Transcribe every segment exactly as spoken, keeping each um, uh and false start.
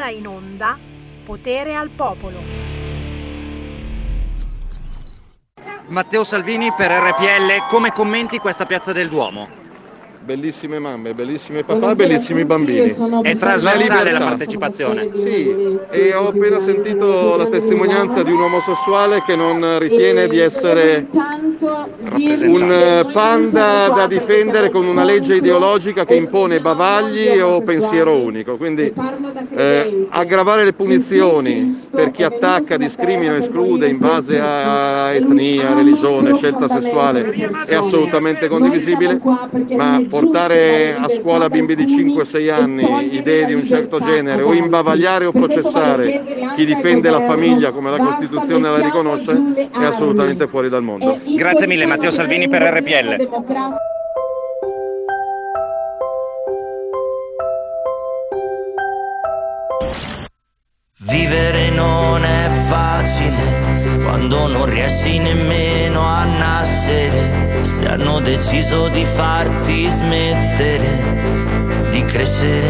ora in onda Potere al Popolo. Matteo Salvini per R P L, come commenti questa Piazza del Duomo? Bellissime mamme, bellissimi papà, bellissimi bambini. È trasversale la partecipazione. Sì, e ho appena sentito la testimonianza di un omosessuale che non ritiene di essere un panda da difendere con una legge ideologica che impone bavagli o pensiero unico. Quindi eh, aggravare le punizioni per chi attacca, discrimina, esclude in base a etnia, religione, scelta sessuale è assolutamente condivisibile, ma portare a scuola bimbi di cinque sei anni idee di un certo genere o imbavagliare o processare chi difende la famiglia come la Costituzione la riconosce è assolutamente fuori dal mondo. Grazie mille Matteo Salvini per R P L. Vivere non è facile quando non riesci nemmeno a nascere. Se hanno deciso di farti smettere di crescere.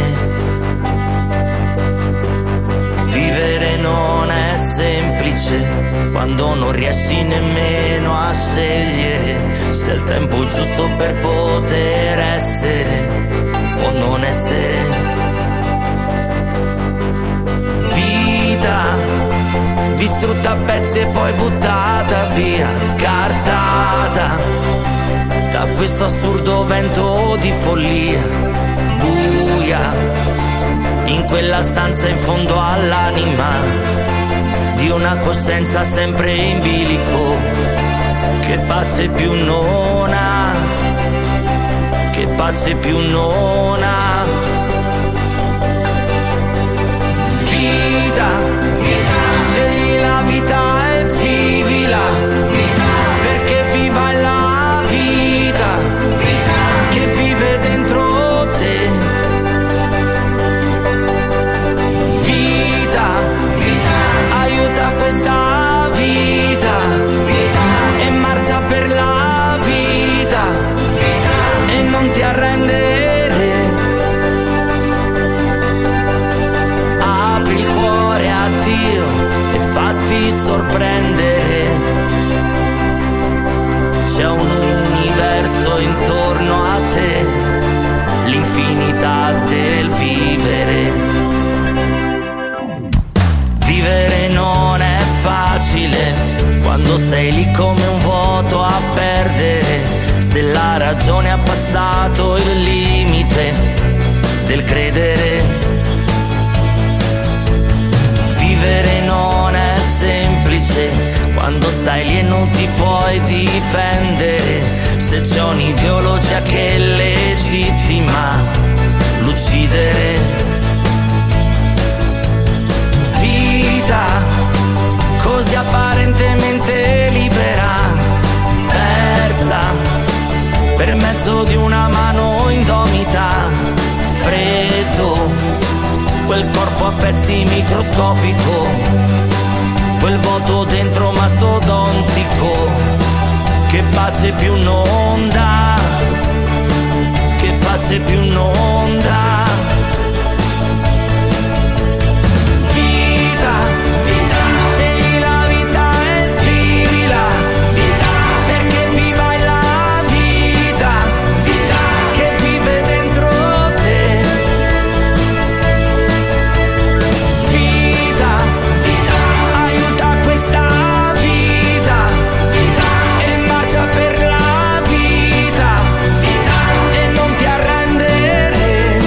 Vivere non è semplice quando non riesci nemmeno a scegliere se è il tempo giusto per poter essere o non essere. Distrutta a pezzi e poi buttata via, scartata da questo assurdo vento di follia. Buia in quella stanza in fondo all'anima di una coscienza sempre in bilico, che pace più non ha, che pace più non ha. Vita, scegli la vita e vivila, perché viva la vita che vive dentro te. Vita, aiuta questa vita e marcia per la vita e non ti arrendere. Apri il cuore a Dio e fatti sorprendere. C'è un universo intorno a te, l'infinità del vivere. Vivere non è facile quando sei lì come un vuoto a perdere, se la ragione ha passato il limite del credere. Vivere non è semplice quando stai lì e non ti puoi difendere, se c'è un'ideologia che legittima l'uccidere. Vita così apparentemente libera, persa per mezzo di una mano indomita. Freddo, quel corpo a pezzi microscopico, quel vuoto dentro mastodontico, che pace più non dà, che pace più non dà. Vita, vita, scegli la vita e vivila, vita, perché viva la vita, vita, che vive dentro te. Vita, vita, aiuta questa vita, vita, e marcia per la vita, vita, e non ti arrendere.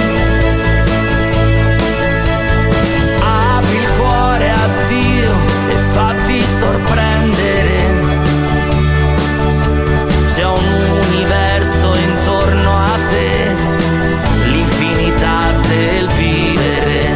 Apri il cuore a Dio e fatti sorprendere. C'è un universo intorno a te, l'infinità del vivere.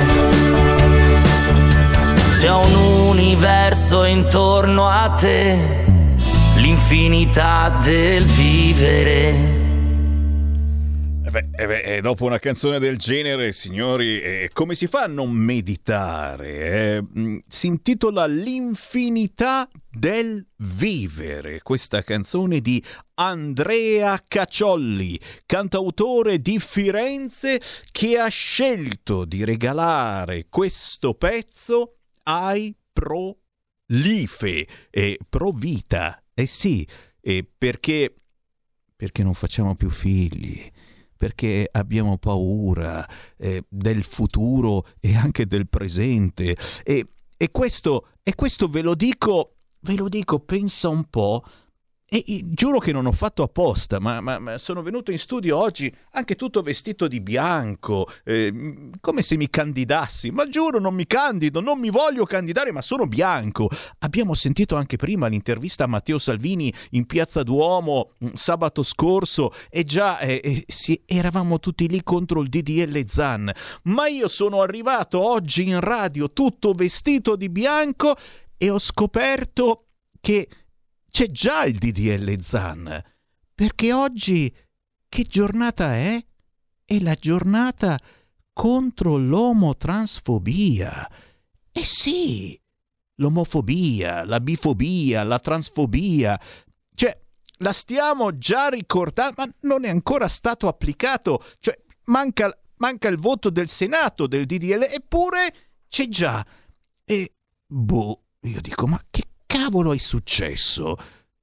C'è un universo intorno a te, l'infinità del vivere. Eh beh, Eh beh, eh, dopo una canzone del genere, signori, eh, come si fa a non meditare? Eh? Mm, Si intitola L'infinità del vivere, questa canzone di Andrea Caciolli, cantautore di Firenze, che ha scelto di regalare questo pezzo ai pro Life e pro vita. Eh sì, eh, perché perché non facciamo più figli, perché abbiamo paura eh, del futuro e anche del presente. E, e questo e questo ve lo dico, ve lo dico, pensa un po'. E, e giuro che non ho fatto apposta, ma, ma, ma sono venuto in studio oggi anche tutto vestito di bianco, eh, come se mi candidassi. Ma giuro, non mi candido, non mi voglio candidare, ma sono bianco. Abbiamo sentito anche prima l'intervista a Matteo Salvini in Piazza Duomo mh, sabato scorso, e già eh, eh, sì, eravamo tutti lì contro il D D L Zan. Ma io sono arrivato oggi in radio tutto vestito di bianco e ho scoperto che c'è già il D D L Zan, perché oggi che giornata è? È la giornata contro l'omotransfobia. Eh sì, l'omofobia, la bifobia, la transfobia, cioè la stiamo già ricordando, ma non è ancora stato applicato, cioè manca, manca il voto del Senato del D D L, eppure c'è già. E boh, io dico, ma che cavolo è successo?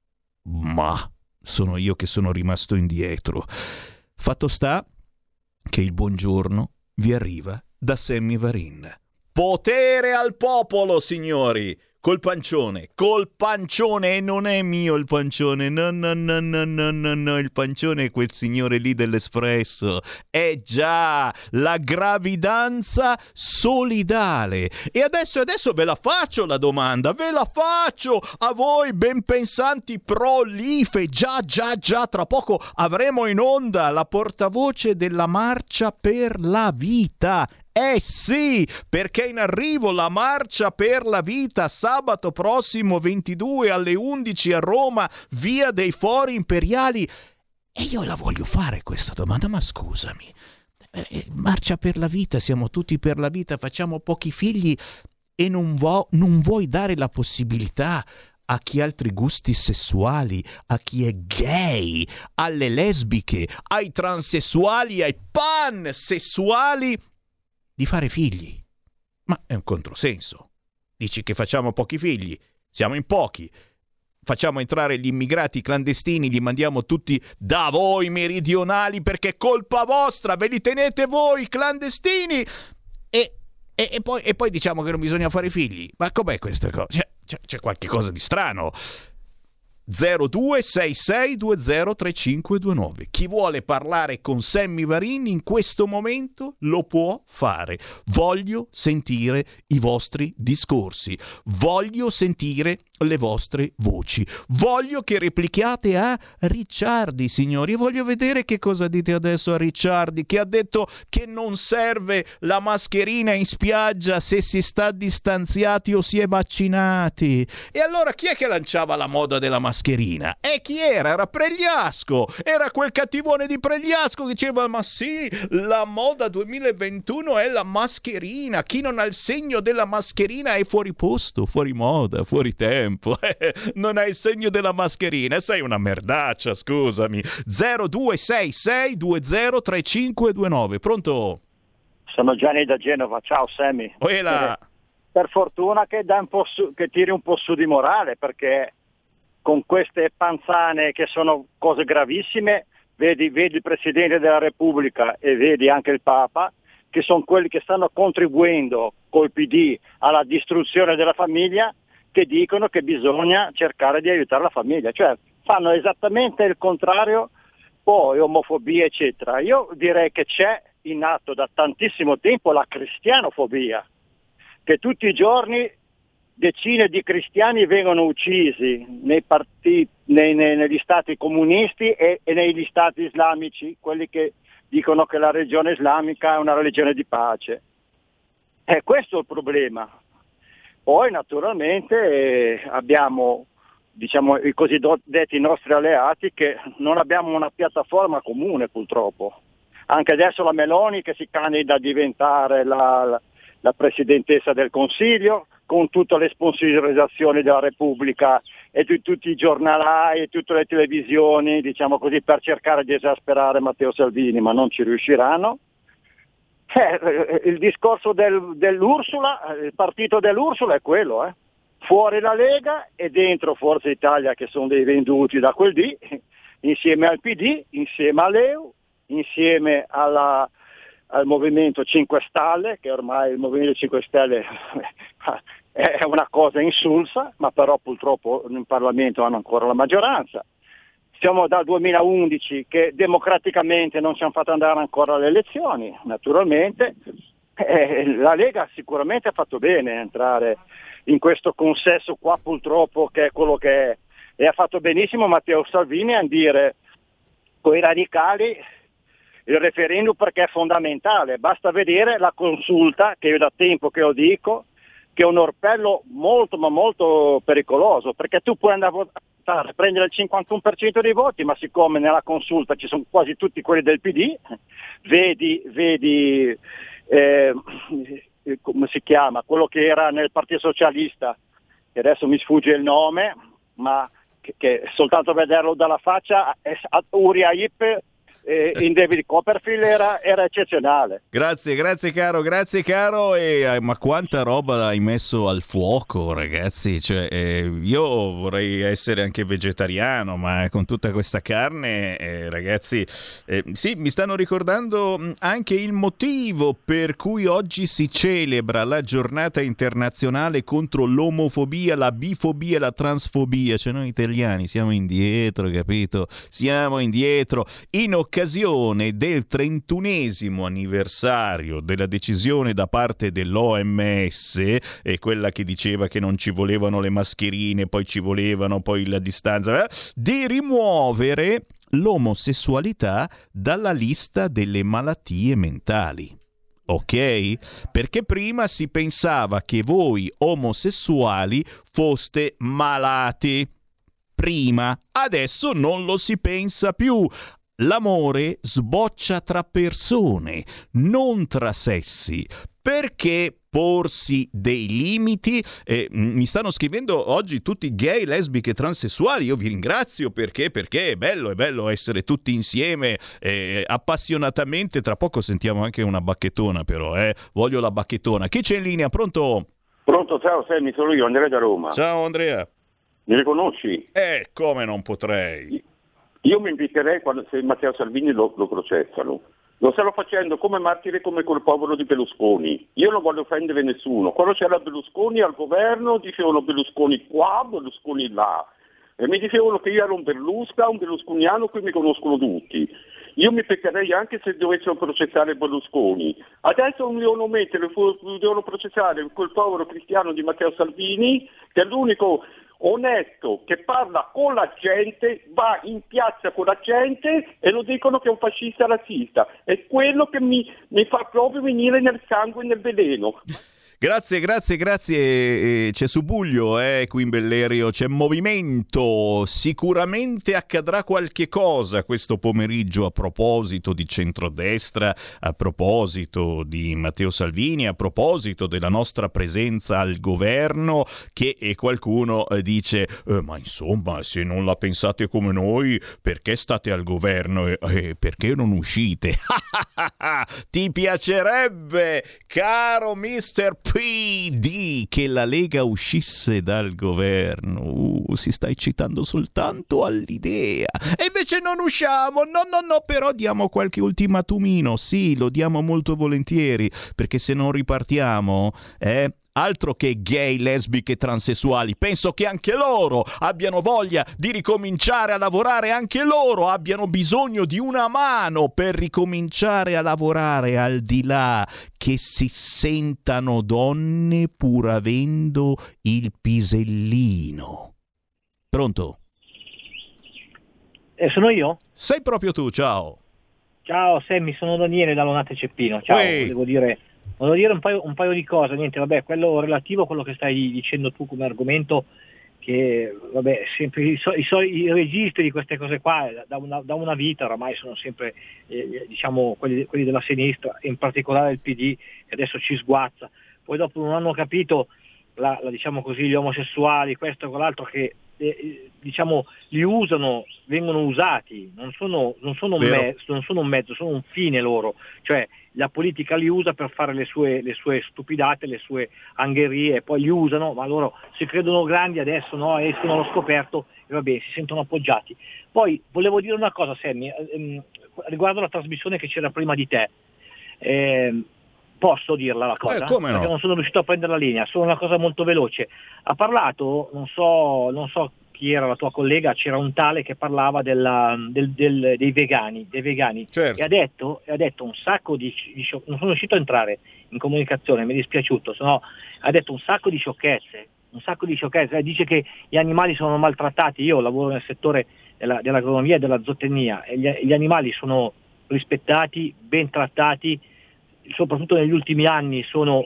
Ma sono io che sono rimasto indietro. Fatto sta che il buongiorno vi arriva da Sammy Varin. Potere al popolo, signori! Col pancione, col pancione, e non è mio il pancione, no, no, no, no, no, no, no, il pancione è quel signore lì dell'Espresso, è già la gravidanza solidale. E adesso, adesso ve la faccio la domanda, ve la faccio a voi ben pensanti pro Life, già, già, già, tra poco avremo in onda la portavoce della Marcia per la Vita. Eh sì, perché in arrivo la Marcia per la Vita sabato prossimo ventidue alle undici a Roma, via dei Fori Imperiali. E io la voglio fare questa domanda, ma scusami, eh, Marcia per la Vita, siamo tutti per la vita, facciamo pochi figli e non, vo- non vuoi dare la possibilità a chi ha altri gusti sessuali, a chi è gay, alle lesbiche, ai transessuali, ai pansessuali, di fare figli? Ma è un controsenso. Dici che facciamo pochi figli, siamo in pochi, facciamo entrare gli immigrati clandestini, li mandiamo tutti da voi meridionali perché è colpa vostra, ve li tenete voi clandestini, e, e, e, poi, e poi diciamo che non bisogna fare figli. Ma com'è questa cosa? C'è, c'è, c'è qualche cosa di strano. zero due sei sei due zero tre cinque due nove. Chi vuole parlare con Sammy Varin in questo momento lo può fare. Voglio sentire i vostri discorsi, voglio sentire le vostre voci, voglio che replichiate a Ricciardi, signori. Voglio vedere che cosa dite adesso a Ricciardi, che ha detto che non serve la mascherina in spiaggia se si sta distanziati o si è vaccinati. E allora chi è che lanciava la moda della mascherina? mascherina. E chi era? Era Pregliasco, era quel cattivone di Pregliasco che diceva: ma sì, la moda duemilaventuno è la mascherina, chi non ha il segno della mascherina è fuori posto, fuori moda, fuori tempo. Non hai il segno della mascherina, sei una merdaccia, scusami. Zero due sei sei due zero tre cinque due nove. Pronto? Sono Gianni da Genova, ciao Sammy. Oela. Eh, per fortuna che, dà un po' su, che tiri un po' su di morale, perché con queste panzane che sono cose gravissime, vedi, vedi il Presidente della Repubblica e vedi anche il Papa, che sono quelli che stanno contribuendo col P D alla distruzione della famiglia, che dicono che bisogna cercare di aiutare la famiglia, cioè fanno esattamente il contrario, poi omofobia eccetera. Io direi che c'è in atto da tantissimo tempo la cristianofobia, che tutti i giorni decine di cristiani vengono uccisi nei partiti, nei, nei, negli stati comunisti e, e negli stati islamici, quelli che dicono che la religione islamica è una religione di pace. E questo è il problema. Poi naturalmente eh, abbiamo, diciamo, i cosiddetti nostri alleati, che non abbiamo una piattaforma comune purtroppo. anche adesso la Meloni che si candida a diventare la, la, la presidentessa del Consiglio, con tutte le sponsorizzazioni della Repubblica e di tutti i giornalai e tutte le televisioni, diciamo così, per cercare di esasperare Matteo Salvini, ma non ci riusciranno. Eh, il discorso del, dell'Ursula, il partito dell'Ursula è quello, eh. Fuori la Lega e dentro Forza Italia, che sono dei venduti da quel D, insieme al P D, insieme all'E U, insieme alla, al Movimento cinque Stelle, che ormai il Movimento cinque Stelle è una cosa insulsa, ma però purtroppo in Parlamento hanno ancora la maggioranza. Siamo dal duemilaundici che democraticamente non ci hanno fatto andare ancora alle elezioni, naturalmente. Eh, la Lega sicuramente ha fatto bene a entrare in questo consesso qua, purtroppo, che è quello che è, e ha fatto benissimo Matteo Salvini a dire con i radicali il referendum, perché è fondamentale. Basta vedere la consulta, che io da tempo che lo dico, che è un orpello molto ma molto pericoloso, perché tu puoi andare a votare, prendere il cinquantuno per cento dei voti, ma siccome nella consulta ci sono quasi tutti quelli del P D, vedi, vedi eh, come si chiama, quello che era nel Partito Socialista, che adesso mi sfugge il nome, ma che, che soltanto vederlo dalla faccia, Uriah Heep eh, in David Copperfield era, era eccezionale. Grazie, grazie caro, grazie caro. E, eh, ma quanta roba hai messo al fuoco, ragazzi, cioè, eh, io vorrei essere anche vegetariano, ma con tutta questa carne, eh, ragazzi, eh, sì, mi stanno ricordando anche il motivo per cui oggi si celebra la giornata internazionale contro l'omofobia, la bifobia e la transfobia. Cioè noi italiani siamo indietro, capito? Siamo indietro in occasione del trentunesimo anniversario della decisione da parte dell'O M S, e quella che diceva che non ci volevano le mascherine, poi ci volevano, poi la distanza, eh, di rimuovere l'omosessualità dalla lista delle malattie mentali. Ok? Perché prima si pensava che voi omosessuali foste malati. Prima, adesso non lo si pensa più. L'amore sboccia tra persone, non tra sessi. Perché porsi dei limiti? Eh, mi stanno scrivendo oggi tutti gay, lesbiche, transessuali. Io vi ringrazio perché, perché è bello, è bello essere tutti insieme eh, appassionatamente. Tra poco sentiamo anche una bacchettona, però, eh. Voglio la bacchettona. Chi c'è in linea? Pronto? Pronto, ciao Sammy, sono io, Andrea da Roma. Ciao Andrea. Mi riconosci? Eh, come non potrei? Io mi inviterei quando se Matteo Salvini lo, lo processano. Lo stanno facendo come martire, come quel povero di Berlusconi. Io non voglio offendere nessuno. Quando c'era Berlusconi al governo dicevano Berlusconi qua, Berlusconi là. E mi dicevano che io ero un Berlusca, un berlusconiano, qui mi conoscono tutti. Io mi peccherei anche se dovessero processare Berlusconi. Adesso non devono mettere, devono processare quel povero cristiano di Matteo Salvini, che è l'unico onesto che parla con la gente, va in piazza con la gente e lo dicono che è un fascista razzista. È quello che mi, mi fa proprio venire nel sangue e nel veleno. Grazie, grazie, grazie. C'è Subuglio, eh, qui in Bellerio, c'è movimento. Sicuramente accadrà qualche cosa questo pomeriggio a proposito di centrodestra, a proposito di Matteo Salvini, a proposito della nostra presenza al governo, che e qualcuno dice eh, ma insomma, se non la pensate come noi, perché state al governo e eh, perché non uscite? Ti piacerebbe, caro mister P D, che la Lega uscisse dal governo? Uh, si sta eccitando soltanto all'idea. E invece non usciamo, no, no, no, però diamo qualche ultimatumino, sì, lo diamo molto volentieri, perché se non ripartiamo, eh, altro che gay, lesbiche, transessuali, penso che anche loro abbiano voglia di ricominciare a lavorare, anche loro abbiano bisogno di una mano per ricominciare a lavorare, al di là che si sentano donne pur avendo il pisellino. Pronto? Eh, sono io? Sei proprio tu, ciao. Ciao Sammy, sono Daniele da Lonate Ceppino. Ciao, Ehi. volevo dire... Volevo dire un paio, un paio di cose, niente, vabbè, quello relativo a quello che stai dicendo tu come argomento che vabbè, sempre i, so, i, so, i registri di queste cose qua da una, da una vita oramai sono sempre eh, diciamo quelli, quelli della sinistra, in particolare il P D, che adesso ci sguazza. Poi dopo non hanno capito la, la, diciamo così, gli omosessuali, questo e quell'altro, che eh, diciamo li usano, vengono usati, non sono, non, sono un me, non sono un mezzo, sono un fine loro, cioè la politica li usa per fare le sue, le sue stupidate, le sue angherie, e poi li usano, ma loro si credono grandi adesso, no? Escono allo scoperto e va bene, si sentono appoggiati. Poi volevo dire una cosa, Sammy, ehm, riguardo la trasmissione che c'era prima di te. Eh, posso dirla la cosa? Eh, come no? Perché non sono riuscito a prendere la linea, solo una cosa molto veloce. Ha parlato, non so, non so chi era la tua collega, c'era un tale che parlava della, del, del, dei vegani, dei vegani certo. e ha detto, e ha detto un sacco di, di sciocchezze. Non sono riuscito a entrare in comunicazione, mi è dispiaciuto, sennò ha detto un sacco di sciocchezze, un sacco di sciocchezze. Dice che gli animali sono maltrattati. Io lavoro nel settore della, dell'agronomia e della zootecnia e gli, gli animali sono rispettati, ben trattati, soprattutto negli ultimi anni sono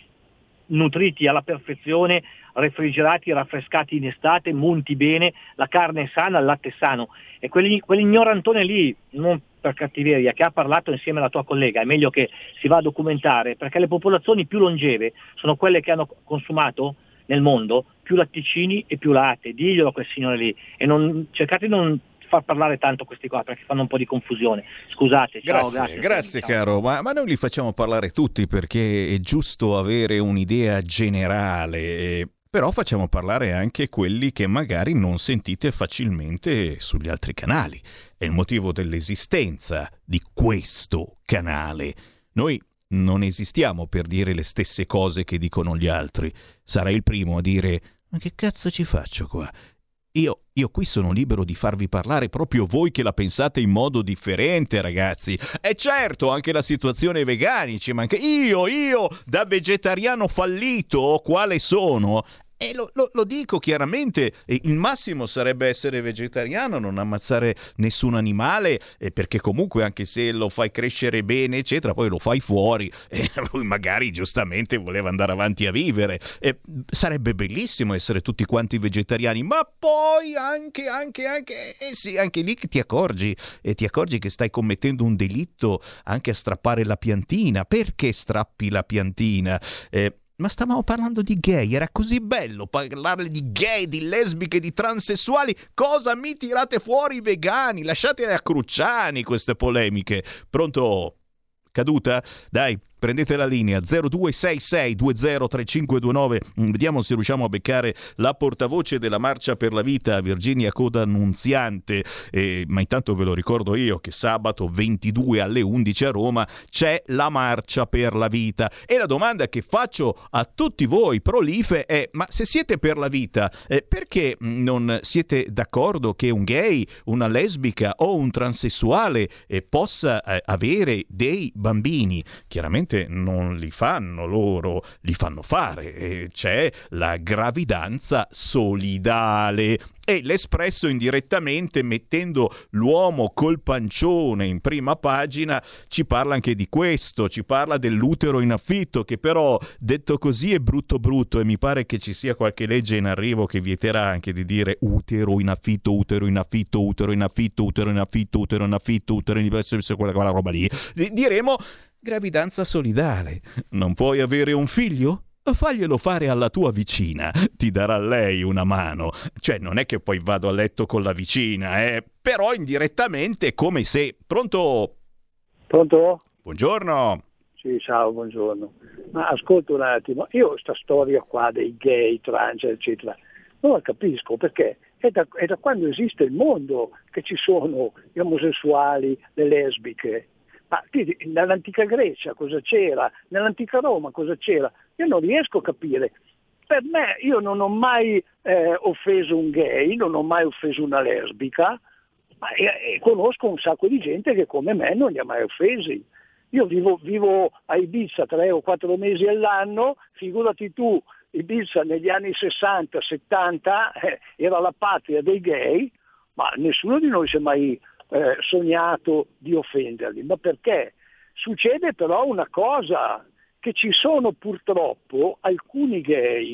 nutriti alla perfezione, refrigerati, raffrescati in estate, munti bene, la carne è sana, il latte è sano. E quell'ignorantone lì, non per cattiveria, che ha parlato insieme alla tua collega, è meglio che si va a documentare, perché le popolazioni più longeve sono quelle che hanno consumato nel mondo più latticini e più latte. Diglielo a quel signore lì, e non cercate di non far parlare tanto questi qua, perché fanno un po' di confusione. Scusate, ciao, grazie, grazie, grazie ciao. caro, ma, ma noi li facciamo parlare tutti perché è giusto avere un'idea generale, eh, però facciamo parlare anche quelli che magari non sentite facilmente sugli altri canali. È il motivo dell'esistenza di questo canale. Noi non esistiamo per dire le stesse cose che dicono gli altri. Sarai il primo a dire: ma che cazzo ci faccio qua? Io, io qui sono libero di farvi parlare proprio voi che la pensate in modo differente, ragazzi. E certo, anche la situazione vegani ci manca. Io, io, da vegetariano fallito, quale sono? E lo, lo, lo dico chiaramente, il massimo sarebbe essere vegetariano, non ammazzare nessun animale, eh, perché comunque anche se lo fai crescere bene, eccetera, poi lo fai fuori, e lui magari giustamente voleva andare avanti a vivere. Eh, sarebbe bellissimo essere tutti quanti vegetariani, ma poi anche, anche, anche, eh sì, anche lì che ti accorgi, e ti accorgi che stai commettendo un delitto anche a strappare la piantina. Perché strappi la piantina? Eh, Ma stavamo parlando di gay, era così bello parlare di gay, di lesbiche, di transessuali. Cosa mi tirate fuori i vegani? Lasciatele a Cruciani queste polemiche. Pronto? Caduta? Dai, prendete la linea zero due sei sei due zero tre cinque due nove. Vediamo se riusciamo a beccare la portavoce della Marcia per la Vita, Virginia Coda Annunziante. Eh, ma intanto ve lo ricordo io che sabato ventidue alle undici a Roma c'è la Marcia per la Vita. E la domanda che faccio a tutti voi pro-life è: ma se siete per la vita, eh, perché non siete d'accordo che un gay, una lesbica o un transessuale eh, possa eh, avere dei bambini? Chiaramente non li fanno loro, li fanno fare. E c'è la gravidanza solidale. E l'Espresso indirettamente, mettendo l'uomo col pancione in prima pagina, ci parla anche di questo, ci parla dell'utero in affitto, che però detto così è brutto brutto, e mi pare che ci sia qualche legge in arrivo che vieterà anche di dire utero in affitto, utero in affitto, utero in affitto, utero in affitto, utero in affitto, utero in affitto, quella, quella roba lì. Diremo gravidanza solidale. Non puoi avere un figlio? Faglielo fare alla tua vicina, ti darà lei una mano. Cioè, non è che poi vado a letto con la vicina, eh? Però indirettamente è come se... Pronto? Pronto? Buongiorno. Sì, ciao, buongiorno. Ma ascolta un attimo, io sta storia qua dei gay, trans, eccetera, non la capisco, perché è da, è da quando esiste il mondo che ci sono gli omosessuali, le lesbiche. Ma nell'antica Grecia cosa c'era? Nell'antica Roma cosa c'era? Io non riesco a capire. Per me, io non ho mai eh, offeso un gay, non ho mai offeso una lesbica, ma e, e conosco un sacco di gente che come me non li ha mai offesi. Io vivo, vivo a Ibiza tre o quattro mesi all'anno, figurati tu, Ibiza negli anni sessanta settanta eh, era la patria dei gay, ma nessuno di noi si è mai eh, sognato di offenderli. Ma perché? Succede però una cosa, che ci sono purtroppo alcuni gay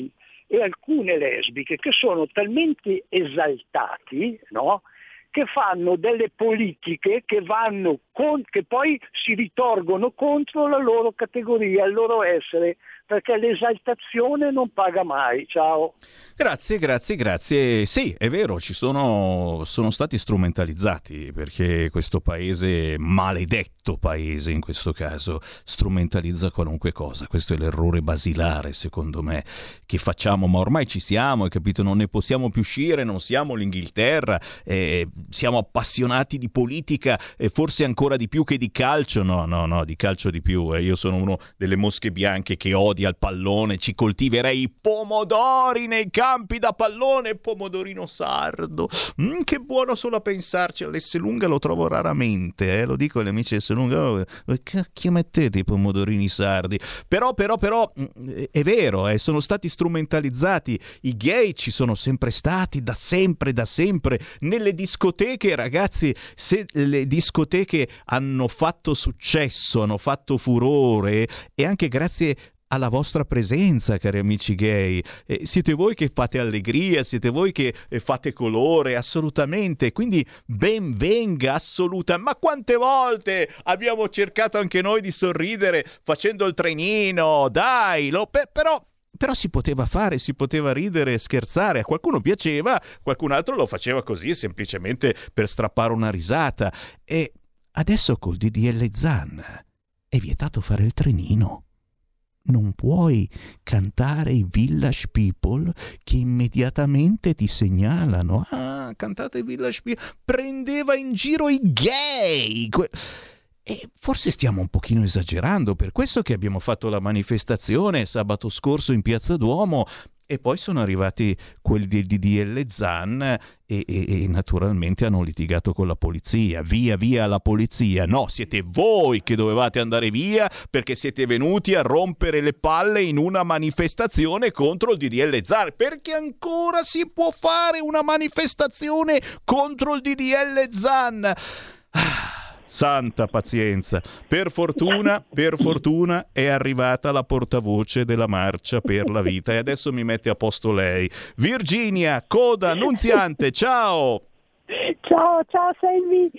e alcune lesbiche che sono talmente esaltati, no? Che fanno delle politiche che vanno con, che poi si ritorgono contro la loro categoria, il loro essere, perché l'esaltazione non paga mai. Ciao. Grazie, grazie, grazie. Sì, è vero, ci sono, sono stati strumentalizzati, perché questo paese, maledetto paese in questo caso, strumentalizza qualunque cosa. Questo è l'errore basilare, secondo me, che facciamo, ma ormai ci siamo, hai capito? Non ne possiamo più uscire, non siamo l'Inghilterra, eh, siamo appassionati di politica e forse ancora di più che di calcio. No, no, no, di calcio di più. Eh. Io sono uno delle mosche bianche che odia il pallone, ci coltiverei i pomodori nei campi da pallone, pomodorino sardo. Mm, che buono solo a pensarci. All'Esselunga lo trovo raramente, eh. Lo dico agli amici Esselunga, oh, cacchio mettete i pomodorini sardi. Però, però, però, è vero, eh, sono stati strumentalizzati. I gay ci sono sempre stati, da sempre, da sempre. Nelle discoteche, ragazzi, se le discoteche hanno fatto successo, hanno fatto furore, e anche grazie alla vostra presenza, cari amici gay. Eh, siete voi che fate allegria, siete voi che eh, fate colore, assolutamente. Quindi ben venga, assoluta. Ma quante volte abbiamo cercato anche noi di sorridere facendo il trenino, dai, lo, per, però... Però si poteva fare, si poteva ridere, scherzare, a qualcuno piaceva, qualcun altro lo faceva così semplicemente per strappare una risata. E adesso col D D L Zan è vietato fare il trenino. Non puoi cantare i Village People che immediatamente ti segnalano. Ah, cantate i Village People. Prendeva in giro i gay. Que- E forse stiamo un pochino esagerando, per questo che abbiamo fatto la manifestazione sabato scorso in Piazza Duomo e poi sono arrivati quelli del D D L Zan e, e, e naturalmente hanno litigato con la polizia. Via, via la polizia. No, siete voi che dovevate andare via perché siete venuti a rompere le palle in una manifestazione contro il D D L Zan. Perché ancora si può fare una manifestazione contro il D D L Zan? Ah. Santa pazienza. Per fortuna, per fortuna è arrivata la portavoce della marcia per la vita e adesso mi mette a posto lei. Virginia, coda, Nunziante, ciao! Ciao, ciao Selvi,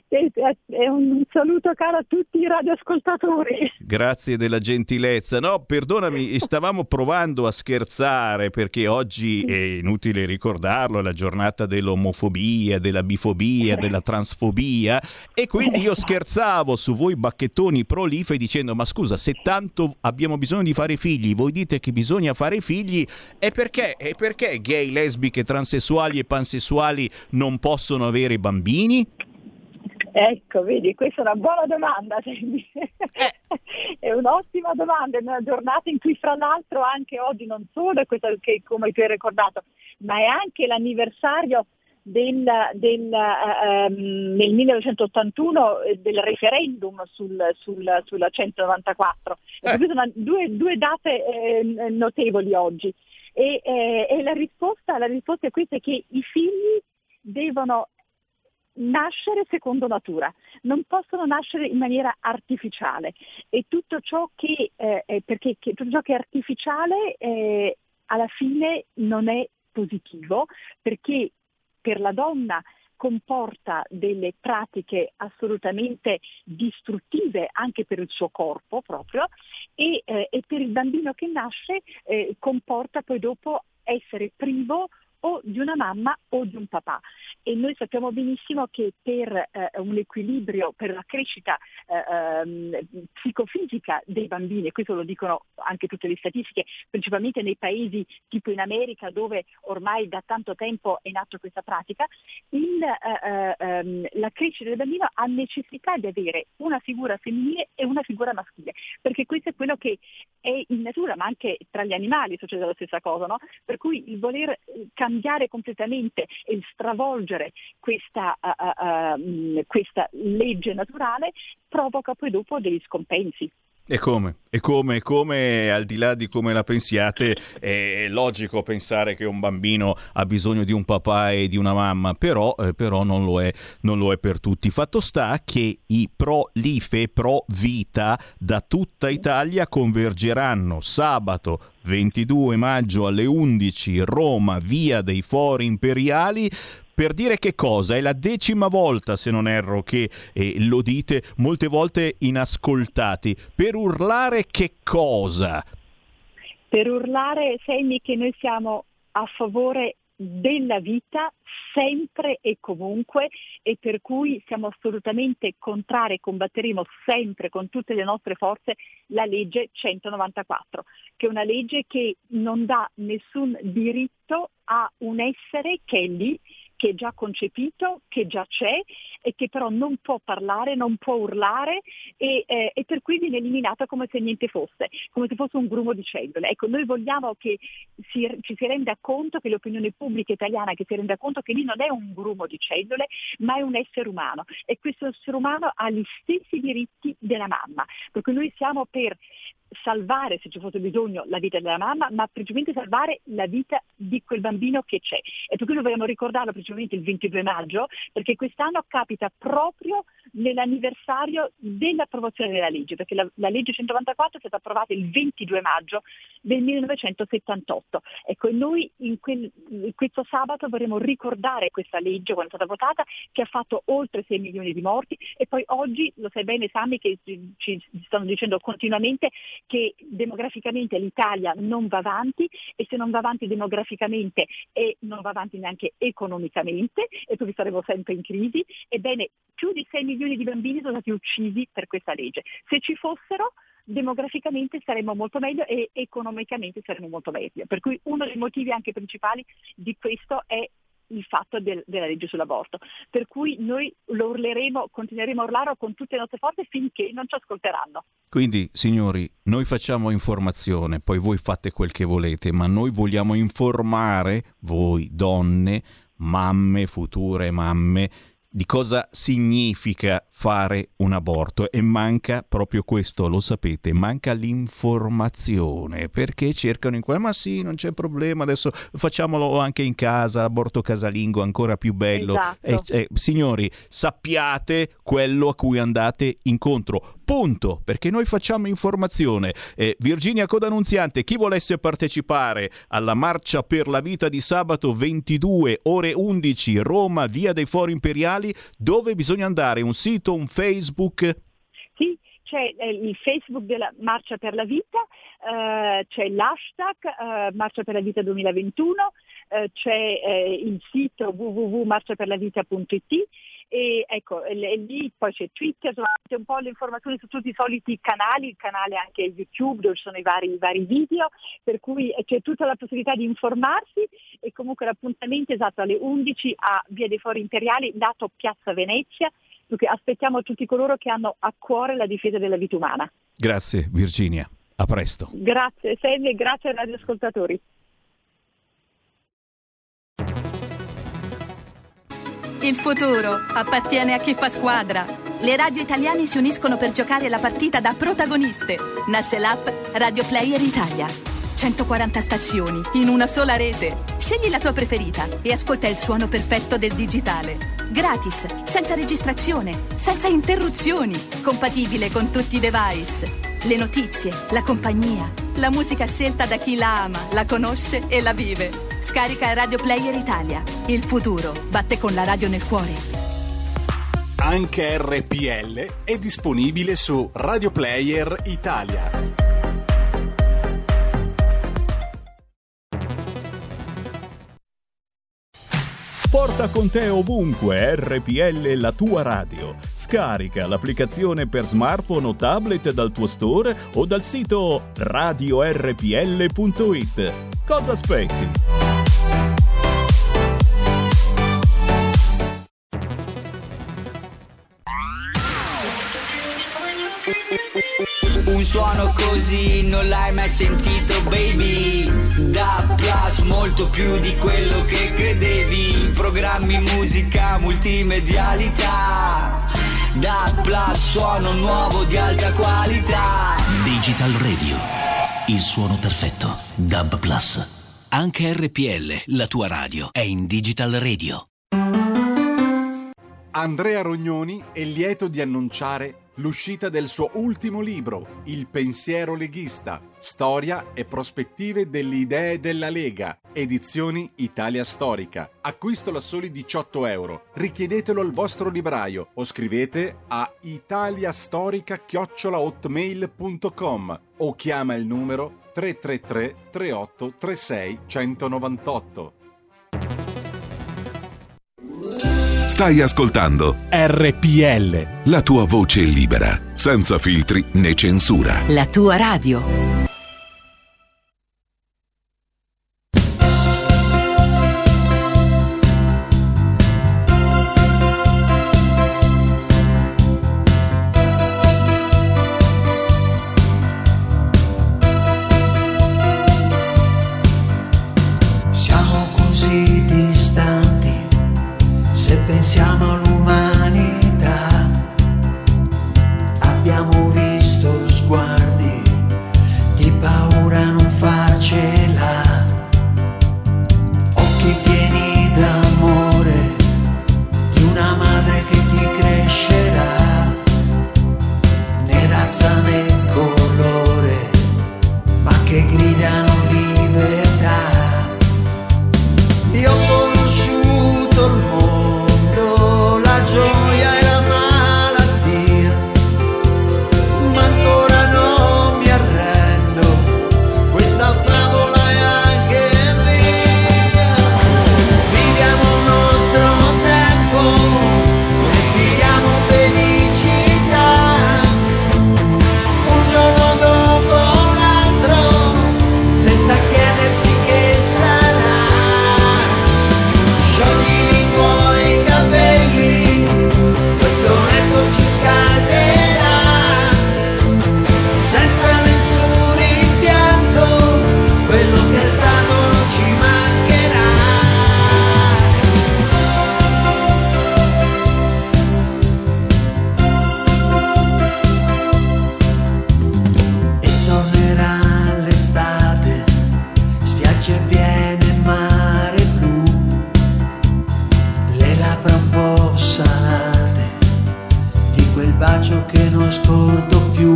e un saluto caro a tutti i radioascoltatori. Grazie della gentilezza. No, perdonami, stavamo provando a scherzare perché oggi è inutile ricordarlo, è la giornata dell'omofobia, della bifobia, della transfobia e quindi io scherzavo su voi bacchettoni pro-life dicendo ma scusa, se tanto abbiamo bisogno di fare figli, voi dite che bisogna fare figli, e perché? E perché gay, lesbiche, transessuali e pansessuali non possono possono avere bambini? Ecco, vedi, questa è una buona domanda. È un'ottima domanda, è una giornata in cui fra l'altro anche oggi non solo è questo che come tu hai ricordato, ma è anche l'anniversario del, del, um, nel millenovecentottantuno del referendum sul, sul, sulla centonovantaquattro. Eh. Sono due, due date eh, notevoli oggi. E, eh, e la risposta, la risposta è questa, è che i figli devono nascere secondo natura, non possono nascere in maniera artificiale e tutto ciò che, eh, perché che, tutto ciò che è artificiale eh, alla fine non è positivo, perché per la donna comporta delle pratiche assolutamente distruttive anche per il suo corpo proprio e, eh, e per il bambino che nasce eh, comporta poi dopo essere privo o di una mamma o di un papà. E noi sappiamo benissimo che per eh, un equilibrio, per la crescita eh, psicofisica dei bambini, e questo lo dicono anche tutte le statistiche, principalmente nei paesi tipo in America dove ormai da tanto tempo è in atto questa pratica, il, eh, eh, la crescita del bambino ha necessità di avere una figura femminile e una figura maschile, perché questo è quello che è in natura, ma anche tra gli animali succede la stessa cosa, no? Per cui il voler cambiare completamente e stravolgere questa, uh, uh, um, questa legge naturale provoca poi dopo degli scompensi. E come? E come? E come, al di là di come la pensiate, è logico pensare che un bambino ha bisogno di un papà e di una mamma, però, eh, però non lo è, non lo è per tutti. Fatto sta che i pro-Life, pro-Vita da tutta Italia convergeranno sabato ventidue maggio alle undici, Roma, via dei Fori Imperiali. Per dire che cosa? È la decima volta, se non erro, che eh, lo dite, molte volte inascoltati. Per urlare che cosa? Per urlare, Sammy, che noi siamo a favore della vita sempre e comunque, e per cui siamo assolutamente contrari e combatteremo sempre con tutte le nostre forze la legge centonovantaquattro, che è una legge che non dà nessun diritto a un essere che è lì, che è già concepito, che già c'è e che però non può parlare, non può urlare e, eh, e per cui viene eliminata come se niente fosse, come se fosse un grumo di cellule. Ecco, noi vogliamo che si, ci si renda conto, che l'opinione pubblica italiana che si renda conto che lì non è un grumo di cellule, ma è un essere umano, e questo essere umano ha gli stessi diritti della mamma, perché noi siamo per salvare, se ci fosse bisogno, la vita della mamma, ma principalmente salvare la vita di quel bambino che c'è. E per cui noi vogliamo ricordarlo principalmente il ventidue maggio, perché quest'anno capita proprio nell'anniversario dell'approvazione della legge, perché la, la legge centonovantaquattro è stata approvata il ventidue maggio del millenovecentosettantotto. Ecco, e noi in, quel, in questo sabato vorremmo ricordare questa legge, quando è stata votata, che ha fatto oltre sei milioni di morti, e poi oggi, lo sai bene Sammy, che ci, ci stanno dicendo continuamente che demograficamente l'Italia non va avanti, e se non va avanti demograficamente e non va avanti neanche economicamente, e quindi saremo sempre in crisi. Ebbene, più di sei milioni di bambini sono stati uccisi per questa legge. Se ci fossero, demograficamente saremmo molto meglio e economicamente saremmo molto meglio. Per cui uno dei motivi anche principali di questo è il fatto del, della legge sull'aborto, per cui noi lo urleremo, continueremo a urlarlo con tutte le nostre forze finché non ci ascolteranno. Quindi, signori, noi facciamo informazione, poi voi fate quel che volete, ma noi vogliamo informare voi donne, mamme, future mamme, di cosa significa fare un aborto, e manca proprio questo, lo sapete, manca l'informazione, perché cercano in quel, ma sì, non c'è problema, adesso facciamolo anche in casa, aborto casalingo ancora più bello. Esatto. Eh, eh, signori, sappiate quello a cui andate incontro, punto, perché noi facciamo informazione. eh, Virginia Codanunziante, chi volesse partecipare alla marcia per la vita di sabato ventidue ore undici, Roma, via dei Fori Imperiali, dove bisogna andare? Un sito, un Facebook? Sì, c'è eh, il Facebook della Marcia per la Vita, eh, c'è l'hashtag eh, Marcia per la Vita duemilaventuno, eh, c'è eh, il sito w w w punto marcia per la vita punto i t, e ecco, e, e lì poi c'è Twitter, c'è un po' le informazioni su tutti i soliti canali, il canale anche YouTube dove ci sono i vari, i vari video, per cui c'è tutta la possibilità di informarsi, e comunque l'appuntamento è esatto alle undici a Via dei Fori Imperiali, lato Piazza Venezia, perché aspettiamo tutti coloro che hanno a cuore la difesa della vita umana. Grazie Virginia, a presto. Grazie Sammy e grazie ai radioascoltatori. Il futuro appartiene a chi fa squadra. Le radio italiane si uniscono per giocare la partita da protagoniste. Nasce l'app Radio Player Italia. centoquaranta stazioni in una sola rete. Scegli la tua preferita e ascolta il suono perfetto del digitale. Gratis, senza registrazione, senza interruzioni, compatibile con tutti i device. Le notizie, la compagnia, la musica scelta da chi la ama, la conosce e la vive. Scarica Radio Player Italia. Il futuro batte con la radio nel cuore. Anche R P L è disponibile su Radio Player Italia. Porta con te ovunque R P L, la tua radio. Scarica l'applicazione per smartphone o tablet dal tuo store o dal sito radio r p l punto i t. Cosa aspetti? Un suono così non l'hai mai sentito, baby. Da Plus, molto più di quello che credevi. Programmi, musica, multimedialità. DAB Plus, suono nuovo di alta qualità. Digital Radio, il suono perfetto. DAB Plus. Anche R P L, la tua radio, è in Digital Radio. Andrea Rognoni è lieto di annunciare l'uscita del suo ultimo libro, Il pensiero leghista, storia e prospettive delle idee della Lega, edizioni Italia Storica. Acquistalo a soli diciotto euro. Richiedetelo al vostro libraio o scrivete a italiastorica chiocciola hotmail punto com o chiama il numero tre tre tre tre otto tre sei uno nove otto. Stai ascoltando R P L, la tua voce libera, senza filtri né censura. La tua radio. Siamo così distanti, se pensiamo all'umanità, abbiamo visto sguardi di paura non farcela, occhi pieni d'amore di una madre che ti crescerà, né razza né colore, ma che gridano libertà. Io ho conosciuto il mondo, la gioia e la malattia, ma ancora non mi arrendo, questa favola è anche mia. Viviamo il nostro tempo, respiriamo felicità, un giorno dopo l'altro, senza chiedersi che sarà. Sciogli i tuoi capelli, questo letto ci scalderà, senza nessun rimpianto, quello che è stato non ci mancherà. E tornerà l'estate, spiagge piene, mare blu, le labbra un po' salate di quel bacio che non scordo più,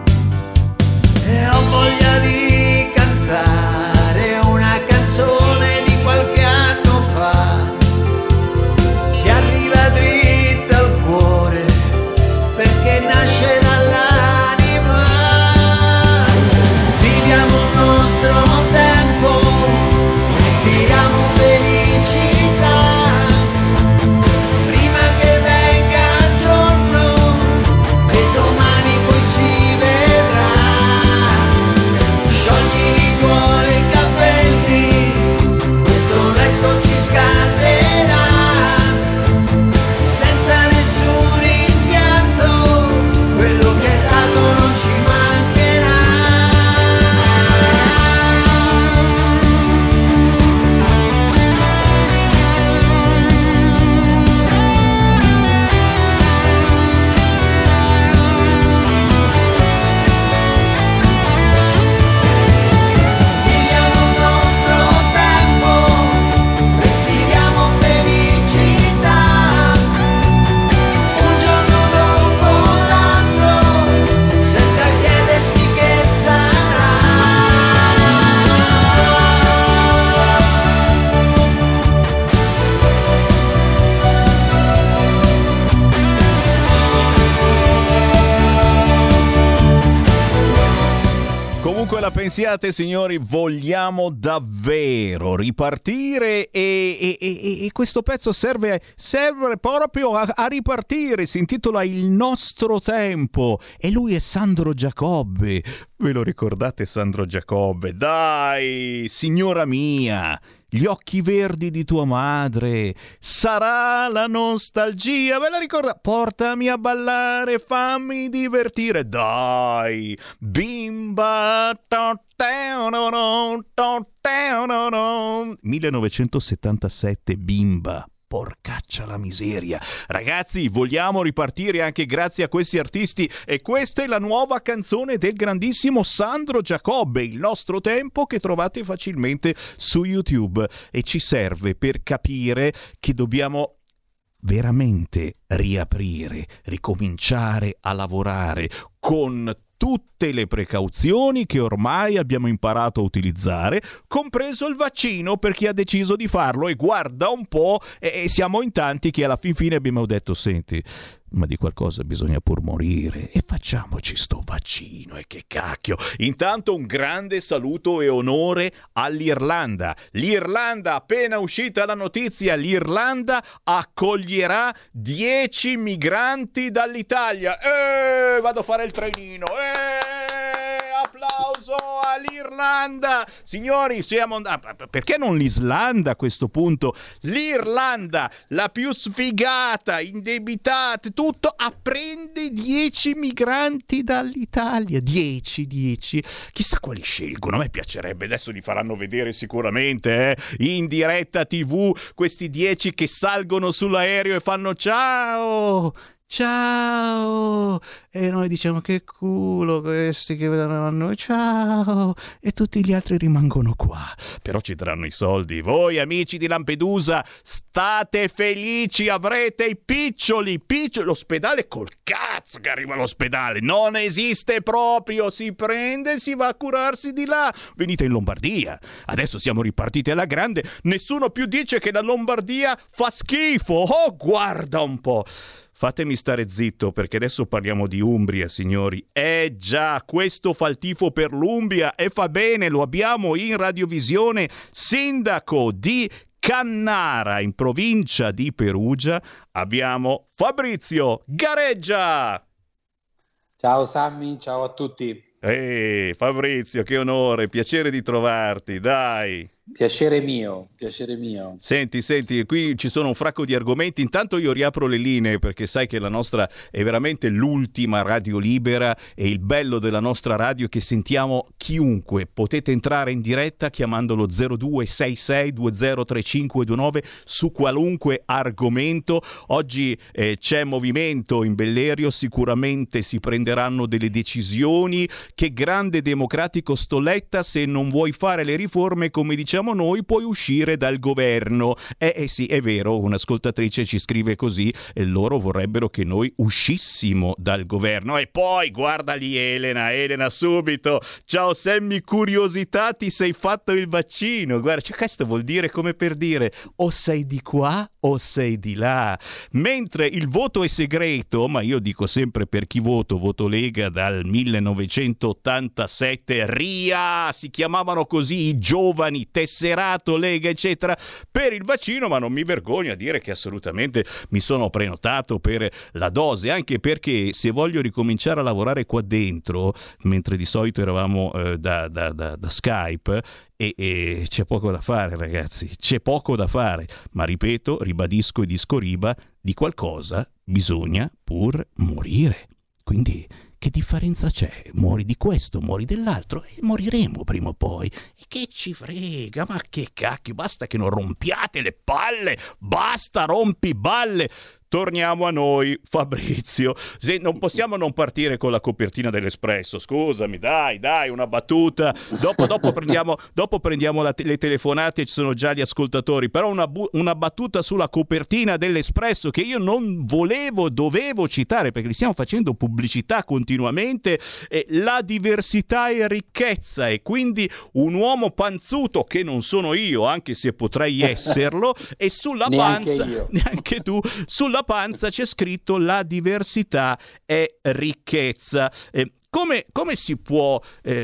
e ho voglia di cantare una canzone di qualche anno fa che arriva dritta al cuore perché nasce dall'anima. Viviamo il nostro tempo, respiriamo felicità, prima che venga il giorno e domani poi si vedrà. Sciogli i tuoi capelli, questo letto ci scalderà, senza nessun rimpianto, quello che è stato non ci mancherà. Viviamo il nostro tempo, respiriamo felicità, un giorno dopo l'altro, senza chiedersi che sarà. Comunque la pensiate, signori, vogliamo davvero ripartire e, e- e- e questo pezzo serve, serve proprio a, a ripartire. Si intitola Il nostro tempo e lui è Sandro Giacobbe. Ve lo ricordate Sandro Giacobbe? Dai, signora mia, gli occhi verdi di tua madre, sarà la nostalgia, ve la ricorda? Portami a ballare, fammi divertire, dai, bimba, to, teo, no, no, to, teo, no, no. millenovecentosettantasette, Bimba. porcaccia la miseria. Ragazzi, vogliamo ripartire anche grazie a questi artisti e questa è la nuova canzone del grandissimo Sandro Giacobbe, Il nostro tempo, che trovate facilmente su YouTube e ci serve per capire che dobbiamo veramente riaprire, ricominciare a lavorare con tutte le precauzioni che ormai abbiamo imparato a utilizzare, compreso il vaccino per chi ha deciso di farlo, e guarda un po', e, e siamo in tanti che alla fin fine abbiamo detto: senti, ma di qualcosa bisogna pur morire e facciamoci sto vaccino, e che cacchio. Intanto un grande saluto e onore all'Irlanda. L'Irlanda, appena uscita la notizia, l'Irlanda accoglierà dieci migranti dall'Italia. Eh, vado a fare il trenino. Eh, applauso all'Irlanda. Signori, siamo andati. Perché non l'Islanda a questo punto? L'Irlanda, la più sfigata, indebitata, tutto, apprende dieci migranti dall'Italia. dieci, dieci. Chissà quali scelgono. A me piacerebbe, adesso li faranno vedere sicuramente, eh, in diretta tivù, questi dieci che salgono sull'aereo e fanno ciao. Ciao, e noi diciamo che culo questi che vedono a noi, ciao, e tutti gli altri rimangono qua. Però ci daranno i soldi. Voi amici di Lampedusa state felici, avrete i piccioli, piccioli. L'ospedale, col cazzo che arriva all'ospedale, non esiste proprio, si prende e si va a curarsi di là. Venite in Lombardia, adesso siamo ripartiti alla grande, nessuno più dice che la Lombardia fa schifo. Oh, guarda un po'. Fatemi stare zitto, perché adesso parliamo di Umbria, signori. Eh già, questo fa il tifo per l'Umbria e fa bene, lo abbiamo in radiovisione. Sindaco di Cannara, in provincia di Perugia, abbiamo Fabrizio Gareggia. Ciao Sammy, ciao a tutti. Ehi, Fabrizio, che onore, piacere di trovarti, dai. Piacere mio, piacere mio. Senti, senti, qui ci sono un fracco di argomenti. Intanto io riapro le linee, perché sai che la nostra è veramente l'ultima radio libera, e il bello della nostra radio è che sentiamo chiunque. Potete entrare in diretta chiamandolo zero due sei sei due zero tre cinque due nove su qualunque argomento. Oggi eh, c'è movimento in Bellerio, sicuramente si prenderanno delle decisioni. Che grande democratico sto Letta, se non vuoi fare le riforme come diciamo noi, puoi uscire dal governo. Eh, eh sì, è vero, un'ascoltatrice ci scrive così, e loro vorrebbero che noi uscissimo dal governo. E poi guarda lì Elena, Elena subito, ciao Sammy, curiosità, ti sei fatto il vaccino? Guarda, cioè, questo vuol dire, come per dire, o sei di qua o sei di là. Mentre il voto è segreto, ma io dico sempre per chi voto, voto Lega dal millenovecentottantasette, R I A, si chiamavano così i giovani, tesserato Lega eccetera, per il vaccino, ma non mi vergogno a dire che assolutamente mi sono prenotato per la dose, anche perché se voglio ricominciare a lavorare qua dentro, mentre di solito eravamo eh, da, da, da, da Skype, e, e c'è poco da fare, ragazzi, c'è poco da fare, ma ripeto, ribadisco e discoriba, di qualcosa bisogna pur morire. Quindi che differenza c'è? Muori di questo, muori dell'altro, e moriremo prima o poi. E che ci frega? Ma che cacchio, basta che non rompiate le palle, basta rompi balle. Torniamo a noi, Fabrizio. Se non possiamo non partire con la copertina dell'Espresso, scusami, dai, dai, una battuta. Dopo, dopo prendiamo, dopo prendiamo la te- le telefonate, ci sono già gli ascoltatori, però una, bu- una battuta sulla copertina dell'Espresso che io non volevo, dovevo citare, perché li stiamo facendo pubblicità continuamente. Eh, la diversità è ricchezza, e quindi un uomo panzuto, che non sono io, anche se potrei esserlo, e sulla Neanche panza, io. neanche tu, sulla panza c'è scritto la diversità è ricchezza. Eh, come, come si può eh,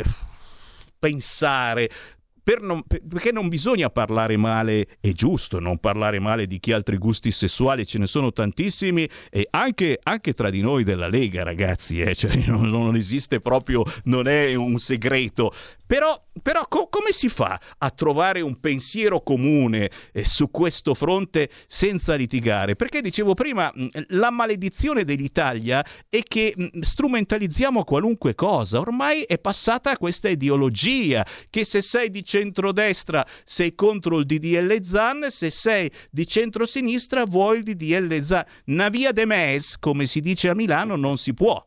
pensare, per non, per, perché non bisogna parlare male, è giusto non parlare male di chi ha altri gusti sessuali, ce ne sono tantissimi, e anche, anche tra di noi della Lega, ragazzi, eh, cioè non, non esiste proprio, non è un segreto. Però, però co- come si fa a trovare un pensiero comune eh, su questo fronte senza litigare? Perché dicevo prima, mh, la maledizione dell'Italia è che mh, strumentalizziamo qualunque cosa. Ormai è passata questa ideologia che se sei di centrodestra sei contro il D D L Zan, se sei di centrosinistra vuoi il D D L Zan. Una via de mes, come si dice a Milano, non si può.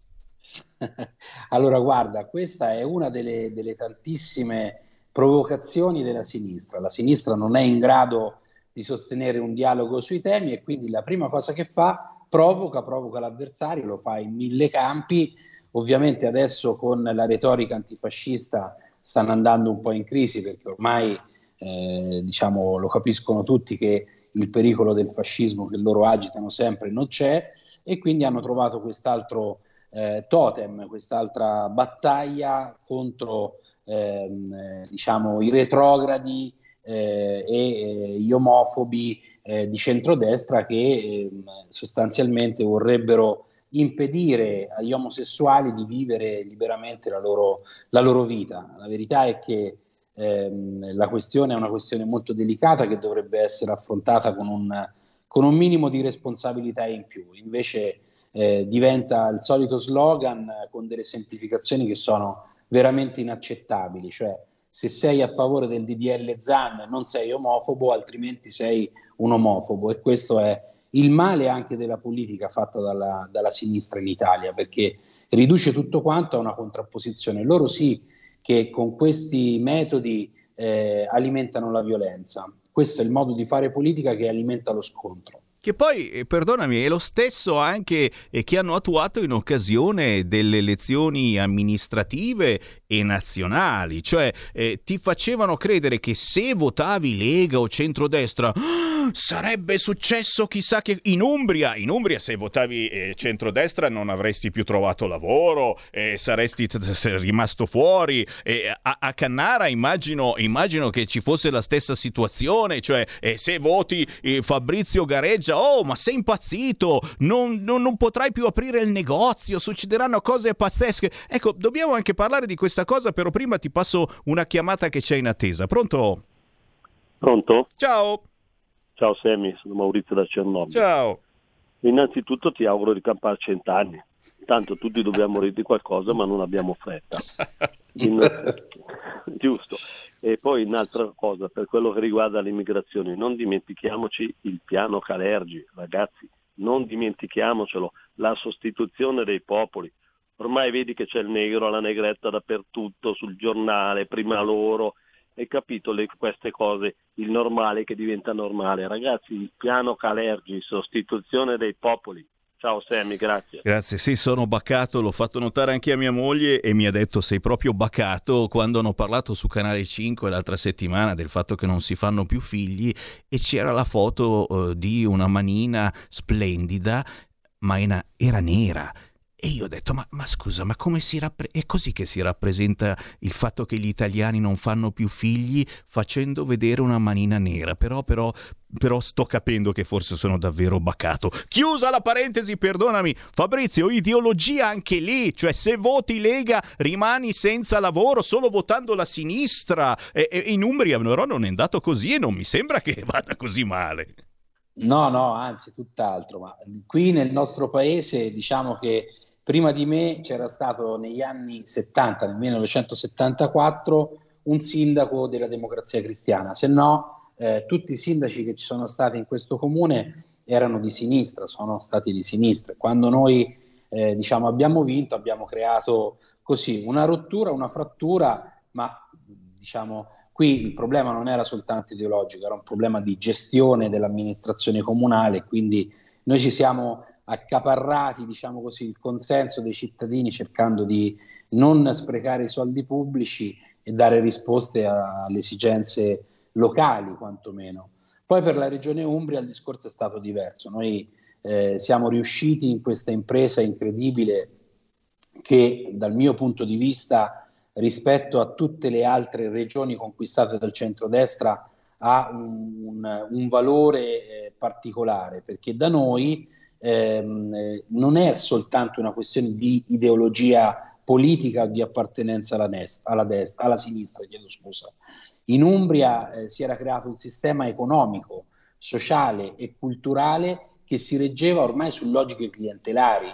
Allora guarda, questa è una delle, delle tantissime provocazioni della sinistra. La sinistra non è in grado di sostenere un dialogo sui temi e quindi la prima cosa che fa, provoca, provoca l'avversario, lo fa in mille campi. Ovviamente adesso con la retorica antifascista stanno andando un po' in crisi perché ormai eh, diciamo lo capiscono tutti che il pericolo del fascismo che loro agitano sempre non c'è e quindi hanno trovato quest'altro Eh, totem, quest'altra battaglia contro ehm, eh, diciamo i retrogradi eh, e eh, gli omofobi eh, di centrodestra che eh, sostanzialmente vorrebbero impedire agli omosessuali di vivere liberamente la loro, la loro vita. La verità è che ehm, la questione è una questione molto delicata che dovrebbe essere affrontata con un, con un minimo di responsabilità in più. Invece Eh, diventa il solito slogan eh, con delle semplificazioni che sono veramente inaccettabili, cioè se sei a favore del D D L Zan non sei omofobo, altrimenti sei un omofobo, e questo è il male anche della politica fatta dalla, dalla sinistra in Italia, perché riduce tutto quanto a una contrapposizione. Loro sì che con questi metodi eh, alimentano la violenza, questo è il modo di fare politica che alimenta lo scontro. Che poi, eh, perdonami, è lo stesso anche eh, che hanno attuato in occasione delle elezioni amministrative e nazionali, cioè eh, ti facevano credere che se votavi Lega o centrodestra sarebbe successo chissà che in Umbria, in Umbria se votavi eh, centrodestra non avresti più trovato lavoro, eh, saresti t- t- rimasto fuori, eh, a-, a Cannara immagino, immagino che ci fosse la stessa situazione, cioè eh, se voti eh, Fabrizio Gareggia, oh ma sei impazzito, non, non, non potrai più aprire il negozio, succederanno cose pazzesche. Ecco, dobbiamo anche parlare di questa cosa, però prima ti passo una chiamata che c'è in attesa. Pronto? Pronto? Ciao. Ciao Sammy, sono Maurizio da Cernobbio. Ciao. Innanzitutto ti auguro di campare cent'anni, tanto tutti dobbiamo morire di qualcosa ma non abbiamo fretta. In... Giusto. E poi un'altra cosa, per quello che riguarda l'immigrazione, non dimentichiamoci il piano Kalergi, ragazzi, non dimentichiamocelo, la sostituzione dei popoli. Ormai vedi che c'è il negro, la negretta dappertutto, sul giornale, prima loro, hai capito le, queste cose, il normale che diventa normale. Ragazzi, il piano Kalergi, sostituzione dei popoli. Ciao Sammy, grazie. Grazie, sì, sono bacato, l'ho fatto notare anche a mia moglie e mi ha detto sei proprio bacato quando hanno parlato su Canale cinque l'altra settimana del fatto che non si fanno più figli e c'era la foto uh, di una manina splendida, ma era, era nera. E io ho detto, ma, ma scusa, ma come si rappre- è così che si rappresenta il fatto che gli italiani non fanno più figli facendo vedere una manina nera? Però, però, però sto capendo che forse sono davvero bacato. Chiusa la parentesi, perdonami. Fabrizio, ideologia anche lì, cioè se voti Lega rimani senza lavoro solo votando la sinistra. E, e in Umbria però non è andato così e non mi sembra che vada così male. No, no, anzi tutt'altro, ma qui nel nostro paese diciamo che prima di me c'era stato negli anni settanta, nel millenovecentosettantaquattro, un sindaco della Democrazia Cristiana, se no eh, tutti i sindaci che ci sono stati in questo comune erano di sinistra, sono stati di sinistra. Quando noi eh, diciamo abbiamo vinto, abbiamo creato così una rottura, una frattura, ma diciamo qui il problema non era soltanto ideologico, era un problema di gestione dell'amministrazione comunale, quindi noi ci siamo accaparrati, diciamo così, il consenso dei cittadini cercando di non sprecare i soldi pubblici e dare risposte a, alle esigenze locali quantomeno. Poi per la regione Umbria il discorso è stato diverso, noi eh, siamo riusciti in questa impresa incredibile che dal mio punto di vista rispetto a tutte le altre regioni conquistate dal centrodestra ha un, un, un valore eh, particolare, perché da noi ehm, non è soltanto una questione di ideologia politica o di appartenenza alla, nest- alla destra, alla sinistra, chiedo scusa. In Umbria eh, si era creato un sistema economico, sociale e culturale che si reggeva ormai su logiche clientelari,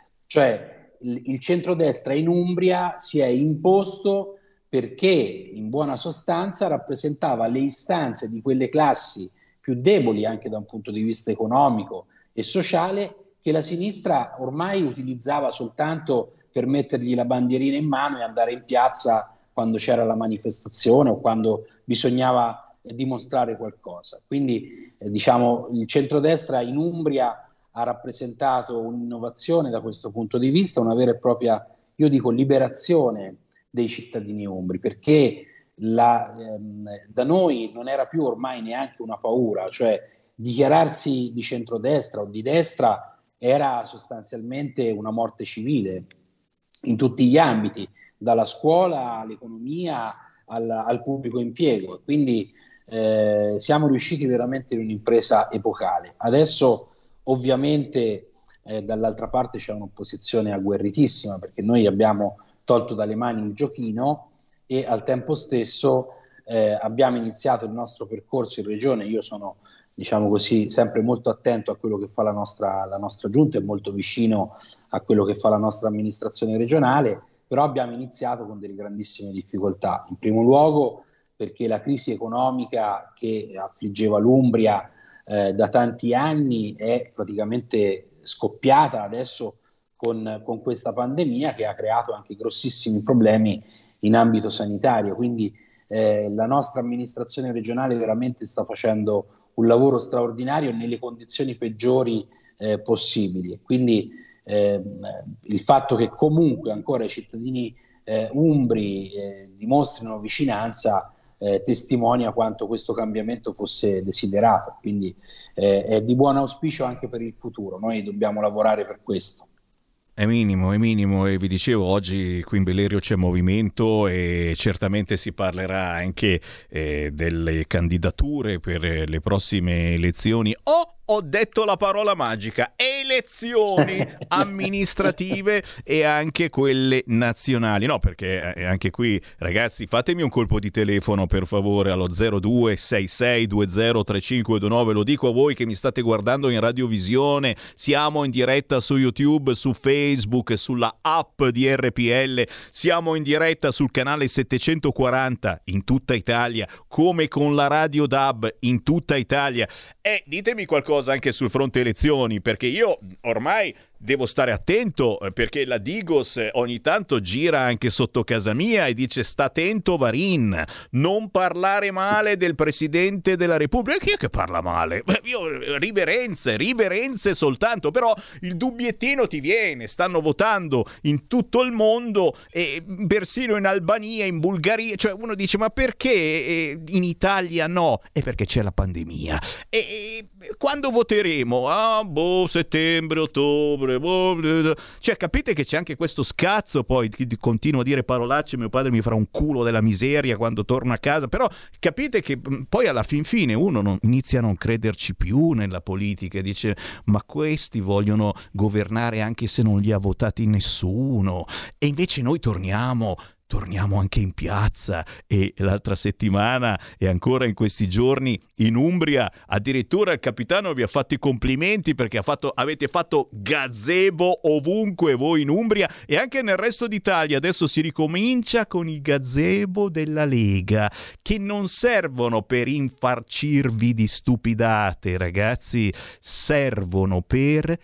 cioè il, il centrodestra in Umbria si è imposto perché in buona sostanza rappresentava le istanze di quelle classi più deboli anche da un punto di vista economico e sociale che la sinistra ormai utilizzava soltanto per mettergli la bandierina in mano e andare in piazza quando c'era la manifestazione o quando bisognava eh, dimostrare qualcosa. Quindi eh, diciamo il centrodestra in Umbria ha rappresentato un'innovazione da questo punto di vista, una vera e propria, io dico, liberazione dei cittadini umbri, perché la, ehm, da noi non era più ormai neanche una paura, cioè dichiararsi di centrodestra o di destra era sostanzialmente una morte civile in tutti gli ambiti, dalla scuola all'economia al, al pubblico impiego. Quindi eh, siamo riusciti veramente in un'impresa epocale. Adesso ovviamente eh, dall'altra parte c'è un'opposizione agguerritissima, perché noi abbiamo tolto dalle mani il giochino e al tempo stesso eh, abbiamo iniziato il nostro percorso in regione. Io sono, diciamo così, sempre molto attento a quello che fa la nostra, la nostra giunta e molto vicino a quello che fa la nostra amministrazione regionale, però abbiamo iniziato con delle grandissime difficoltà. In primo luogo perché la crisi economica che affliggeva l'Umbria eh, da tanti anni è praticamente scoppiata adesso con, con questa pandemia, che ha creato anche grossissimi problemi in ambito sanitario. Quindi eh, la nostra amministrazione regionale veramente sta facendo un lavoro straordinario nelle condizioni peggiori eh, possibili. Quindi eh, il fatto che comunque ancora i cittadini eh, umbri eh, dimostrino vicinanza eh, testimonia quanto questo cambiamento fosse desiderato. Quindi eh, è di buon auspicio anche per il futuro. Noi dobbiamo lavorare per questo. È minimo, è minimo, e vi dicevo, oggi qui in Bellerio c'è movimento e certamente si parlerà anche eh, delle candidature per le prossime elezioni. Oh, ho detto la parola magica: elezioni amministrative e anche quelle nazionali. No, perché anche qui, ragazzi, fatemi un colpo di telefono per favore allo zero due sei sei due zero tre cinque due nove. Lo dico a voi che mi state guardando in radiovisione. Siamo in diretta su YouTube, su Facebook, sulla app di R P L. Siamo in diretta sul canale settecentoquaranta in tutta Italia, come con la radio D A B in tutta Italia. E ditemi qualcosa anche sul fronte elezioni, perché io ormai devo stare attento, perché la Digos ogni tanto gira anche sotto casa mia e dice: sta attento Varin, non parlare male del Presidente della Repubblica. Chi è che parla male? Io riverenze, riverenze soltanto, però il dubbiettino ti viene. Stanno votando in tutto il mondo e persino in Albania, in Bulgaria, cioè uno dice: ma perché in Italia no? È perché c'è la pandemia. E, e quando voteremo? Ah, boh, settembre, ottobre. Cioè, capite che c'è anche questo scazzo. Poi continuo a dire parolacce, mio padre mi farà un culo della miseria quando torno a casa, però capite che poi alla fin fine uno non, inizia a non crederci più nella politica e dice: ma questi vogliono governare anche se non li ha votati nessuno. E invece noi torniamo torniamo anche in piazza, e l'altra settimana e ancora in questi giorni in Umbria addirittura il capitano vi ha fatto i complimenti perché ha fatto, avete fatto gazebo ovunque voi in Umbria e anche nel resto d'Italia. Adesso si ricomincia con i gazebo della Lega, che non servono per infarcirvi di stupidate, ragazzi, servono per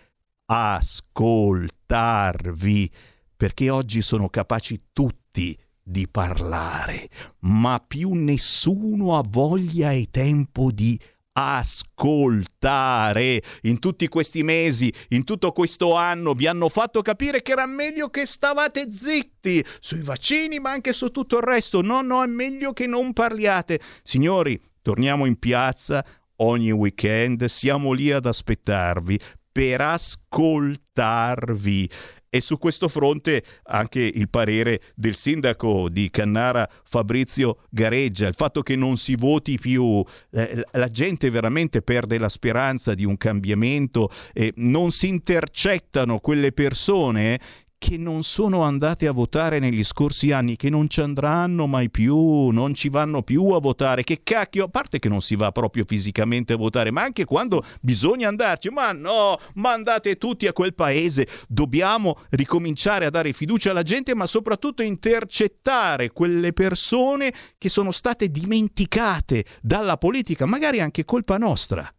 ascoltarvi, perché oggi sono capaci tutti di parlare, ma più nessuno ha voglia e tempo di ascoltare. In tutti questi mesi, in tutto questo anno, vi hanno fatto capire che era meglio che stavate zitti sui vaccini, ma anche su tutto il resto. No, no, è meglio che non parliate. Signori, torniamo in piazza ogni weekend, siamo lì ad aspettarvi per ascoltarvi. E su questo fronte anche il parere del sindaco di Cannara, Fabrizio Gareggia, il fatto che non si voti più, eh, la gente veramente perde la speranza di un cambiamento, e non si intercettano quelle persone che non sono andate a votare negli scorsi anni, che non ci andranno mai più, non ci vanno più a votare, che cacchio, a parte che non si va proprio fisicamente a votare, ma anche quando bisogna andarci, ma no, ma andate tutti a quel paese, dobbiamo ricominciare a dare fiducia alla gente, ma soprattutto intercettare quelle persone che sono state dimenticate dalla politica, magari anche colpa nostra.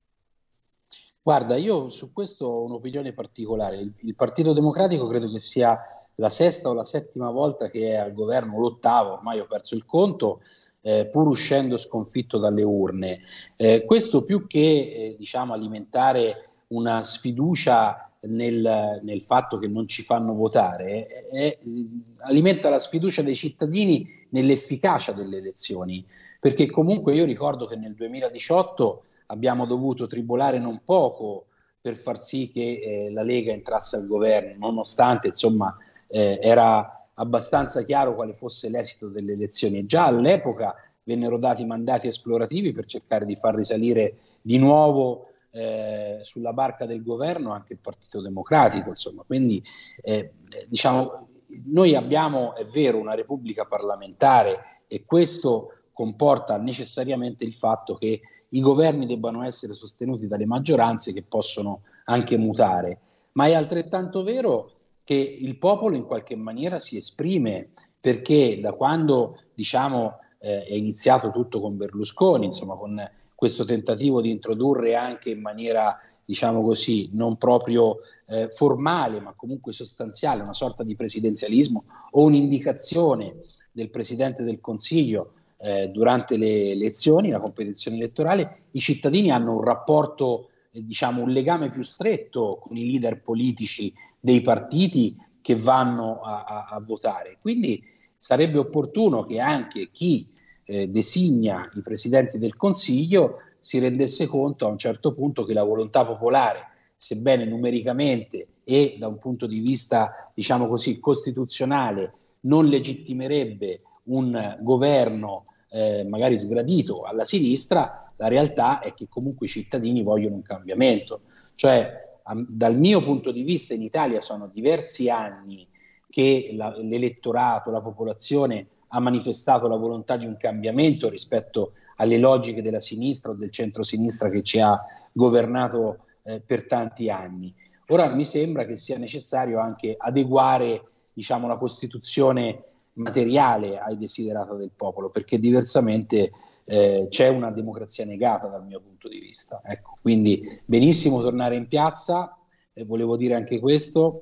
Guarda, io su questo ho un'opinione particolare. Il, il Partito Democratico credo che sia la sesta o la settima volta che è al governo, l'ottava, ormai ho perso il conto, eh, pur uscendo sconfitto dalle urne. Eh, questo più che eh, diciamo alimentare una sfiducia nel, nel fatto che non ci fanno votare, eh, eh, alimenta la sfiducia dei cittadini nell'efficacia delle elezioni, perché comunque io ricordo che nel duemiladiciotto abbiamo dovuto tribolare non poco per far sì che eh, la Lega entrasse al governo, nonostante insomma eh, era abbastanza chiaro quale fosse l'esito delle elezioni. E già all'epoca vennero dati mandati esplorativi per cercare di far risalire di nuovo eh, sulla barca del governo anche il Partito Democratico. Insomma. Quindi eh, diciamo, noi abbiamo, è vero, una repubblica parlamentare e questo comporta necessariamente il fatto che i governi debbano essere sostenuti dalle maggioranze che possono anche mutare, ma è altrettanto vero che il popolo in qualche maniera si esprime, perché da quando diciamo eh, è iniziato tutto con Berlusconi, insomma con questo tentativo di introdurre anche in maniera diciamo così non proprio eh, formale ma comunque sostanziale una sorta di presidenzialismo o un'indicazione del Presidente del Consiglio Eh, durante le elezioni, la competizione elettorale, i cittadini hanno un rapporto, eh, diciamo un legame più stretto con i leader politici dei partiti che vanno a, a, a votare. Quindi sarebbe opportuno che anche chi eh, designa i presidenti del Consiglio si rendesse conto a un certo punto che la volontà popolare, sebbene numericamente e da un punto di vista diciamo così costituzionale non legittimerebbe un governo eh, magari sgradito alla sinistra, la realtà è che comunque i cittadini vogliono un cambiamento. Cioè, a, dal mio punto di vista in Italia sono diversi anni che la, l'elettorato, la popolazione ha manifestato la volontà di un cambiamento rispetto alle logiche della sinistra o del centro-sinistra che ci ha governato eh, per tanti anni. Ora mi sembra che sia necessario anche adeguare diciamo, la Costituzione materiale ai desiderata del popolo, perché diversamente eh, c'è una democrazia negata dal mio punto di vista. Ecco, quindi benissimo tornare in piazza, e volevo dire anche questo,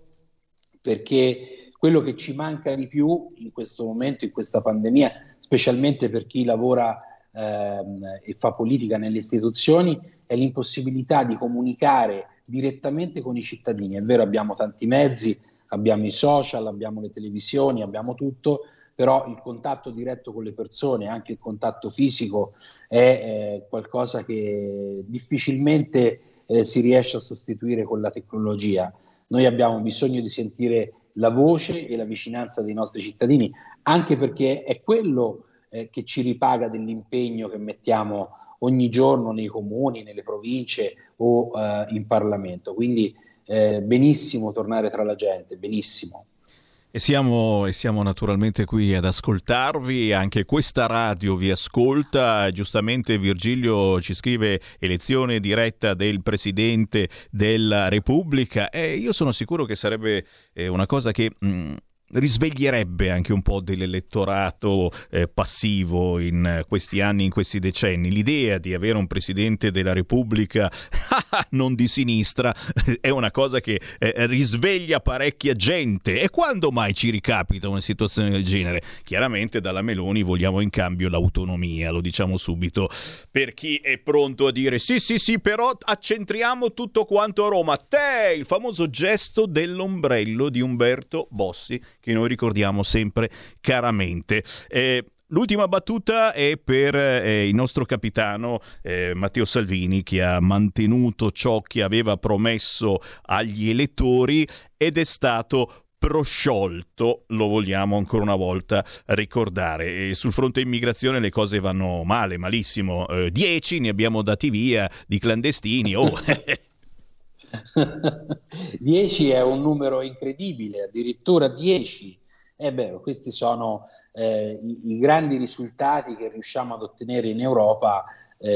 perché quello che ci manca di più in questo momento, in questa pandemia, specialmente per chi lavora ehm, e fa politica nelle istituzioni, è l'impossibilità di comunicare direttamente con i cittadini. È vero, abbiamo tanti mezzi, abbiamo i social, abbiamo le televisioni, abbiamo tutto, però il contatto diretto con le persone, anche il contatto fisico, è eh, qualcosa che difficilmente eh, si riesce a sostituire con la tecnologia. Noi abbiamo bisogno di sentire la voce e la vicinanza dei nostri cittadini, anche perché è quello eh, che ci ripaga dell'impegno che mettiamo ogni giorno nei comuni, nelle province o eh, in Parlamento. Quindi Eh, benissimo tornare tra la gente, benissimo. E siamo, e siamo naturalmente qui ad ascoltarvi, anche questa radio vi ascolta. Giustamente Virgilio ci scrive elezione diretta del Presidente della Repubblica, e io sono sicuro che sarebbe eh, una cosa che mh, risveglierebbe anche un po' dell'elettorato eh, passivo in questi anni, in questi decenni. L'idea di avere un Presidente della Repubblica non di sinistra è una cosa che eh, risveglia parecchia gente. E quando mai ci ricapita una situazione del genere? Chiaramente dalla Meloni vogliamo in cambio l'autonomia, lo diciamo subito, per chi è pronto a dire sì sì sì però accentriamo tutto quanto a Roma. Te, il famoso gesto dell'ombrello di Umberto Bossi, che noi ricordiamo sempre caramente. Eh, l'ultima battuta è per eh, il nostro capitano eh, Matteo Salvini, che ha mantenuto ciò che aveva promesso agli elettori ed è stato prosciolto, lo vogliamo ancora una volta ricordare. E sul fronte immigrazione le cose vanno male, malissimo. Eh, dieci ne abbiamo dati via di clandestini. Oh. dieci è un numero incredibile, addirittura dieci. E beh, questi sono eh, i, i grandi risultati che riusciamo ad ottenere in Europa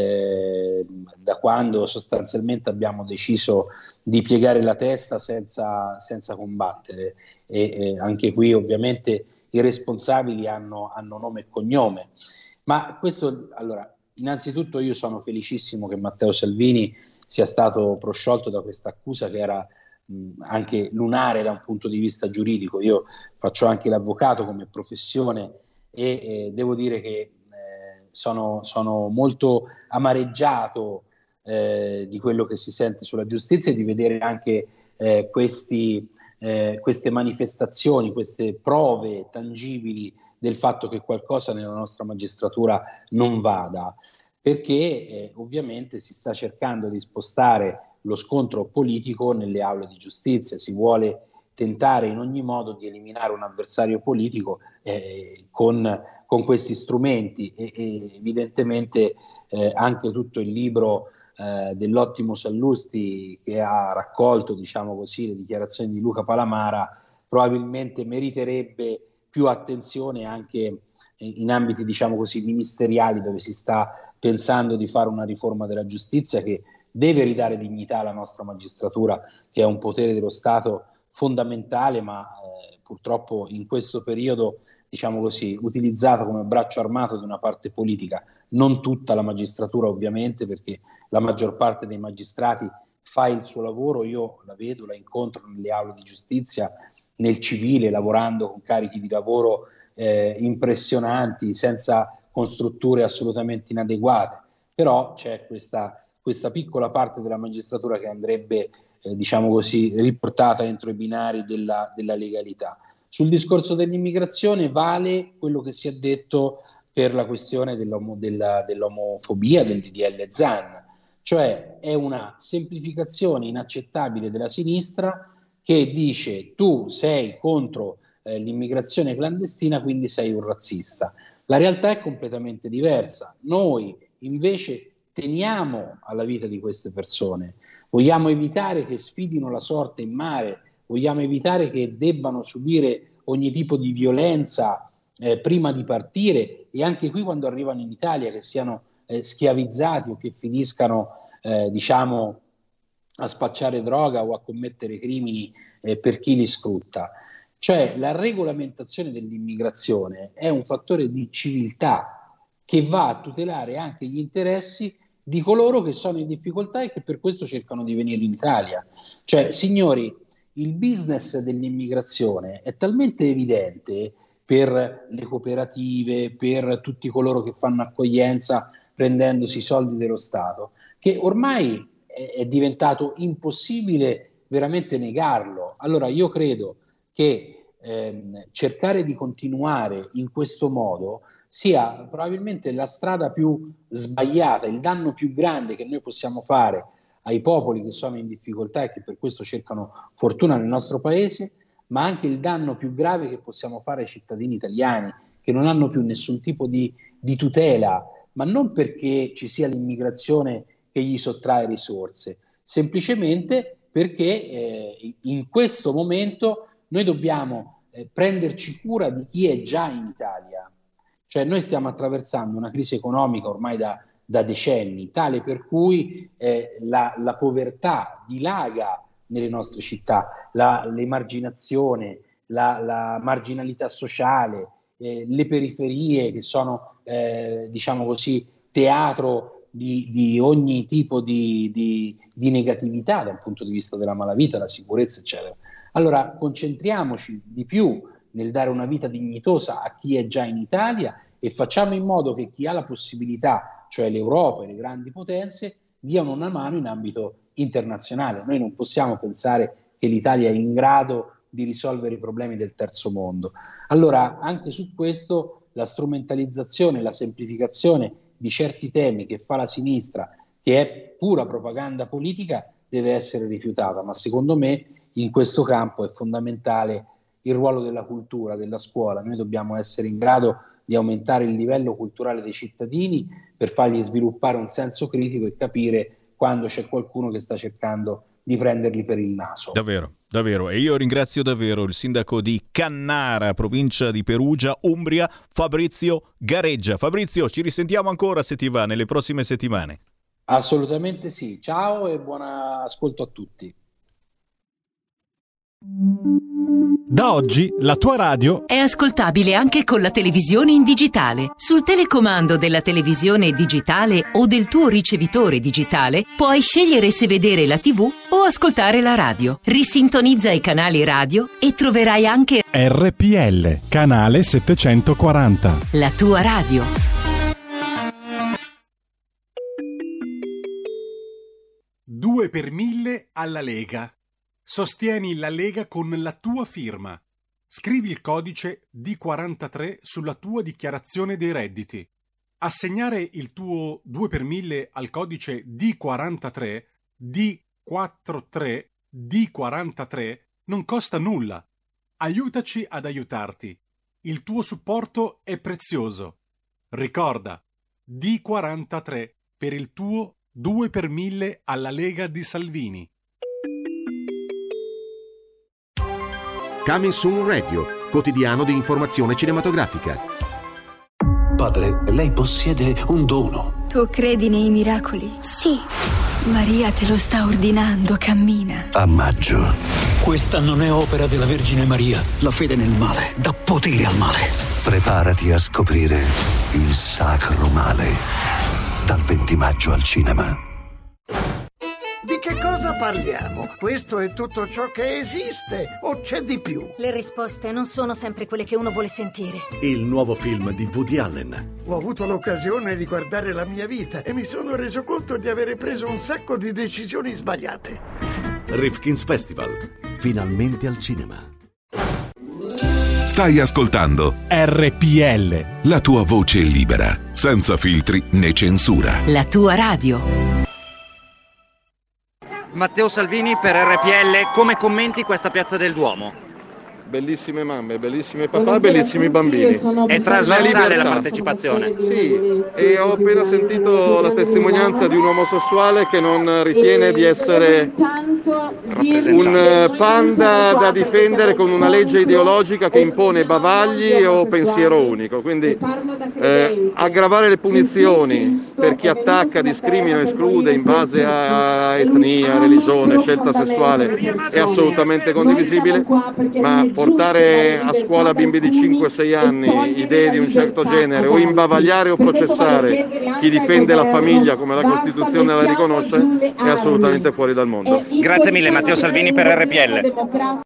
eh, da quando sostanzialmente abbiamo deciso di piegare la testa senza, senza combattere. E eh, anche qui ovviamente i responsabili hanno, hanno nome e cognome. Ma questo, allora, innanzitutto io sono felicissimo che Matteo Salvini sia stato prosciolto da questa accusa che era anche lunare da un punto di vista giuridico. Io faccio anche l'avvocato come professione e eh, devo dire che eh, sono, sono molto amareggiato eh, di quello che si sente sulla giustizia e di vedere anche eh, questi, eh, queste manifestazioni, queste prove tangibili del fatto che qualcosa nella nostra magistratura non vada, perché eh, ovviamente si sta cercando di spostare lo scontro politico nelle aule di giustizia, si vuole tentare in ogni modo di eliminare un avversario politico eh, con, con questi strumenti e, e evidentemente eh, anche tutto il libro eh, dell'ottimo Sallusti che ha raccolto, diciamo così, le dichiarazioni di Luca Palamara probabilmente meriterebbe più attenzione anche in ambiti, diciamo così, ministeriali, dove si sta pensando di fare una riforma della giustizia che deve ridare dignità alla nostra magistratura, che è un potere dello Stato fondamentale, ma eh, purtroppo in questo periodo, diciamo così, utilizzato come braccio armato di una parte politica. Non tutta la magistratura ovviamente, perché la maggior parte dei magistrati fa il suo lavoro, io la vedo, la incontro nelle aule di giustizia, nel civile, lavorando con carichi di lavoro eh, impressionanti, senza con strutture assolutamente inadeguate, però c'è questa questa piccola parte della magistratura che andrebbe, eh, diciamo così, riportata entro i binari della, della legalità. Sul discorso dell'immigrazione vale quello che si è detto per la questione dell'omo, della, dell'omofobia del D D L Zan, cioè è una semplificazione inaccettabile della sinistra che dice tu sei contro eh, l'immigrazione clandestina, quindi sei un razzista. La realtà è completamente diversa. Noi invece teniamo alla vita di queste persone, vogliamo evitare che sfidino la sorte in mare, vogliamo evitare che debbano subire ogni tipo di violenza eh, prima di partire e anche qui quando arrivano in Italia, che siano eh, schiavizzati o che finiscano eh, diciamo a spacciare droga o a commettere crimini eh, per chi li sfrutta. Cioè la regolamentazione dell'immigrazione è un fattore di civiltà che va a tutelare anche gli interessi di coloro che sono in difficoltà e che per questo cercano di venire in Italia. Cioè, signori, il business dell'immigrazione è talmente evidente per le cooperative, per tutti coloro che fanno accoglienza prendendosi i soldi dello Stato, che ormai è, è diventato impossibile veramente negarlo. Allora io credo che ehm, cercare di continuare in questo modo sia probabilmente la strada più sbagliata, il danno più grande che noi possiamo fare ai popoli che sono in difficoltà e che per questo cercano fortuna nel nostro paese, ma anche il danno più grave che possiamo fare ai cittadini italiani che non hanno più nessun tipo di, di tutela, ma non perché ci sia l'immigrazione che gli sottrae risorse, semplicemente perché eh, in questo momento noi dobbiamo eh, prenderci cura di chi è già in Italia. Cioè noi stiamo attraversando una crisi economica ormai da, da decenni, tale per cui eh, la, la povertà dilaga nelle nostre città, la, l'emarginazione, la, la marginalità sociale, eh, le periferie che sono, eh, diciamo così, teatro di, di ogni tipo di, di, di negatività dal punto di vista della malavita, la sicurezza, eccetera. Allora concentriamoci di più nel dare una vita dignitosa a chi è già in Italia e facciamo in modo che chi ha la possibilità, cioè l'Europa e le grandi potenze, diano una mano in ambito internazionale. Noi non possiamo pensare che l'Italia è in grado di risolvere i problemi del terzo mondo. Allora anche su questo la strumentalizzazione, la semplificazione di certi temi che fa la sinistra, che è pura propaganda politica, deve essere rifiutata, ma secondo me in questo campo è fondamentale il ruolo della cultura, della scuola. Noi dobbiamo essere in grado di aumentare il livello culturale dei cittadini per fargli sviluppare un senso critico e capire quando c'è qualcuno che sta cercando di prenderli per il naso. Davvero, davvero. E io ringrazio davvero il sindaco di Cannara, provincia di Perugia, Umbria, Fabrizio Gareggia. Fabrizio, ci risentiamo ancora, se ti va, nelle prossime settimane. Assolutamente sì. Ciao e buon ascolto a tutti. Da oggi la tua radio è ascoltabile anche con la televisione in digitale. Sul telecomando della televisione digitale o del tuo ricevitore digitale puoi scegliere se vedere la tivù o ascoltare la radio. Risintonizza i canali radio e troverai anche R P L, canale settecentoquaranta. La tua radio. due per mille alla Lega. Sostieni la Lega con la tua firma. Scrivi il codice D quarantatré sulla tua dichiarazione dei redditi. Assegnare il tuo due per mille al codice D quarantatré, D quarantatré, D quarantatré non costa nulla. Aiutaci ad aiutarti. Il tuo supporto è prezioso. Ricorda, D quarantatré per il tuo due per mille alla Lega di Salvini. Coming Soon Radio, quotidiano di informazione cinematografica. Padre, lei possiede un dono. Tu credi nei miracoli? Sì. Maria te lo sta ordinando, cammina. A maggio. Questa non è opera della Vergine Maria. La fede nel male dà potere al male. Preparati a scoprire il sacro male. Dal venti maggio al cinema. Di che cosa parliamo? Questo è tutto ciò che esiste o c'è di più? Le risposte non sono sempre quelle che uno vuole sentire. Il nuovo film di Woody Allen. Ho avuto l'occasione di guardare la mia vita e mi sono reso conto di avere preso un sacco di decisioni sbagliate. Rifkin's Festival, finalmente al cinema. Stai ascoltando R P L, la tua voce libera, senza filtri né censura. La tua radio. Matteo Salvini per R P L, come commenti questa piazza del Duomo? Bellissime mamme, bellissimi papà, bellissimi bambini. È trasversale la partecipazione. Sì, e ho appena sentito la testimonianza di un omosessuale che non ritiene di essere un panda da difendere con una legge ideologica che impone bavagli o pensiero unico. Quindi eh, aggravare le punizioni per chi attacca, discrimina, esclude in base a etnia, religione, scelta sessuale è assolutamente condivisibile, ma portare a scuola bimbi di cinque sei anni idee di un certo genere o imbavagliare o processare chi difende la famiglia come la Costituzione la riconosce è assolutamente fuori dal mondo. Grazie mille Matteo Salvini per R P L.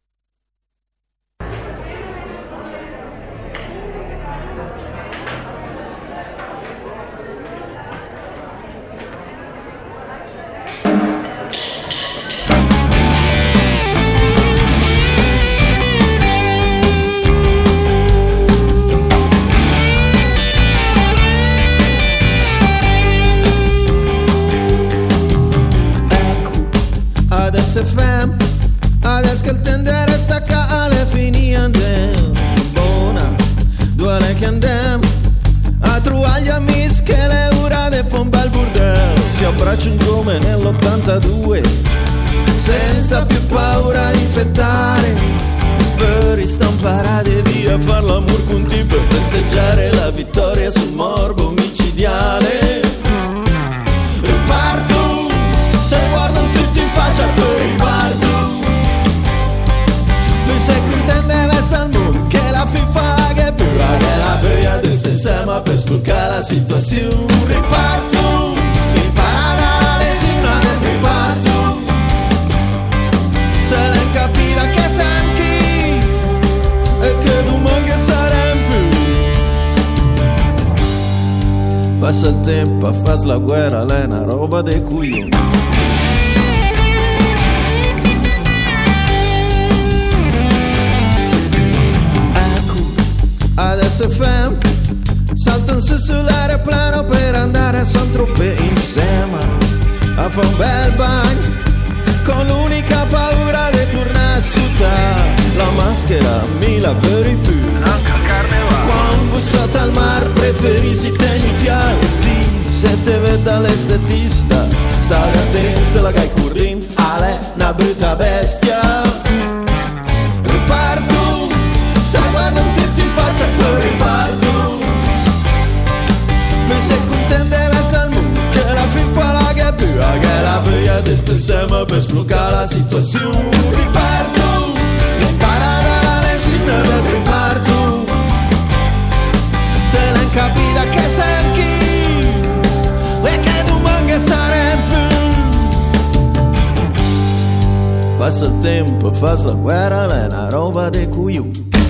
F M adesso che il tendere stacca alle fini andiamo buona duole che andiamo a trovare gli amici che le ora de fa un bel bordello si abbracciano come nell'ottantadue senza più paura di infettare per istampare di a far l'amor con te per festeggiare la vittoria sul morbo micidiale riparto se guardano tutti in faccia poi guardo tu sei contento deve essere il mondo che la FIFA che più che la voglia di stessa per sbloccare la situazione riparto imparare la lezione adesso riparto se l'hai capita che senti e che domani saremo più passa il tempo a fare la guerra lei è una roba dei coglioni. Adesso F M saltano su sull'aeroplano per andare a Saint-Tropez insieme a fare un bel bagno con l'unica paura di tornare a scutare la maschera mi la veri più quando bussate al mar preferisci tegnifiarti se te vede l'estetista sta attento se la gai currin ale na una brutta bestia. Riparto, stai guardando tutti in faccia e poi riparto. Poi sei contento deve essere il mondo, che la finfala che è più, che la voglia di stare insieme per sbloccare la situazione. Riparto, impara dalla lezione per riparto. Se non capita che sei chi, e che domani che sarebbe. Passa il tempo, fa la guerra, è una roba di cuiù.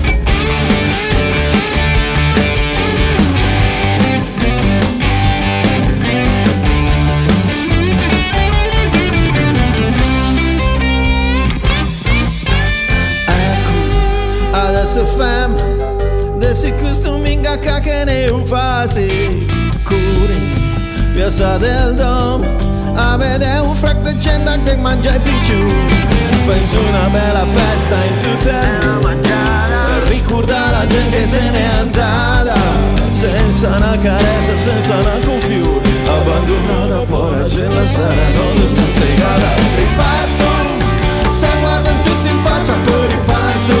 Ecco, adesso fam, adesso costumi in cacca che ne ufasi. Curi, piazza del dom. A vedere un frac di gente che mangia più giù. Fai su una bella festa in tutta per ricordare la gente che se n'è andata. Senza una carezza, senza una confiure. Abbandonata poi la gente la sera non è smantegata. Riparto, sta guardando tutti in faccia poi riparto.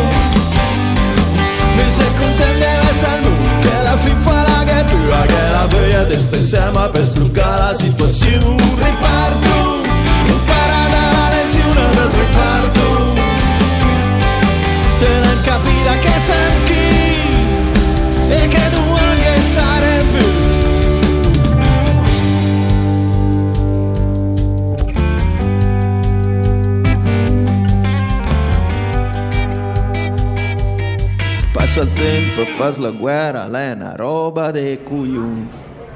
Mi sei contento deve essere lui, che la finfala che è più, che la voglia di stare insieme per sbloccare la situazione. Riparto, impara dalla lesione del riparto. Se non capita che sei chi, e che domani che sarebbe. Passa il tempo, fas la guerra, lei è una roba de cuiun.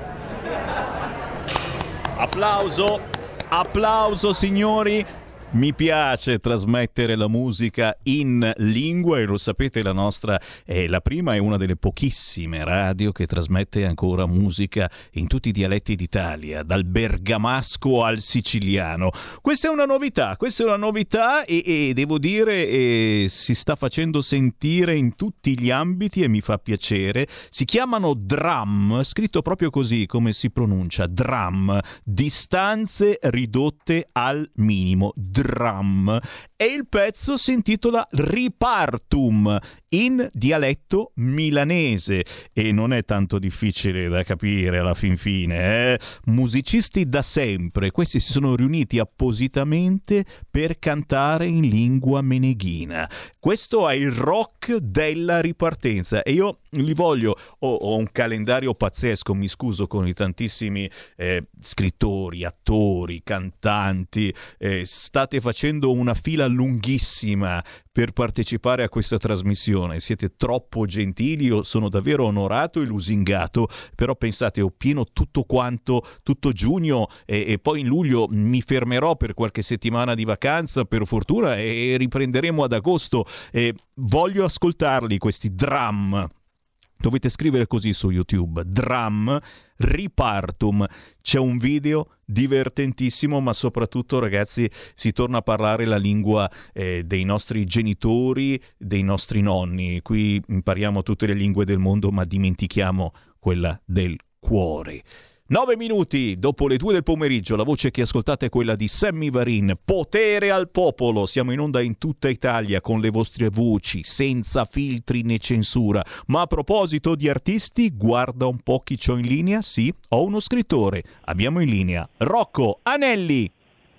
Applauso, applauso signori. Mi piace trasmettere la musica in lingua e lo sapete, la nostra è la prima e una delle pochissime radio che trasmette ancora musica in tutti i dialetti d'Italia, dal bergamasco al siciliano. Questa è una novità, questa è una novità e, e devo dire e si sta facendo sentire in tutti gli ambiti e mi fa piacere. Si chiamano dram, scritto proprio così come si pronuncia, dram, distanze ridotte al minimo. Dram, e il pezzo si intitola Ripartum in dialetto milanese e non è tanto difficile da capire alla fin fine, eh? Musicisti da sempre, questi si sono riuniti appositamente per cantare in lingua meneghina. Questo è il rock della ripartenza e io li voglio, ho, ho un calendario pazzesco, mi scuso con i tantissimi eh, scrittori, attori, cantanti, eh, state facendo una fila lunghissima per partecipare a questa trasmissione, siete troppo gentili, io sono davvero onorato e lusingato, però pensate, ho pieno tutto quanto, tutto giugno e, e poi in luglio mi fermerò per qualche settimana di vacanza per fortuna e, e riprenderemo ad agosto e voglio ascoltarli questi dram. Dovete scrivere così su YouTube, dram Ripartum, c'è un video divertentissimo, ma soprattutto ragazzi si torna a parlare la lingua eh, dei nostri genitori, dei nostri nonni. Qui impariamo tutte le lingue del mondo ma dimentichiamo quella del cuore. Nove minuti dopo le due del pomeriggio, la voce che ascoltate è quella di Sammy Varin, Potere al popolo. Siamo in onda in tutta Italia con le vostre voci, senza filtri né censura. Ma a proposito di artisti, guarda un po' chi c'ho in linea. Sì, ho uno scrittore. Abbiamo in linea Rocco Anelli.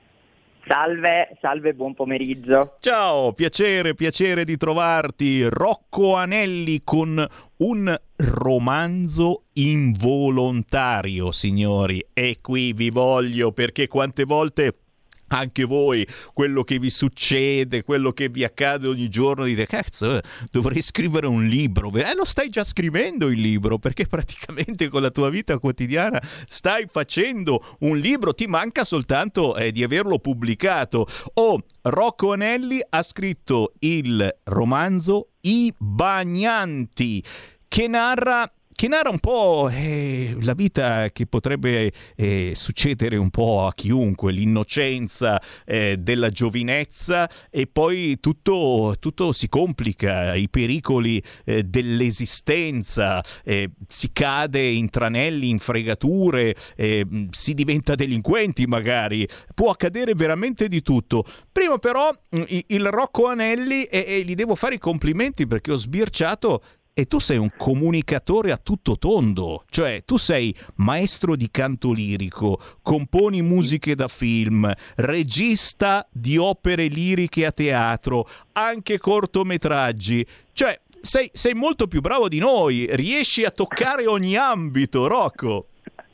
Salve, salve, buon pomeriggio. Ciao, piacere, piacere di trovarti. Rocco Anelli con un romanzo involontario, signori. E qui vi voglio perché quante volte anche voi, quello che vi succede, quello che vi accade ogni giorno, dite cazzo, dovrei scrivere un libro. Eh, lo stai già scrivendo il libro, perché praticamente con la tua vita quotidiana stai facendo un libro, ti manca soltanto eh, di averlo pubblicato. Oh, Rocco Anelli ha scritto il romanzo I Bagnanti, che narra che narra un po' eh, la vita che potrebbe eh, succedere un po' a chiunque, l'innocenza eh, della giovinezza, e poi tutto, tutto si complica, i pericoli eh, dell'esistenza, eh, si cade in tranelli, in fregature, eh, si diventa delinquenti magari, può accadere veramente di tutto. Prima però il Rocco Anelli, e, e gli devo fare i complimenti perché ho sbirciato, e tu sei un comunicatore a tutto tondo, cioè tu sei maestro di canto lirico, componi musiche da film, regista di opere liriche a teatro, anche cortometraggi, cioè sei, sei molto più bravo di noi, riesci a toccare ogni ambito, Rocco.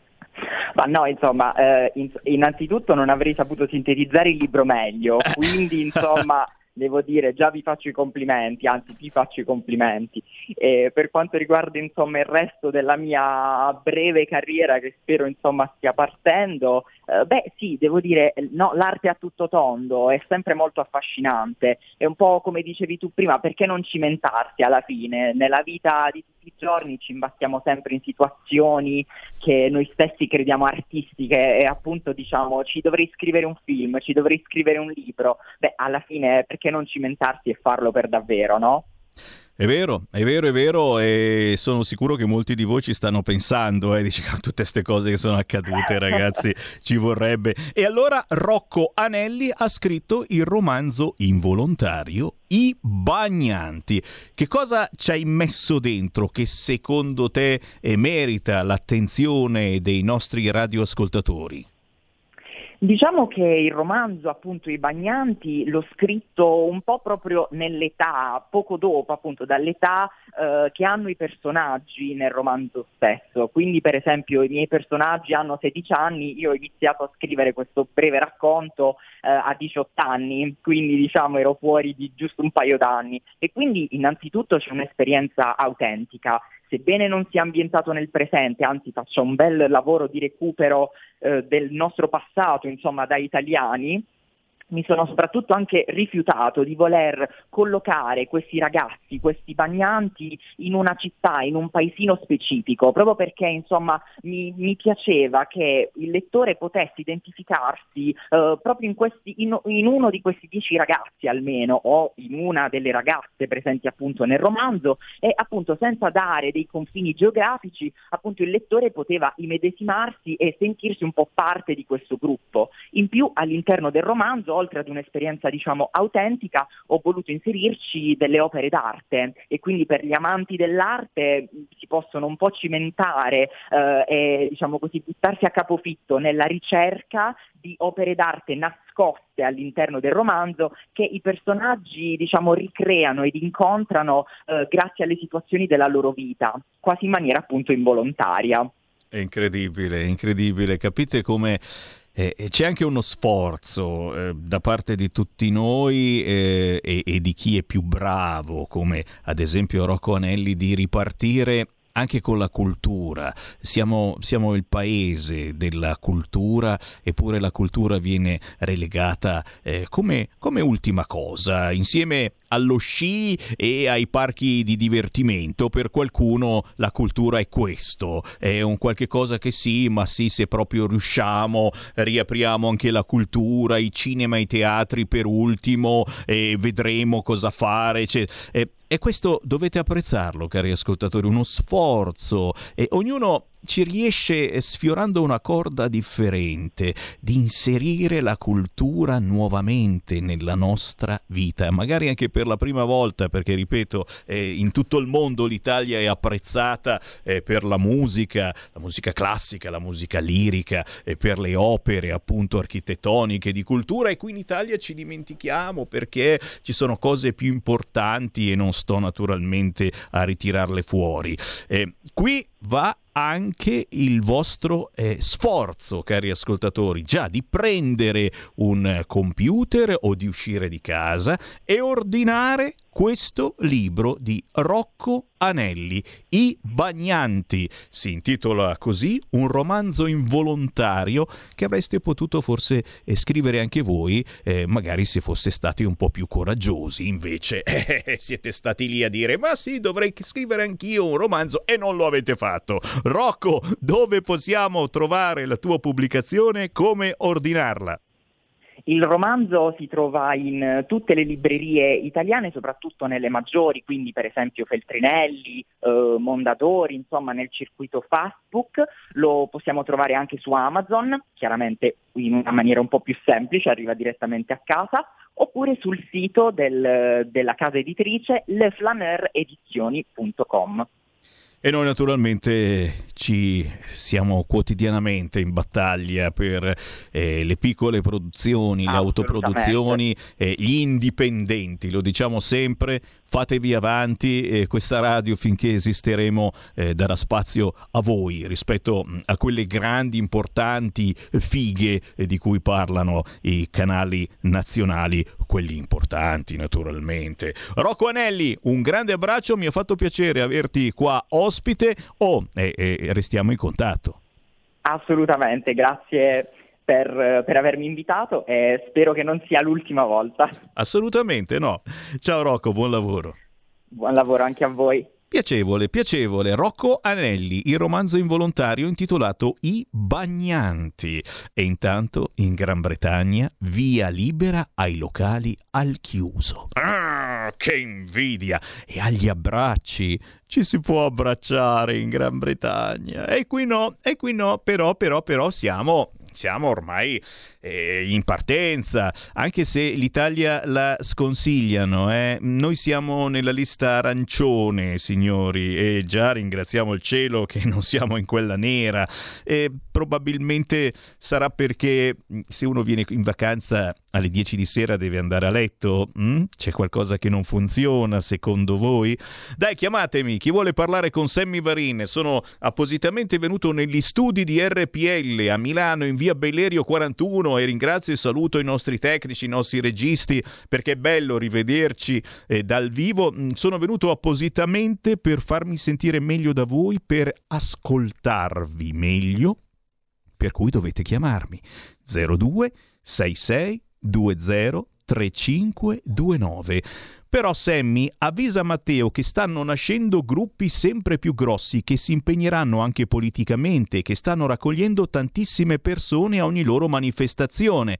Ma no, insomma, eh, in, innanzitutto non avrei saputo sintetizzare il libro meglio, quindi insomma devo dire, già vi faccio i complimenti, anzi ti faccio i complimenti. E per quanto riguarda insomma il resto della mia breve carriera, che spero insomma stia partendo, eh, beh sì, devo dire, no, l'arte a tutto tondo è sempre molto affascinante, è un po' come dicevi tu prima, perché non cimentarsi alla fine? Nella vita di tutti i giorni ci imbattiamo sempre in situazioni che noi stessi crediamo artistiche e appunto diciamo ci dovrei scrivere un film, ci dovrei scrivere un libro, beh alla fine perché non cimentarsi e farlo per davvero, no? È vero, è vero, è vero, e sono sicuro che molti di voi ci stanno pensando, eh, dici, tutte queste cose che sono accadute, ragazzi, ci vorrebbe. E allora Rocco Anelli ha scritto il romanzo involontario I Bagnanti. Che cosa ci hai messo dentro che secondo te eh, merita l'attenzione dei nostri radioascoltatori? Diciamo che il romanzo, appunto, I Bagnanti, l'ho scritto un po' proprio nell'età, poco dopo, appunto, dall'età eh, che hanno i personaggi nel romanzo stesso. Quindi, per esempio, i miei personaggi hanno sedici anni, io ho iniziato a scrivere questo breve racconto eh, a diciotto anni, quindi diciamo ero fuori di giusto un paio d'anni. E quindi, innanzitutto, c'è un'esperienza autentica. Sebbene non sia ambientato nel presente, anzi faccia un bel lavoro di recupero eh, del nostro passato, insomma, da italiani, mi sono soprattutto anche rifiutato di voler collocare questi ragazzi, questi bagnanti, in una città, in un paesino specifico, proprio perché insomma mi, mi piaceva che il lettore potesse identificarsi eh, proprio in, questi, in, in uno di questi dieci ragazzi almeno, o in una delle ragazze presenti appunto nel romanzo, e appunto senza dare dei confini geografici, appunto il lettore poteva immedesimarsi e sentirsi un po' parte di questo gruppo. In più all'interno del romanzo, oltre ad un'esperienza diciamo autentica, ho voluto inserirci delle opere d'arte, e quindi per gli amanti dell'arte si possono un po' cimentare eh, e diciamo così buttarsi a capofitto nella ricerca di opere d'arte nascoste all'interno del romanzo che i personaggi diciamo ricreano ed incontrano eh, grazie alle situazioni della loro vita, quasi in maniera appunto involontaria. È incredibile, è incredibile, capite come Eh, c'è anche uno sforzo eh, da parte di tutti noi eh, e, e di chi è più bravo, come ad esempio Rocco Anelli, di ripartire anche con la cultura. Siamo, siamo il paese della cultura, eppure la cultura viene relegata eh, come, come ultima cosa, insieme allo sci e ai parchi di divertimento. Per qualcuno la cultura è questo, è un qualche cosa che sì, ma sì, se proprio riusciamo riapriamo anche la cultura, i cinema, i teatri per ultimo, e vedremo cosa fare, cioè, eh, e questo dovete apprezzarlo, cari ascoltatori, uno sforzo, e ognuno ci riesce, sfiorando una corda differente, di inserire la cultura nuovamente nella nostra vita, magari anche per la prima volta, perché ripeto, eh, in tutto il mondo l'Italia è apprezzata eh, per la musica, la musica classica, la musica lirica, eh, per le opere appunto architettoniche di cultura, e qui in Italia ci dimentichiamo perché ci sono cose più importanti, e non sto naturalmente a ritirarle fuori. Eh, qui va anche il vostro eh, sforzo, cari ascoltatori, già di prendere un computer o di uscire di casa e ordinare questo libro di Rocco Anelli, I Bagnanti. Si intitola così, un romanzo involontario che avreste potuto forse eh, scrivere anche voi, eh, magari se foste stati un po' più coraggiosi. Invece eh, siete stati lì a dire ma sì, dovrei scrivere anch'io un romanzo e non lo avete fatto. Rocco, dove possiamo trovare la tua pubblicazione? Come ordinarla? Il romanzo si trova in tutte le librerie italiane, soprattutto nelle maggiori, quindi per esempio Feltrinelli, eh, Mondadori, insomma nel circuito Fastbook. Lo possiamo trovare anche su Amazon, chiaramente in una maniera un po' più semplice, arriva direttamente a casa, oppure sul sito del, della casa editrice le flaneur edizioni punto com. E noi naturalmente ci siamo quotidianamente in battaglia per eh, le piccole produzioni, le autoproduzioni, eh, gli indipendenti, lo diciamo sempre, fatevi avanti, e questa radio finché esisteremo eh, darà spazio a voi rispetto a quelle grandi, importanti fighe eh, di cui parlano i canali nazionali, quelli importanti naturalmente. Rocco Anelli, un grande abbraccio, mi ha fatto piacere averti qua ospite. Oh, e eh, eh, restiamo in contatto. Assolutamente, grazie per, per avermi invitato e spero che non sia l'ultima volta. Assolutamente no. Ciao Rocco, buon lavoro. Buon lavoro anche a voi. Piacevole, piacevole. Rocco Anelli, il romanzo involontario intitolato I Bagnanti. E intanto in Gran Bretagna via libera ai locali al chiuso. Ah, che invidia! E agli abbracci. Ci si può abbracciare in Gran Bretagna. E qui no, e qui no, però, però, però siamo... Siamo ormai eh, in partenza, anche se l'Italia la sconsigliano. Eh. Noi siamo nella lista arancione, signori, e già ringraziamo il cielo che non siamo in quella nera. E probabilmente sarà perché se uno viene in vacanza alle dieci di sera deve andare a letto? Mm? C'è qualcosa che non funziona secondo voi? Dai, chiamatemi, chi vuole parlare con Sammy Varin. Sono appositamente venuto negli studi di R P L a Milano in via Bellerio quarantuno e ringrazio e saluto i nostri tecnici, i nostri registi, perché è bello rivederci eh, dal vivo. Sono venuto appositamente per farmi sentire meglio da voi, per ascoltarvi meglio, per cui dovete chiamarmi zero due sei sei due zero tre cinque due nove. Però Sammy avvisa Matteo che stanno nascendo gruppi sempre più grossi che si impegneranno anche politicamente e che stanno raccogliendo tantissime persone a ogni loro manifestazione.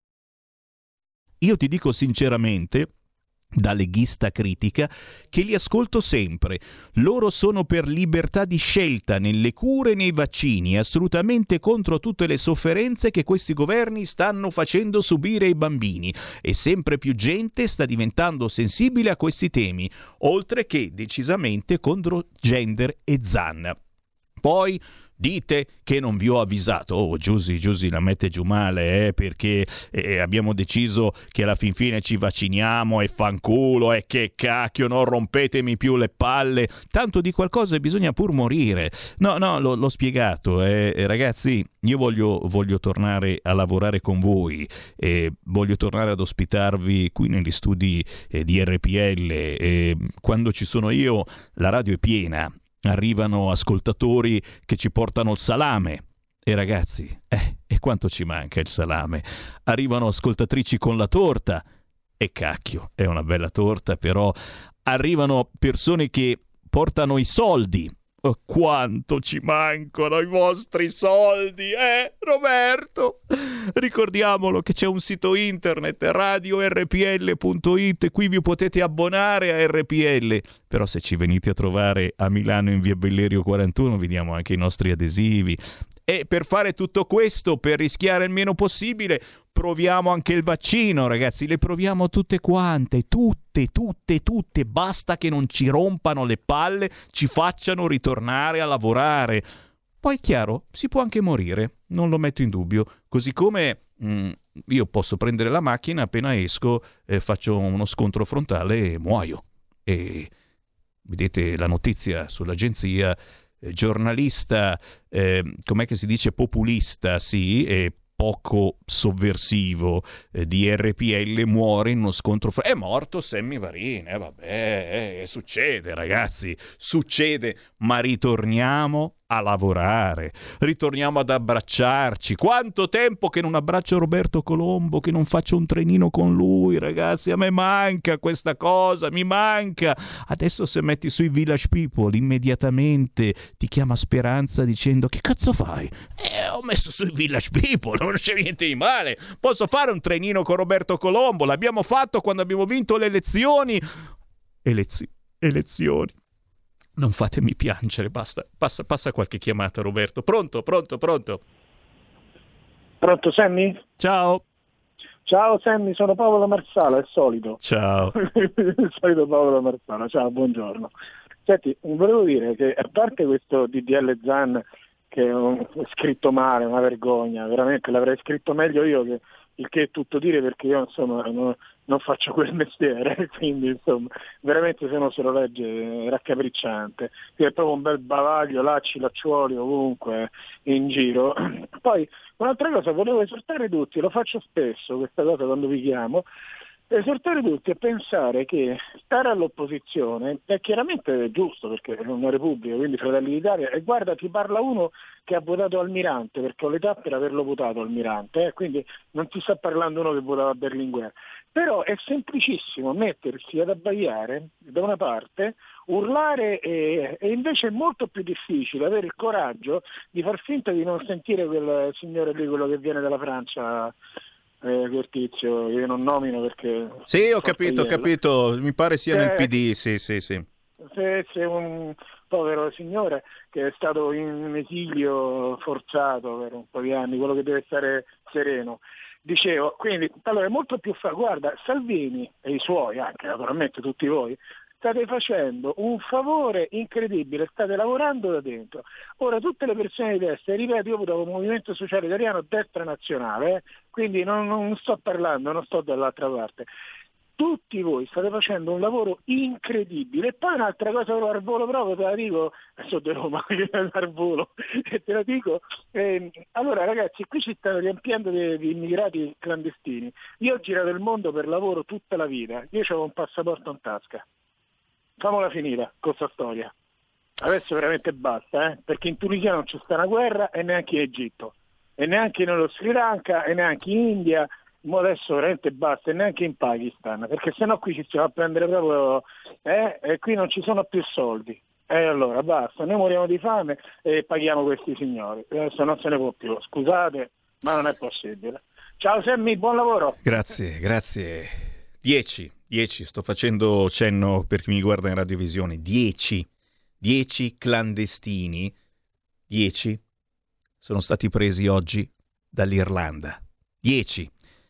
Io ti dico sinceramente, da leghista critica, che li ascolto sempre. Loro sono per libertà di scelta nelle cure e nei vaccini, assolutamente contro tutte le sofferenze che questi governi stanno facendo subire ai bambini, e sempre più gente sta diventando sensibile a questi temi, oltre che decisamente contro gender e Zan. Poi dite che non vi ho avvisato. Oh, Giusy, Giusy la mette giù male, eh, perché eh, abbiamo deciso che alla fin fine ci vacciniamo e fanculo, e che cacchio, non rompetemi più le palle, tanto di qualcosa bisogna pur morire. No, no, lo, l'ho spiegato, eh. Ragazzi, io voglio, voglio tornare a lavorare con voi, eh, voglio tornare ad ospitarvi qui negli studi eh, di R P L. Eh, quando ci sono io la radio è piena. Arrivano ascoltatori che ci portano il salame. E ragazzi, eh, e quanto ci manca il salame? Arrivano ascoltatrici con la torta. E cacchio, è una bella torta, però arrivano persone che portano i soldi. Oh, quanto ci mancano i vostri soldi, eh, Roberto? Ricordiamolo che c'è un sito internet, radio erre pi elle punto it, qui vi potete abbonare a R P L, però se ci venite a trovare a Milano in via Bellerio quarantuno vi diamo anche i nostri adesivi. E per fare tutto questo, per rischiare il meno possibile, proviamo anche il vaccino, ragazzi, le proviamo tutte quante, tutte, tutte, tutte, basta che non ci rompano le palle, ci facciano ritornare a lavorare. Poi, chiaro, si può anche morire, non lo metto in dubbio, così come mh, io posso prendere la macchina, appena esco, eh, faccio uno scontro frontale e muoio. E vedete la notizia sull'agenzia, eh, giornalista, eh, com'è che si dice, populista, sì, e poco sovversivo eh, di R P L muore in uno scontro fra... È morto Sammy Varin, eh, vabbè, eh, succede ragazzi, succede, ma ritorniamo a lavorare, ritorniamo ad abbracciarci. Quanto tempo che non abbraccio Roberto Colombo, che non faccio un trenino con lui, ragazzi, a me manca questa cosa, mi manca. Adesso se metti sui Village People immediatamente ti chiama Speranza dicendo: che cazzo fai? Eh, ho messo sui Village People, non c'è niente di male, posso fare un trenino con Roberto Colombo, l'abbiamo fatto quando abbiamo vinto le elezioni. Elezi- elezioni Non fatemi piangere, basta. Passa, passa qualche chiamata, Roberto. Pronto, pronto, pronto. Pronto, Sammy? Ciao. Ciao Sammy, sono Paolo Marsala, il solito. Ciao. Il solito Paolo Marsala, ciao, buongiorno. Senti, volevo dire che a parte questo D D L Zan, che è, un, è scritto male, una vergogna, veramente l'avrei scritto meglio io, che il che è tutto dire, perché io insomma non, non faccio quel mestiere, quindi insomma veramente se uno se lo legge è raccapricciante, che è proprio un bel bavaglio, lacci, lacciuoli ovunque in giro. Poi un'altra cosa, volevo esortare tutti, lo faccio spesso questa cosa quando vi chiamo, esortare tutti a pensare che stare all'opposizione è chiaramente giusto, perché è una Repubblica, quindi Fratelli d'Italia, e guarda, ti parla uno che ha votato Almirante, perché ho l'età per averlo votato Almirante, eh, quindi non ti sta parlando uno che votava Berlinguer. Però è semplicissimo mettersi ad abbaiare da una parte, urlare, e, e invece è molto più difficile avere il coraggio di far finta di non sentire quel signore lì, quello che viene dalla Francia, eh, quel tizio, io non nomino perché... Sì, ho capito, ho capito, mi pare sia nel P D, sì, sì, sì. Se c'è un povero signore che è stato in esilio forzato per un po' di anni, quello che deve stare sereno. Dicevo, quindi, allora è molto più fa, guarda, Salvini e i suoi, anche naturalmente tutti voi, state facendo un favore incredibile, state lavorando da dentro. Ora tutte le persone di destra, e ripeto, io voto un Movimento Sociale Italiano, destra nazionale, eh, quindi non, non sto parlando, non sto dall'altra parte. Tutti voi state facendo un lavoro incredibile. E poi un'altra cosa al volo proprio, te la dico, sono di Roma, al volo, e te la dico, eh, allora ragazzi, qui ci stanno riempiendo di, di immigrati clandestini. Io ho girato il mondo per lavoro tutta la vita, io avevo un passaporto in tasca. Famola finita con questa storia. Adesso veramente basta, eh? Perché in Tunisia non c'è sta una guerra, e neanche in Egitto, e neanche nello Sri Lanka, e neanche in India. Mo adesso veramente basta, e neanche in Pakistan, perché sennò qui ci stiamo a prendere proprio, eh, e qui non ci sono più soldi. E allora basta, noi moriamo di fame e paghiamo questi signori. Adesso non se ne può più, scusate, ma non è possibile. Ciao Sammy, buon lavoro. Grazie, grazie. Dieci, dieci, sto facendo cenno per chi mi guarda in radiovisione. Dieci, dieci clandestini, dieci sono stati presi oggi dall'Irlanda. Dieci.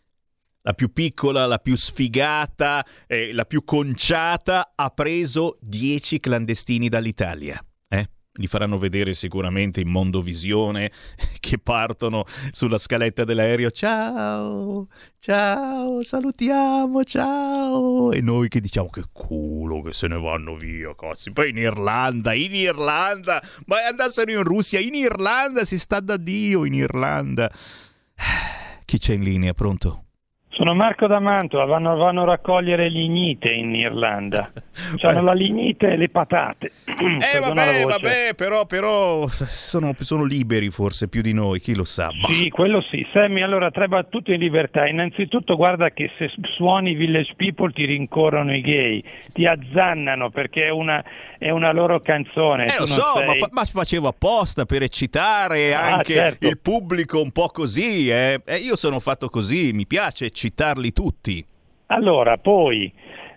La più piccola, la più sfigata, eh, la più conciata ha preso dieci clandestini dall'Italia. Eh? Li faranno vedere sicuramente in Mondovisione, che partono sulla scaletta dell'aereo. Ciao, ciao, salutiamo, ciao. E noi che diciamo che culo che se ne vanno via, cazzo. Poi in Irlanda, in Irlanda, ma andassero in Russia, in Irlanda si sta da Dio, in Irlanda. Chi c'è in linea, pronto? Sono Marco da Mantova, vanno, vanno a raccogliere lignite in Irlanda. C'hanno la lignite e le patate. Eh vabbè, vabbè, però, però sono, sono liberi forse più di noi, chi lo sa. Sì, quello sì. Sammy, allora tre battute in libertà. Innanzitutto guarda che se suoni Village People ti rincorrono i gay, ti azzannano perché è una, è una loro canzone. Eh lo so, sei... ma, fa, ma facevo apposta per eccitare ah, anche certo. il pubblico un po' così. Eh. Eh, io sono fatto così, mi piace citarli tutti. Allora, poi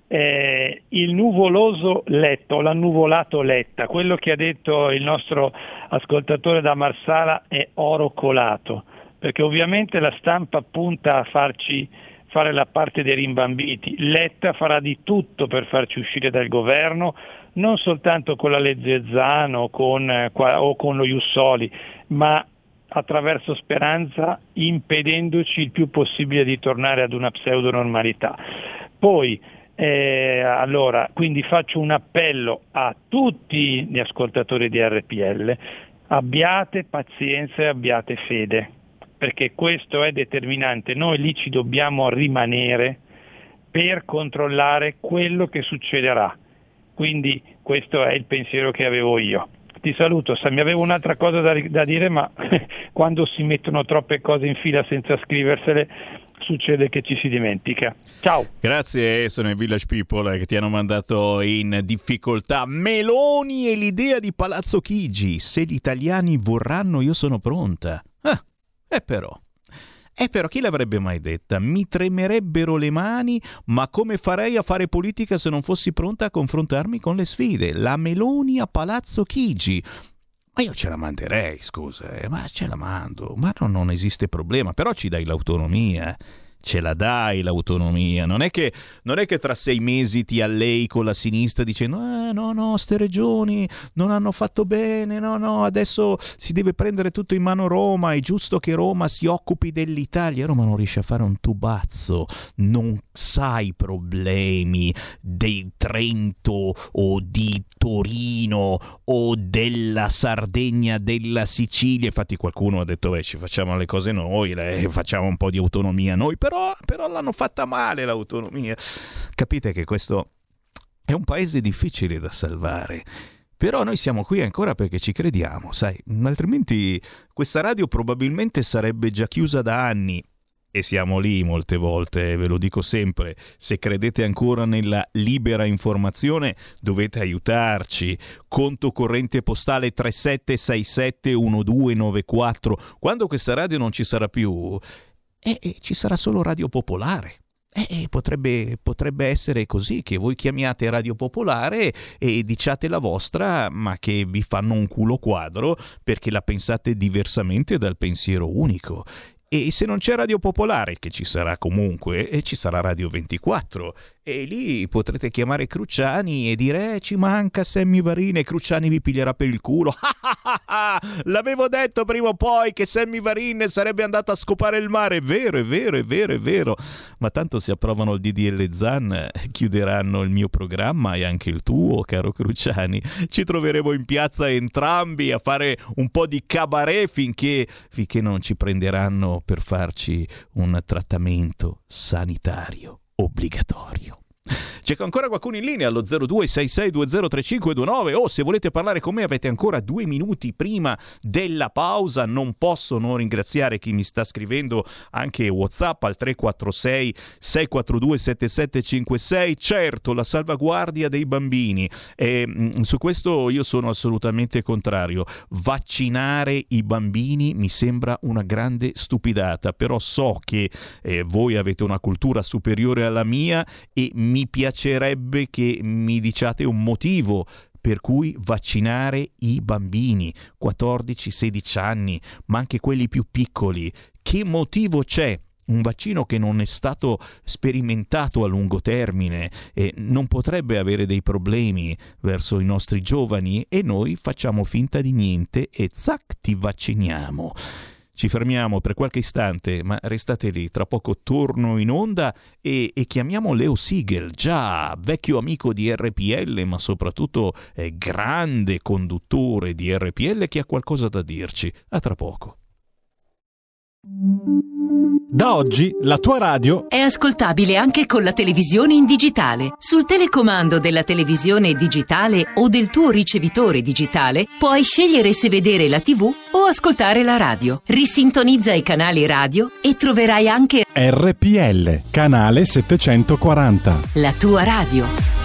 eh, il nuvoloso letto, l'annuvolato Letta, quello che ha detto il nostro ascoltatore da Marsala è oro colato, perché ovviamente la stampa punta a farci fare la parte dei rimbambiti. Letta farà di tutto per farci uscire dal governo, non soltanto con la legge Zan o con, eh, o con lo Jussoli, ma attraverso Speranza, impedendoci il più possibile di tornare ad una pseudonormalità. Poi, eh, allora, quindi faccio un appello a tutti gli ascoltatori di R P L, abbiate pazienza e abbiate fede, perché questo è determinante. Noi lì ci dobbiamo rimanere per controllare quello che succederà. Quindi questo è il pensiero che avevo io. Ti saluto, Sammy, avevo un'altra cosa da, da dire, ma quando si mettono troppe cose in fila senza scriversele succede che ci si dimentica. Ciao. Grazie, sono i Village People che ti hanno mandato in difficoltà. Meloni e l'idea di Palazzo Chigi. Se gli italiani vorranno, io sono pronta. Ah, e però... E però chi l'avrebbe mai detta? Mi tremerebbero le mani, ma come farei a fare politica se non fossi pronta a confrontarmi con le sfide? La Meloni a Palazzo Chigi. Ma io ce la manderei, scusa, eh, ma ce la mando, ma no, non esiste problema, però ci dai l'autonomia. Ce la dai l'autonomia, non è che non è che tra sei mesi ti allei con la sinistra dicendo eh, no no ste regioni non hanno fatto bene, no no adesso si deve prendere tutto in mano Roma, è giusto che Roma si occupi dell'Italia. Roma non riesce a fare un tubazzo, non sa i problemi del Trento o di Torino o della Sardegna, della Sicilia. Infatti qualcuno ha detto beh, ci facciamo le cose noi, le, facciamo un po' di autonomia noi, però, però l'hanno fatta male l'autonomia. Capite che questo è un paese difficile da salvare, però noi siamo qui ancora perché ci crediamo, sai, altrimenti questa radio probabilmente sarebbe già chiusa da anni. E siamo lì molte volte, ve lo dico sempre, se credete ancora nella libera informazione dovete aiutarci. Conto corrente postale tre sette sei sette uno due nove quattro. Quando questa radio non ci sarà più, eh, eh, ci sarà solo Radio Popolare. Eh, potrebbe, potrebbe essere così, che voi chiamiate Radio Popolare e diciate la vostra, ma che vi fanno un culo quadro perché la pensate diversamente dal pensiero unico. E se non c'è Radio Popolare, che ci sarà comunque, e ci sarà Radio ventiquattro, e lì potrete chiamare Cruciani e dire eh, ci manca Sammy Varin, e Cruciani vi piglierà per il culo. L'avevo detto prima o poi che Sammy Varin sarebbe andato a scopare il mare. È vero, è vero, è vero, è vero. Ma tanto se approvano il D D L Zan chiuderanno il mio programma e anche il tuo, caro Cruciani. Ci troveremo in piazza entrambi a fare un po' di cabaret finché, finché non ci prenderanno per farci un trattamento sanitario obbligatorio. C'è ancora qualcuno in linea allo zero due sei sei due zero tre cinque due nove o se volete parlare con me avete ancora due minuti prima della pausa. Non posso non ringraziare chi mi sta scrivendo anche WhatsApp al tre quattro sei sei quattro due sette sette cinque sei. Certo, la salvaguardia dei bambini, e su questo io sono assolutamente contrario. Vaccinare i bambini mi sembra una grande stupidata, però so che eh, voi avete una cultura superiore alla mia e mi Mi piacerebbe che mi diciate un motivo per cui vaccinare i bambini quattordici sedici anni, ma anche quelli più piccoli. Che motivo c'è? Un vaccino che non è stato sperimentato a lungo termine e non potrebbe avere dei problemi verso i nostri giovani, e noi facciamo finta di niente e zac, ti vacciniamo. Ci fermiamo per qualche istante, ma restate lì, tra poco torno in onda e, e chiamiamo Leo Siegel, già vecchio amico di R P L, ma soprattutto eh, grande conduttore di R P L che ha qualcosa da dirci. A tra poco. Da oggi la tua radio è ascoltabile anche con la televisione in digitale. Sul telecomando della televisione digitale o del tuo ricevitore digitale puoi scegliere se vedere la tivù o ascoltare la radio. Risintonizza i canali radio e troverai anche R P L, canale settecentoquaranta. La tua radio.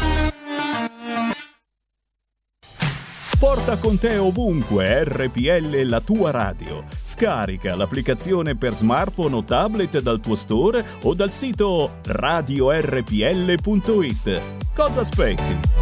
Porta con te ovunque R P L, la tua radio. Scarica l'applicazione per smartphone o tablet dal tuo store o dal sito radio r p l punto i t. Cosa aspetti?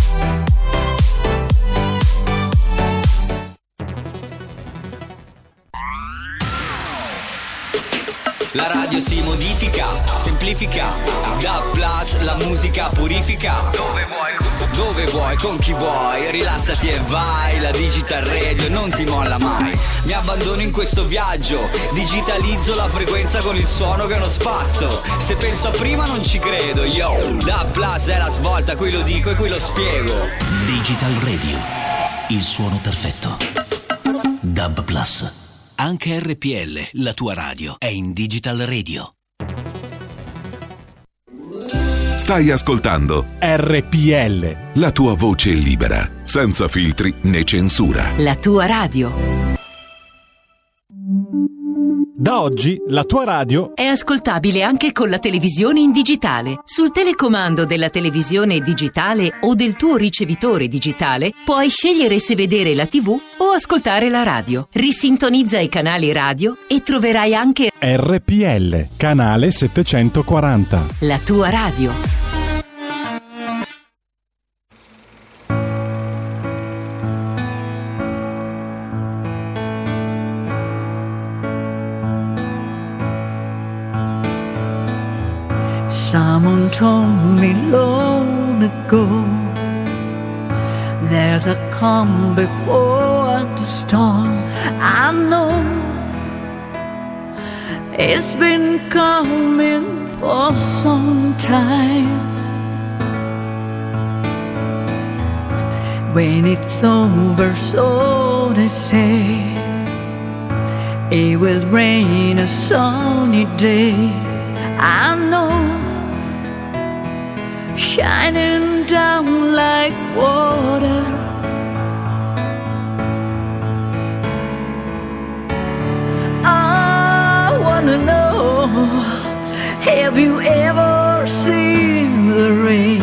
La radio si modifica, semplifica, da plus la musica purifica. Dove vuoi, dove vuoi, con chi vuoi, rilassati e vai. La Digital Radio non ti molla mai. Mi abbandono in questo viaggio, digitalizzo la frequenza con il suono che è uno spasso. Se penso a prima non ci credo, yo. Da plus è la svolta, qui lo dico e qui lo spiego. Digital Radio, il suono perfetto. Dub Plus. Anche R P L, la tua radio, è in Digital Radio. Stai ascoltando R P L, la tua voce libera, senza filtri né censura. La tua radio. Da oggi la tua radio È ascoltabile anche con la televisione in digitale. Sul telecomando della televisione digitale o del tuo ricevitore digitale puoi scegliere se vedere la tivù o ascoltare la radio. Risintonizza i canali radio e troverai anche R P L, canale settecentoquaranta. la tua radio. Someone told me long ago there's a calm before the storm. I know it's been coming for some time. When it's over, so they say, it will rain a sunny day. I know, shining down like water. I wanna know, have you ever seen the rain?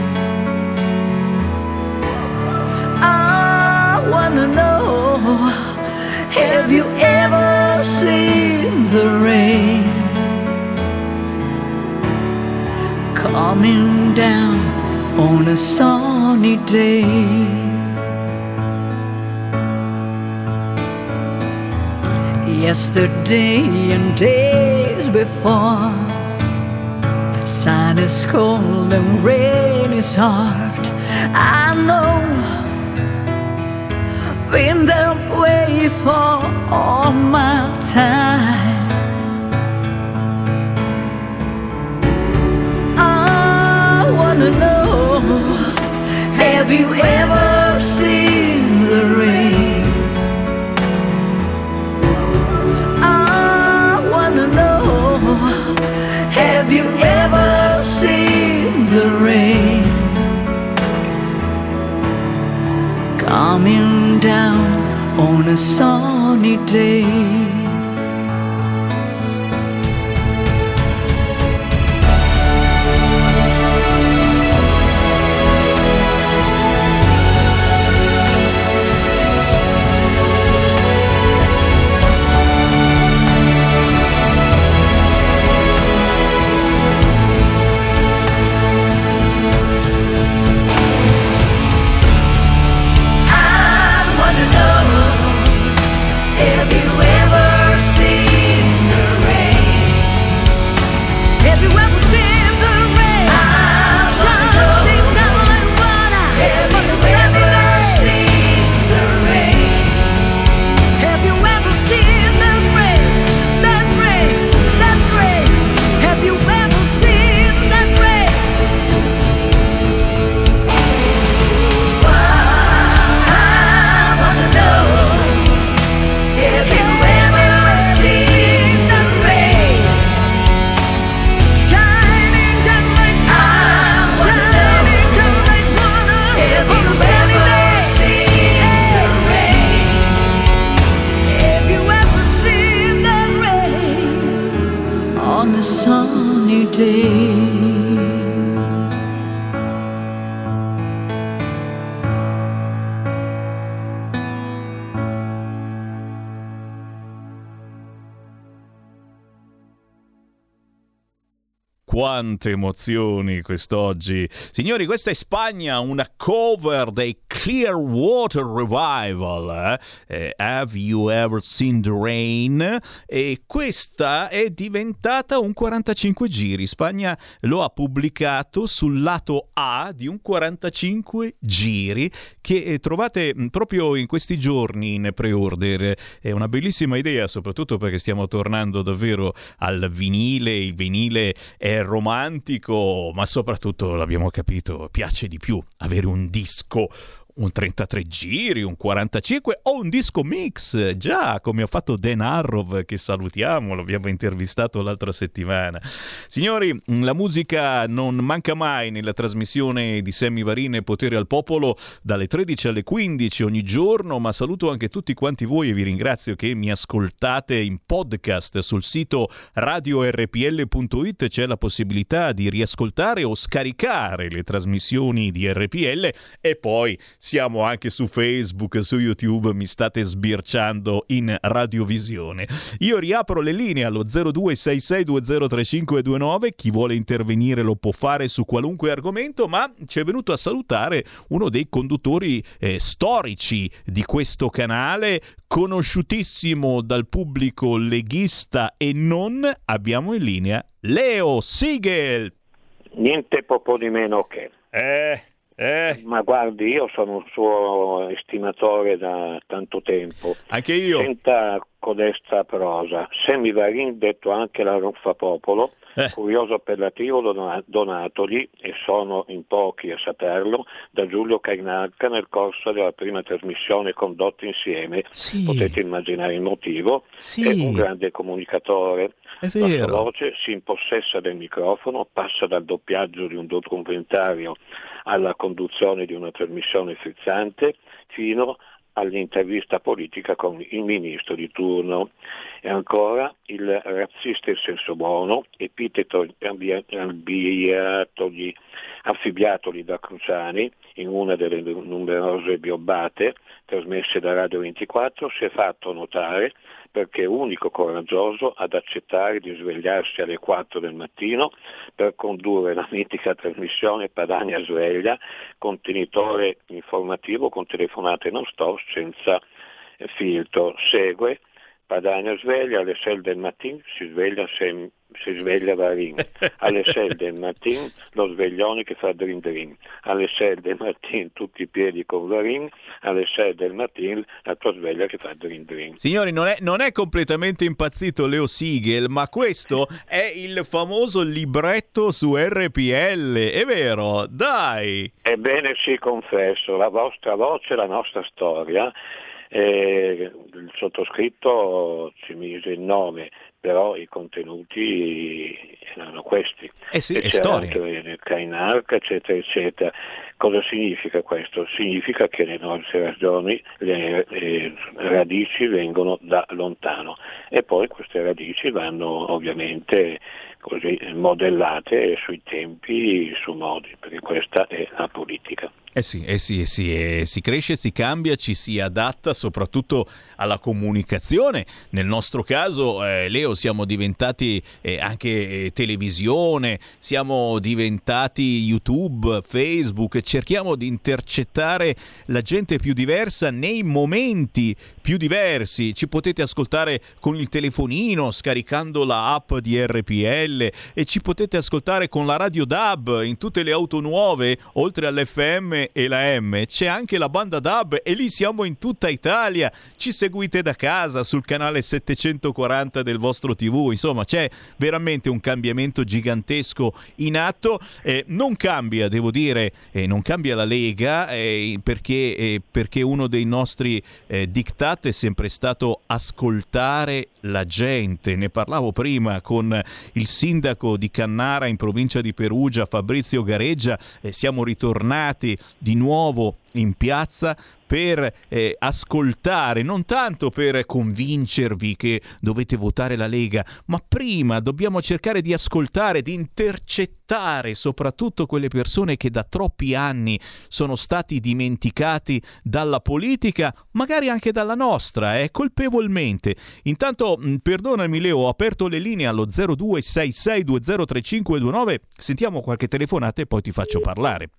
I wanna know, have you ever seen the rain coming down on a sunny day? Yesterday and days before, the sun is cold and rain is hard. I know, been that way for all my time. I wanna know, have you ever seen the rain? I wanna know, have you ever seen the rain coming down on a sunny day? Quante emozioni quest'oggi. Signori, questa è Spagna, una cover dei Clearwater Revival. Eh? Eh, Have You Ever Seen the Rain? E questa è diventata un quarantacinque giri. Spagna lo ha pubblicato sul lato A di un quarantacinque giri che trovate proprio in questi giorni in pre-order. È una bellissima idea, soprattutto perché stiamo tornando davvero al vinile. Il vinile è romantico, ma soprattutto, l'abbiamo capito, piace di più avere un disco un trentatré giri, un quarantacinque o un disco mix, già, come ha fatto Dan Harrow, che salutiamo, l'abbiamo intervistato l'altra settimana. Signori, la musica non manca mai nella trasmissione di Sammy Varin e Potere al Popolo dalle tredici alle quindici ogni giorno, ma saluto anche tutti quanti voi e vi ringrazio che mi ascoltate in podcast sul sito radio erre pi elle punto it. C'è la possibilità di riascoltare o scaricare le trasmissioni di R P L e poi siamo anche su Facebook, su YouTube, mi state sbirciando in radiovisione. Io riapro le linee allo zero due sei sei due zero tre cinque due nove, chi vuole intervenire lo può fare su qualunque argomento, ma ci è venuto a salutare uno dei conduttori eh, storici di questo canale, conosciutissimo dal pubblico leghista e non. Abbiamo in linea Leo Siegel. Niente poco di meno che. Eh, eh. Ma guardi, io sono un suo estimatore da tanto tempo. Anche io. Senta codesta prosa. Sammy Varin, detto anche la Ruffapopolo, eh. curioso appellativo donatogli, e sono in pochi a saperlo, da Giulio Cainarca nel corso della prima trasmissione condotta insieme. Sì. Potete immaginare il motivo. Sì. È un grande comunicatore. È La vero. sua voce si impossessa del microfono, passa dal doppiaggio di un documentario alla conduzione di una trasmissione frizzante fino all'intervista politica con il ministro di turno. E ancora il razzista in senso buono, epiteto arbiatogli, affibbiatogli da Cruciani in una delle numerose biobbate trasmesse da Radio ventiquattro, si è fatto notare perché è unico coraggioso ad accettare di svegliarsi alle quattro del mattino per condurre la mitica trasmissione Padania Sveglia, contenitore informativo con telefonate non stop senza filtro. Segue Padania Sveglia alle sei del mattino, si sveglia sem- si sveglia Varin, alle sei del mattino lo sveglione che fa drin drin, alle sei del mattino tutti i piedi con Varin, alle sei del mattino la tua sveglia che fa drin drin. Signori, non è, non è completamente impazzito Leo Siegel, ma questo è il famoso libretto su R P L, è vero? Dai! Ebbene sì, confesso, la vostra voce, la nostra storia. Eh, il sottoscritto ci mise il nome, però i contenuti erano questi. Eh sì, e è c'era storia. anche Cainarca, eccetera, eccetera. Cosa significa questo? Significa che le nostre ragioni, le, le radici vengono da lontano e poi queste radici vanno ovviamente così modellate sui tempi, su modi, perché questa è la politica. Eh sì, eh sì, eh sì, eh, si cresce, si cambia, ci si adatta soprattutto alla comunicazione. Nel nostro caso, eh, Leo, siamo diventati eh, anche eh, televisione, siamo diventati YouTube, Facebook, cerchiamo di intercettare la gente più diversa nei momenti più diversi. Ci potete ascoltare con il telefonino, scaricando la app di R P L, e ci potete ascoltare con la radio D A B in tutte le auto nuove, oltre all'F M e la M, c'è anche la banda D A B e lì siamo in tutta Italia. Ci seguite da casa sul canale settecentoquaranta del vostro tivù. Insomma, c'è veramente un cambiamento gigantesco in atto. Eh, non cambia, devo dire, eh, non cambia la Lega, eh, perché, eh, perché uno dei nostri eh, diktat è sempre stato ascoltare la gente. Ne parlavo prima con il sindaco di Cannara in provincia di Perugia, Fabrizio Gareggia, e siamo ritornati di nuovo in piazza per eh, ascoltare, non tanto per convincervi che dovete votare la Lega, ma prima dobbiamo cercare di ascoltare, di intercettare soprattutto quelle persone che da troppi anni sono stati dimenticati dalla politica, magari anche dalla nostra, eh, colpevolmente. Intanto, mh, perdonami Leo, ho aperto le linee allo zero due sei sei due zero tre cinque due nove, sentiamo qualche telefonata e poi ti faccio parlare.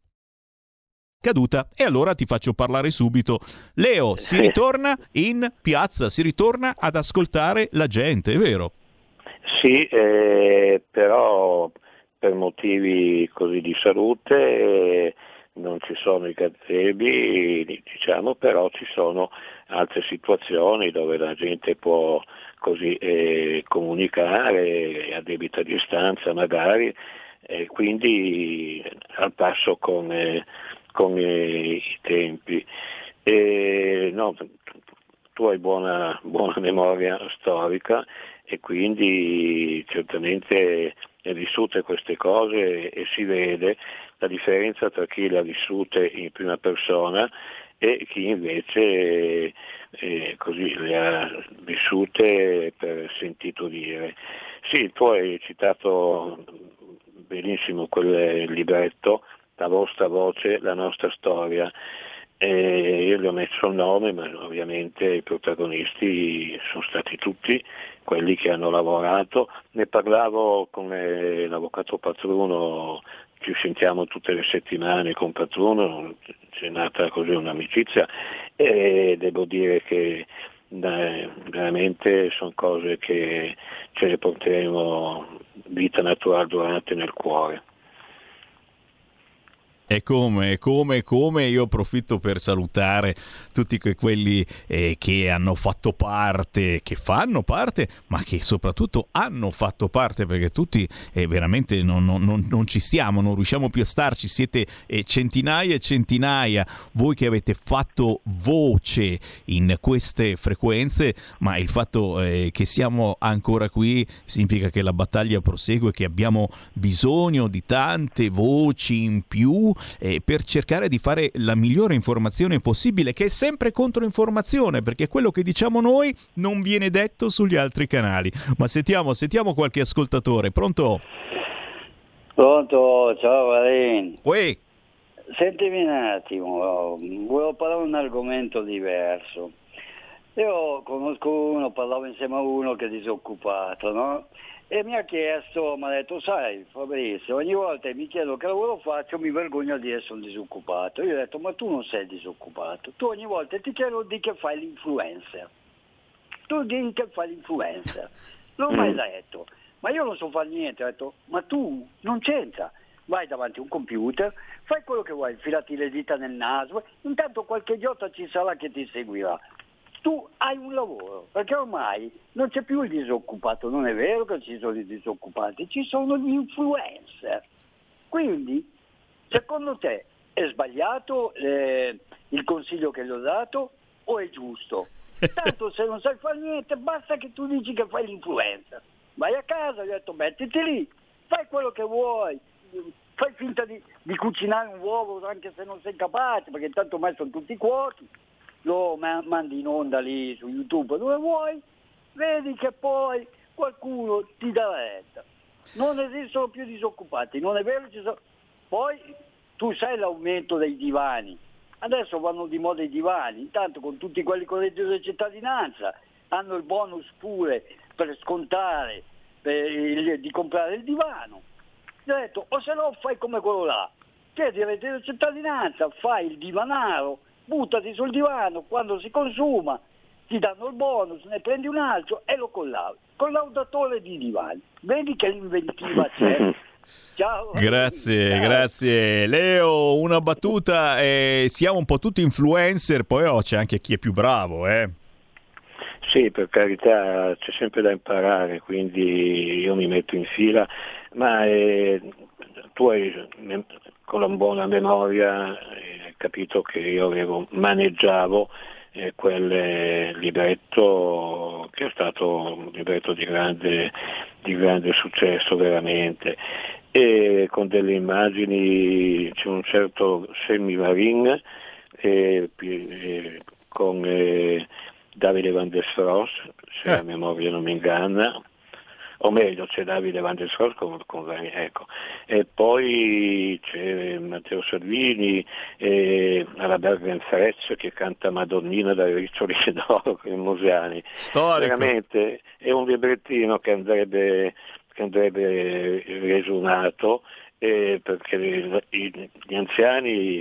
Caduta, e allora ti faccio parlare subito. Leo, si Sì. ritorna in piazza, si ritorna ad ascoltare la gente, è vero? Sì, eh, però per motivi così di salute eh, non ci sono i gazebi, diciamo, però ci sono altre situazioni dove la gente può così eh, comunicare a debita distanza magari, e quindi al passo con, eh, con i, i tempi. E, no, tu hai buona, buona memoria storica e quindi certamente hai vissute queste cose e si vede la differenza tra chi le ha vissute in prima persona e chi invece eh, così le ha vissute per sentito dire. Sì, tu hai citato benissimo quel libretto, La vostra voce, la nostra storia. E io gli ho messo il nome, ma ovviamente i protagonisti sono stati tutti quelli che hanno lavorato. Ne parlavo con l'avvocato Patruno, ci sentiamo tutte le settimane con Patruno, c'è nata così un'amicizia e devo dire che eh, veramente sono cose che ce le porteremo vita naturale durante nel cuore. E come, e come, e come io approfitto per salutare tutti que- quelli eh, che hanno fatto parte, che fanno parte, ma che soprattutto hanno fatto parte, perché tutti eh, veramente non, non, non, non ci stiamo, non riusciamo più a starci, siete eh, centinaia e centinaia, voi che avete fatto voce in queste frequenze, ma il fatto eh, che siamo ancora qui significa che la battaglia prosegue, che abbiamo bisogno di tante voci in più, Eh, per cercare di fare la migliore informazione possibile, che è sempre controinformazione, perché quello che diciamo noi non viene detto sugli altri canali. Ma sentiamo, sentiamo qualche ascoltatore. Pronto? Pronto, ciao Valen. Uè. Sentimi un attimo, volevo parlare di un argomento diverso. Io conosco uno, parlavo insieme a uno che è disoccupato, no? E mi ha chiesto, mi ha detto, sai Fabrizio, ogni volta che mi chiedo che lavoro faccio mi vergogno di essere un disoccupato. Io ho detto, ma tu non sei disoccupato, tu ogni volta ti chiedo di che fai l'influencer. Tu di che fai l'influencer. Non ho mai detto, ma io non so fare niente. Ho detto, ma tu non c'entra. Vai davanti a un computer, fai quello che vuoi, infilati le dita nel naso, intanto qualche idiota ci sarà che ti seguirà. Tu hai un lavoro, perché ormai non c'è più il disoccupato, non è vero che ci sono i disoccupati, ci sono gli influencer. Quindi, secondo te, è sbagliato eh, il consiglio che gli ho dato o è giusto? Tanto se non sai fare niente, basta che tu dici che fai l'influencer. Vai a casa, gli ho detto, mettiti lì, fai quello che vuoi, fai finta di, di cucinare un uovo anche se non sei capace, perché tanto ormai sono tutti cuochi. Lo mandi in onda lì su YouTube dove vuoi, vedi che poi qualcuno ti dà retta. Non esistono più disoccupati, non è vero? Ci sono... Poi tu sai l'aumento dei divani, adesso vanno di moda i divani, intanto con tutti quelli con il reddito di cittadinanza hanno il bonus pure per scontare per il, di comprare il divano. Ti ho detto, o se no fai come quello là, chiedi il reddito di cittadinanza, fai il divanaro, buttati sul divano, quando si consuma ti danno il bonus, ne prendi un altro e lo collaudi, collaudatore di divani. Vedi che l'inventiva c'è. Ciao. Grazie, Ciao. grazie Leo, una battuta, eh, siamo un po' tutti influencer, poi oh, c'è anche chi è più bravo, eh. Sì, per carità, c'è sempre da imparare, quindi io mi metto in fila, ma eh, tu hai con la buona memoria hai capito che io avevo, maneggiavo eh, quel eh, libretto che è stato un libretto di grande, di grande successo veramente, e con delle immagini, c'è un certo Semi-Marin eh, eh, con eh, Davide Van der Sros, se eh. la memoria non mi inganna, o meglio c'è Davide Van der Sros con, con ecco, e poi c'è Matteo Salvini e Alaberga Frezzo che canta Madonnina dalle riccioli d'oro con i Mosiani. Storico. Veramente è un librettino che andrebbe, che andrebbe riesumato eh, perché gli, gli anziani,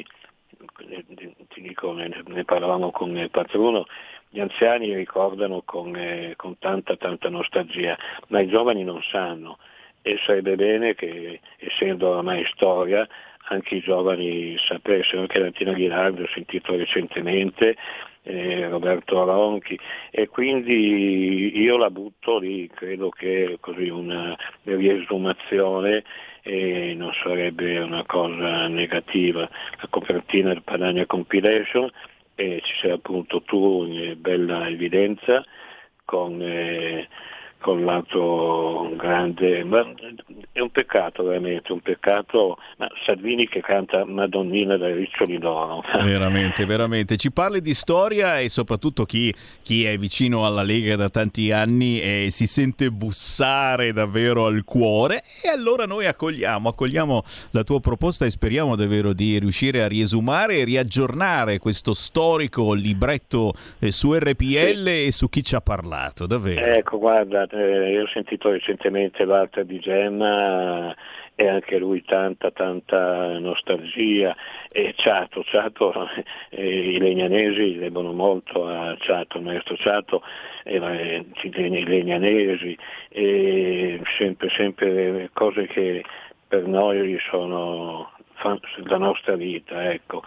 ti dico, ne, ne parlavamo con il Patruno, gli anziani ricordano con, eh, con tanta tanta nostalgia, ma i giovani non sanno, e sarebbe bene che, essendo ormai storia, anche i giovani sapessero. Anche Valentina Ghinardi ho sentito recentemente, eh, Roberto Ronchi, e quindi io la butto lì, credo che così una riesumazione e non sarebbe una cosa negativa. La copertina del Padania Compilation, e ci sei appunto tu in bella evidenza con, eh, con l'altro grande, ma è un peccato veramente, un peccato, ma Salvini che canta Madonnina dai riccioli d'oro. Veramente, veramente. Ci parli di storia e soprattutto chi, chi è vicino alla Lega da tanti anni e si sente bussare davvero al cuore, e allora noi accogliamo, accogliamo la tua proposta e speriamo davvero di riuscire a riesumare e riaggiornare questo storico libretto eh, su R P L sì. E su chi ci ha parlato, davvero. Ecco, guarda, eh, io ho sentito recentemente Walter Di Gemma e anche lui tanta tanta nostalgia, e Ciato, Ciato eh, i legnanesi debbono molto a Ciato, il maestro Ciato, eh, i legnanesi, e sempre, sempre cose che per noi sono la nostra vita, ecco.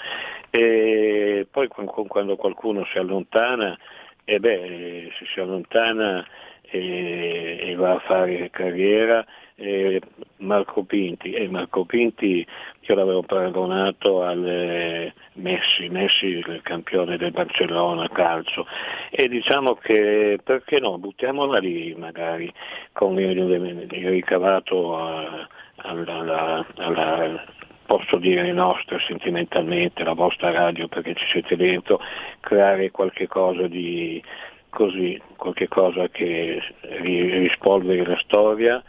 E poi quando qualcuno si allontana, e beh, se si allontana e, e va a fare carriera, eh, Marco Pinti, e Marco Pinti io l'avevo paragonato al eh, Messi, Messi il campione del Barcellona calcio, e diciamo che perché no, buttiamola lì magari con il, il ricavato a, alla, alla posso dire nostra sentimentalmente, la vostra radio perché ci siete dentro, creare qualche cosa di così, qualche cosa che rispolveri la storia,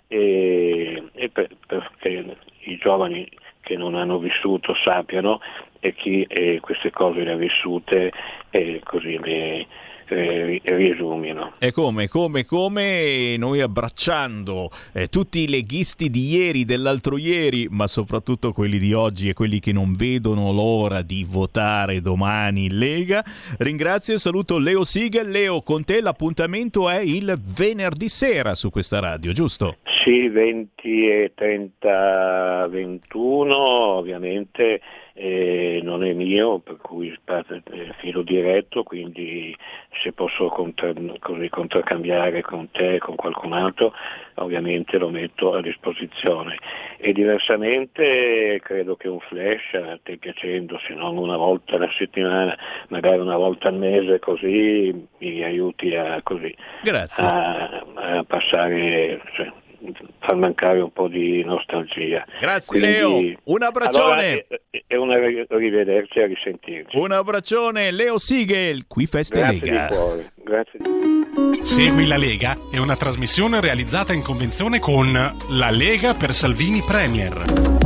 e, e per, perché i giovani che non hanno vissuto sappiano, e chi eh, queste cose le ha vissute e così le eh, riesumino. E come, come, come noi abbracciando eh, tutti i leghisti di ieri, dell'altro ieri, ma soprattutto quelli di oggi e quelli che non vedono l'ora di votare domani in Lega. Ringrazio e saluto Leo Siegel. Leo, con te l'appuntamento è il venerdì sera su questa radio, giusto? Sì, venti e trenta ventuno, ovviamente eh, non è mio, per cui parte il filo diretto, quindi se posso contra, così contraccambiare con te, con qualcun altro, ovviamente lo metto a disposizione. E diversamente credo che un flash, a te piacendo, se non una volta alla settimana, magari una volta al mese, così mi aiuti a, così, Grazie. a, a passare, cioè, far mancare un po' di nostalgia. Grazie. Quindi, Leo, un abbraccione. Allora, è una rivederci e a risentirci. Un abbraccione, Leo Siegel, qui Feste Grazie Lega. Di cuore. Grazie di... Segui la Lega è una trasmissione realizzata in convenzione con La Lega per Salvini Premier.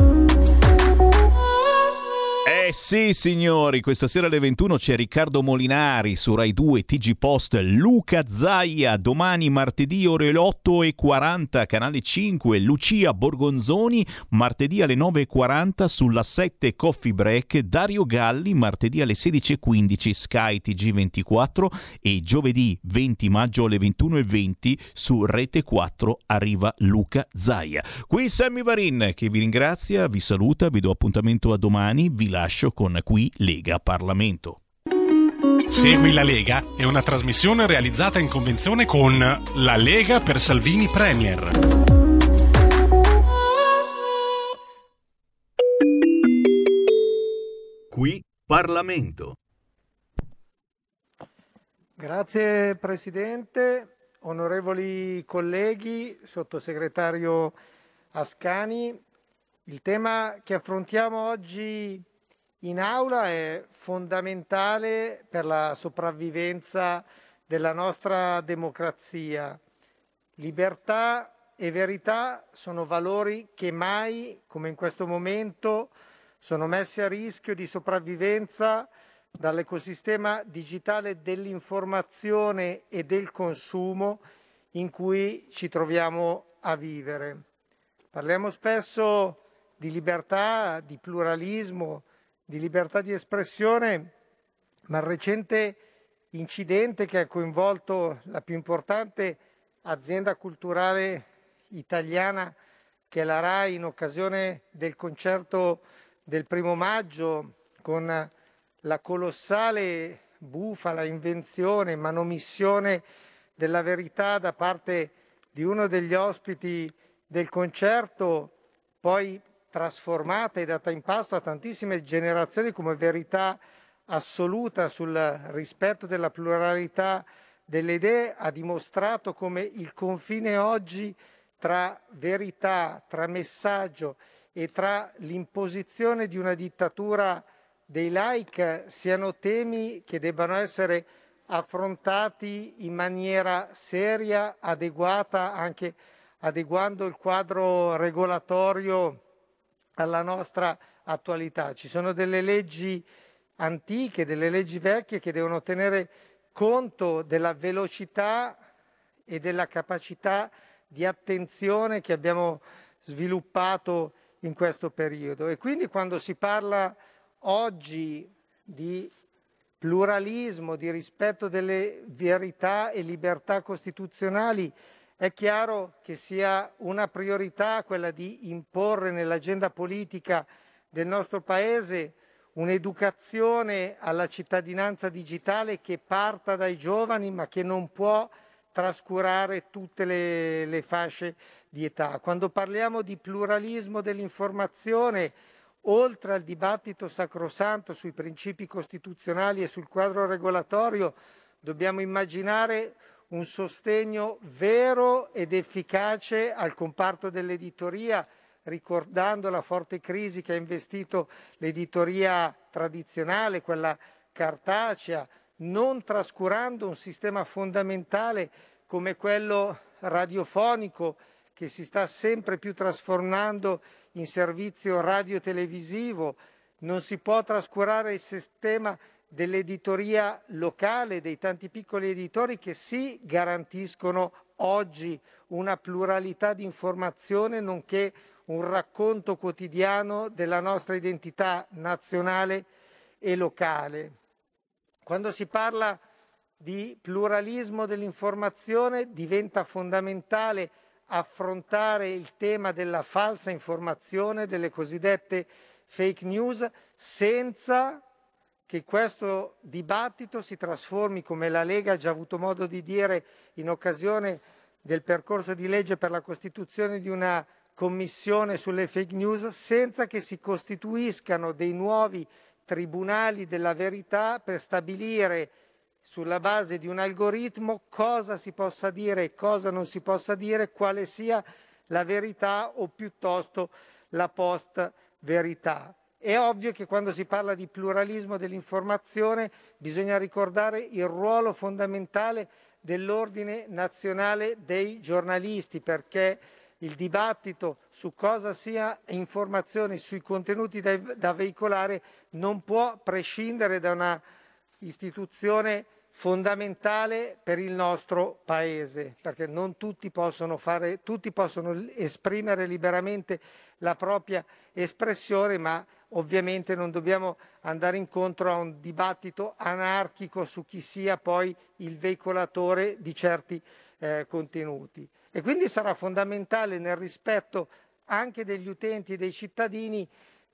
Eh sì signori, questa sera alle ventuno c'è Riccardo Molinari su Rai due, T G Post, Luca Zaia, domani martedì ore otto e quaranta, Canale cinque, Lucia Borgonzoni, martedì alle nove e quaranta sulla sette Coffee Break, Dario Galli, martedì alle sedici e quindici Sky T G ventiquattro, e giovedì venti maggio alle ventuno e venti su Rete quattro arriva Luca Zaia. Qui Sammy Varin che vi ringrazia, vi saluta, vi do appuntamento a domani, vi lascio con Qui Lega Parlamento. Segui la Lega è una trasmissione realizzata in convenzione con La Lega per Salvini Premier. Qui Parlamento. Grazie Presidente, onorevoli colleghi, sottosegretario Ascani. Il tema che affrontiamo oggi in aula è fondamentale per la sopravvivenza della nostra democrazia. Libertà e verità sono valori che mai, come in questo momento, sono messi a rischio di sopravvivenza dall'ecosistema digitale dell'informazione e del consumo in cui ci troviamo a vivere. Parliamo spesso di libertà, di pluralismo, di libertà di espressione, ma il recente incidente che ha coinvolto la più importante azienda culturale italiana, che è la RAI, in occasione del concerto del primo maggio, con la colossale bufala, invenzione, manomissione della verità da parte di uno degli ospiti del concerto, poi trasformata e data in pasto a tantissime generazioni come verità assoluta sul rispetto della pluralità delle idee, ha dimostrato come il confine oggi tra verità, tra messaggio e tra l'imposizione di una dittatura dei like siano temi che debbano essere affrontati in maniera seria, adeguata, anche adeguando il quadro regolatorio alla nostra attualità. Ci sono delle leggi antiche, delle leggi vecchie che devono tenere conto della velocità e della capacità di attenzione che abbiamo sviluppato in questo periodo. E quindi quando si parla oggi di pluralismo, di rispetto delle verità e libertà costituzionali, è chiaro che sia una priorità quella di imporre nell'agenda politica del nostro Paese un'educazione alla cittadinanza digitale che parta dai giovani, ma che non può trascurare tutte le, le fasce di età. Quando parliamo di pluralismo dell'informazione, oltre al dibattito sacrosanto sui principi costituzionali e sul quadro regolatorio, dobbiamo immaginare un sostegno vero ed efficace al comparto dell'editoria, ricordando la forte crisi che ha investito l'editoria tradizionale, quella cartacea, non trascurando un sistema fondamentale come quello radiofonico, che si sta sempre più trasformando in servizio radiotelevisivo. Non si può trascurare il sistema dell'editoria locale, dei tanti piccoli editori che sì garantiscono oggi una pluralità di informazione, nonché un racconto quotidiano della nostra identità nazionale e locale. Quando si parla di pluralismo dell'informazione diventa fondamentale affrontare il tema della falsa informazione, delle cosiddette fake news, senza che questo dibattito si trasformi, come la Lega ha già avuto modo di dire in occasione del percorso di legge per la costituzione di una commissione sulle fake news, senza che si costituiscano dei nuovi tribunali della verità per stabilire sulla base di un algoritmo cosa si possa dire e cosa non si possa dire, quale sia la verità o piuttosto la post-verità. È ovvio che quando si parla di pluralismo dell'informazione bisogna ricordare il ruolo fondamentale dell'Ordine Nazionale dei Giornalisti, perché il dibattito su cosa sia informazione, sui contenuti da, da veicolare, non può prescindere da una istituzione fondamentale per il nostro Paese, perché non tutti possono fare, tutti possono esprimere liberamente la propria espressione, ma ovviamente non dobbiamo andare incontro a un dibattito anarchico su chi sia poi il veicolatore di certi eh, contenuti. E quindi sarà fondamentale, nel rispetto anche degli utenti e dei cittadini,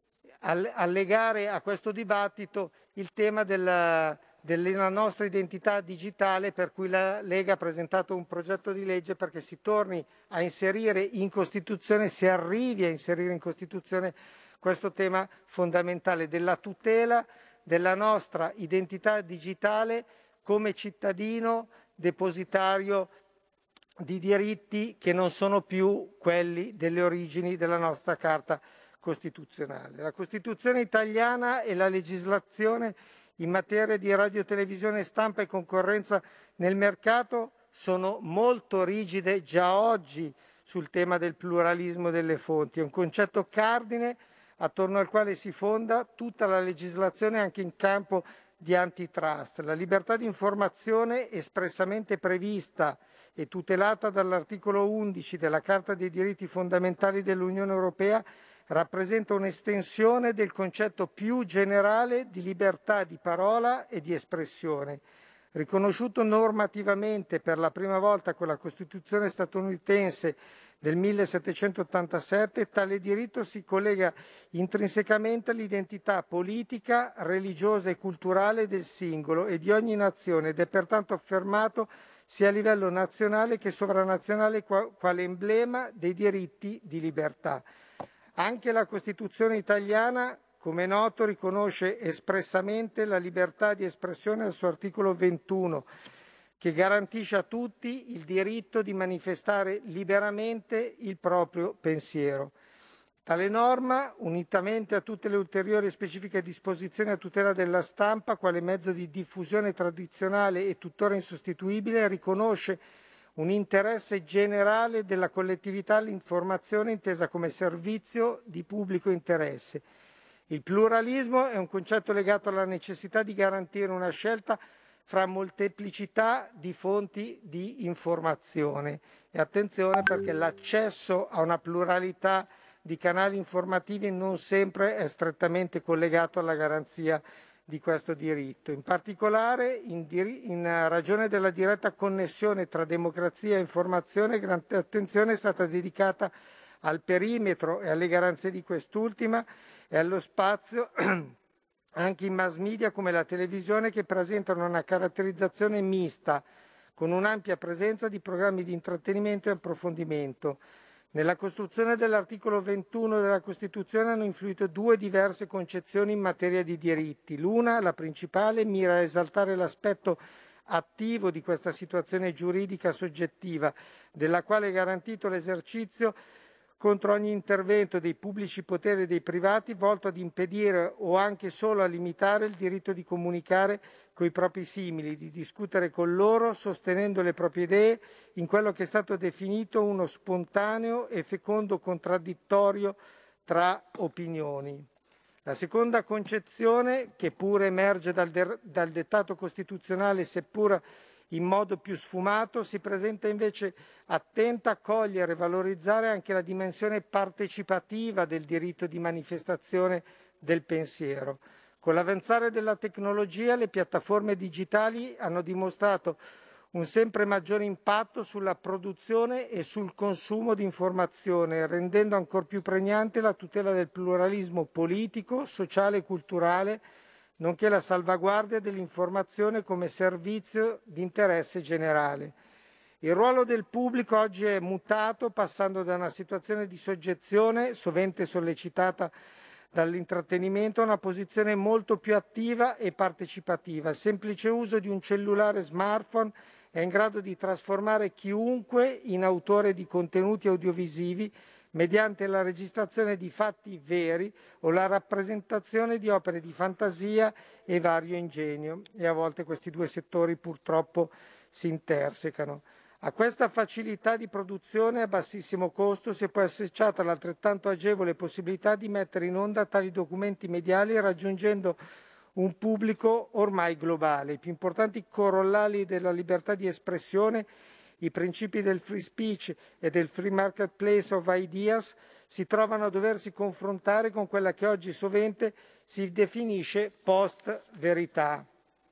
allegare a questo dibattito il tema della, della nostra identità digitale, per cui la Lega ha presentato un progetto di legge perché si torni a inserire in Costituzione, si arrivi a inserire in Costituzione questo tema fondamentale della tutela della nostra identità digitale come cittadino depositario di diritti che non sono più quelli delle origini della nostra Carta Costituzionale. La Costituzione italiana e la legislazione in materia di radiotelevisione, stampa e concorrenza nel mercato sono molto rigide già oggi sul tema del pluralismo delle fonti. È un concetto cardine attorno al quale si fonda tutta la legislazione anche in campo di antitrust. La libertà di informazione espressamente prevista e tutelata dall'articolo undici della Carta dei diritti fondamentali dell'Unione Europea rappresenta un'estensione del concetto più generale di libertà di parola e di espressione. Riconosciuto normativamente per la prima volta con la Costituzione statunitense del millesettecentottantasette, tale diritto si collega intrinsecamente all'identità politica, religiosa e culturale del singolo e di ogni nazione ed è pertanto affermato sia a livello nazionale che sovranazionale quale emblema dei diritti di libertà. Anche la Costituzione italiana, come è noto, riconosce espressamente la libertà di espressione al suo articolo ventuno, che garantisce a tutti il diritto di manifestare liberamente il proprio pensiero. Tale norma, unitamente a tutte le ulteriori e specifiche disposizioni a tutela della stampa, quale mezzo di diffusione tradizionale e tuttora insostituibile, riconosce un interesse generale della collettività all'informazione intesa come servizio di pubblico interesse. Il pluralismo è un concetto legato alla necessità di garantire una scelta fra molteplicità di fonti di informazione. E attenzione, perché l'accesso a una pluralità di canali informativi non sempre è strettamente collegato alla garanzia di questo diritto. In particolare, in, dir- in ragione della diretta connessione tra democrazia e informazione, grande attenzione è stata dedicata al perimetro e alle garanzie di quest'ultima e allo spazio anche in mass media come la televisione, che presentano una caratterizzazione mista, con un'ampia presenza di programmi di intrattenimento e approfondimento. Nella costruzione dell'articolo ventuno della Costituzione hanno influito due diverse concezioni in materia di diritti. L'una, la principale, mira a esaltare l'aspetto attivo di questa situazione giuridica soggettiva, della quale è garantito l'esercizio contro ogni intervento dei pubblici poteri e dei privati volto ad impedire o anche solo a limitare il diritto di comunicare coi propri simili, di discutere con loro, sostenendo le proprie idee in quello che è stato definito uno spontaneo e fecondo contraddittorio tra opinioni. La seconda concezione, che pure emerge dal, de- dal dettato costituzionale, seppur in modo più sfumato, si presenta invece attenta a cogliere e valorizzare anche la dimensione partecipativa del diritto di manifestazione del pensiero. Con l'avanzare della tecnologia, le piattaforme digitali hanno dimostrato un sempre maggiore impatto sulla produzione e sul consumo di informazione, rendendo ancor più pregnante la tutela del pluralismo politico, sociale e culturale, nonché la salvaguardia dell'informazione come servizio di interesse generale. Il ruolo del pubblico oggi è mutato, passando da una situazione di soggezione, sovente sollecitata dall'intrattenimento, a una posizione molto più attiva e partecipativa. Il semplice uso di un cellulare smartphone è in grado di trasformare chiunque in autore di contenuti audiovisivi mediante la registrazione di fatti veri o la rappresentazione di opere di fantasia e vario ingegno, e a volte questi due settori purtroppo si intersecano. A questa facilità di produzione a bassissimo costo si è poi associata l'altrettanto agevole possibilità di mettere in onda tali documenti mediali, raggiungendo un pubblico ormai globale. I più importanti corollari della libertà di espressione, i principi del free speech e del free marketplace of ideas, si trovano a doversi confrontare con quella che oggi sovente si definisce post-verità.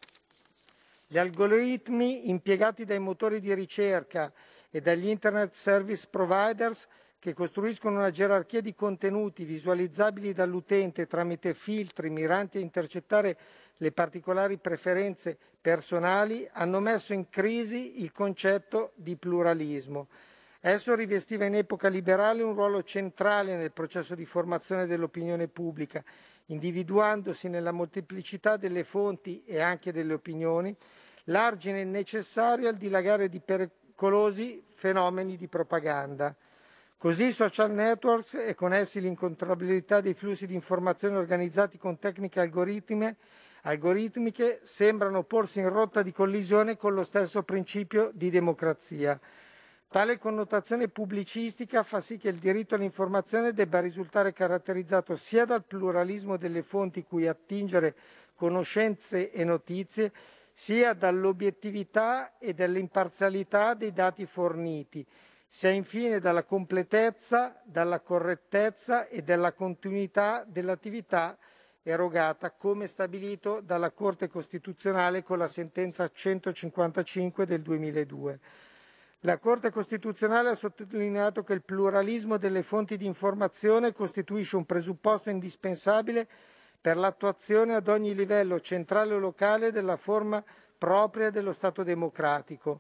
Gli algoritmi impiegati dai motori di ricerca e dagli internet service providers, che costruiscono una gerarchia di contenuti visualizzabili dall'utente tramite filtri miranti a intercettare le particolari preferenze personali, hanno messo in crisi il concetto di pluralismo. Esso rivestiva in epoca liberale un ruolo centrale nel processo di formazione dell'opinione pubblica, individuandosi nella molteplicità delle fonti e anche delle opinioni l'argine necessario al dilagare di pericolosi fenomeni di propaganda. Così i social networks e con essi l'incontrollabilità dei flussi di informazioni organizzati con tecniche algoritmiche algoritmiche sembrano porsi in rotta di collisione con lo stesso principio di democrazia. Tale connotazione pubblicistica fa sì che il diritto all'informazione debba risultare caratterizzato sia dal pluralismo delle fonti cui attingere conoscenze e notizie, sia dall'obiettività e dall'imparzialità dei dati forniti, sia infine dalla completezza, dalla correttezza e dalla continuità dell'attività erogata, come stabilito dalla Corte Costituzionale con la sentenza centocinquantacinque del duemiladue. La Corte Costituzionale ha sottolineato che il pluralismo delle fonti di informazione costituisce un presupposto indispensabile per l'attuazione ad ogni livello centrale o locale della forma propria dello Stato democratico.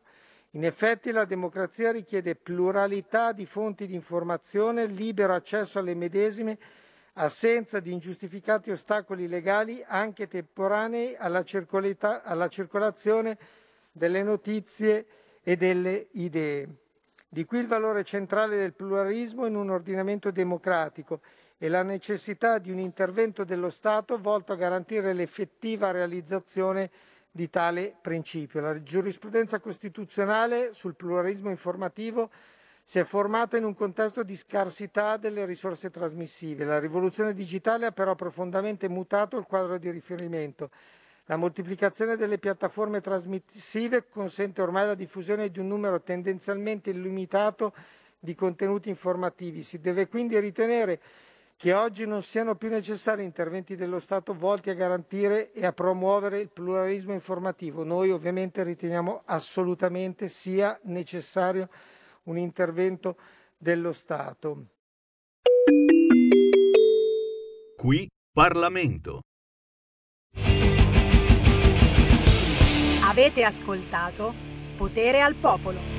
In effetti la democrazia richiede pluralità di fonti di informazione, libero accesso alle medesime, assenza di ingiustificati ostacoli legali, anche temporanei, alla, alla circolazione delle notizie e delle idee. Di qui il valore centrale del pluralismo in un ordinamento democratico e la necessità di un intervento dello Stato volto a garantire l'effettiva realizzazione di tale principio. La giurisprudenza costituzionale sul pluralismo informativo si è formata in un contesto di scarsità delle risorse trasmissive. La rivoluzione digitale ha però profondamente mutato il quadro di riferimento. La moltiplicazione delle piattaforme trasmissive consente ormai la diffusione di un numero tendenzialmente illimitato di contenuti informativi. Si deve quindi ritenere che oggi non siano più necessari interventi dello Stato volti a garantire e a promuovere il pluralismo informativo. Noi ovviamente riteniamo assolutamente sia necessario un intervento dello Stato. Qui Parlamento. Avete ascoltato Potere al Popolo.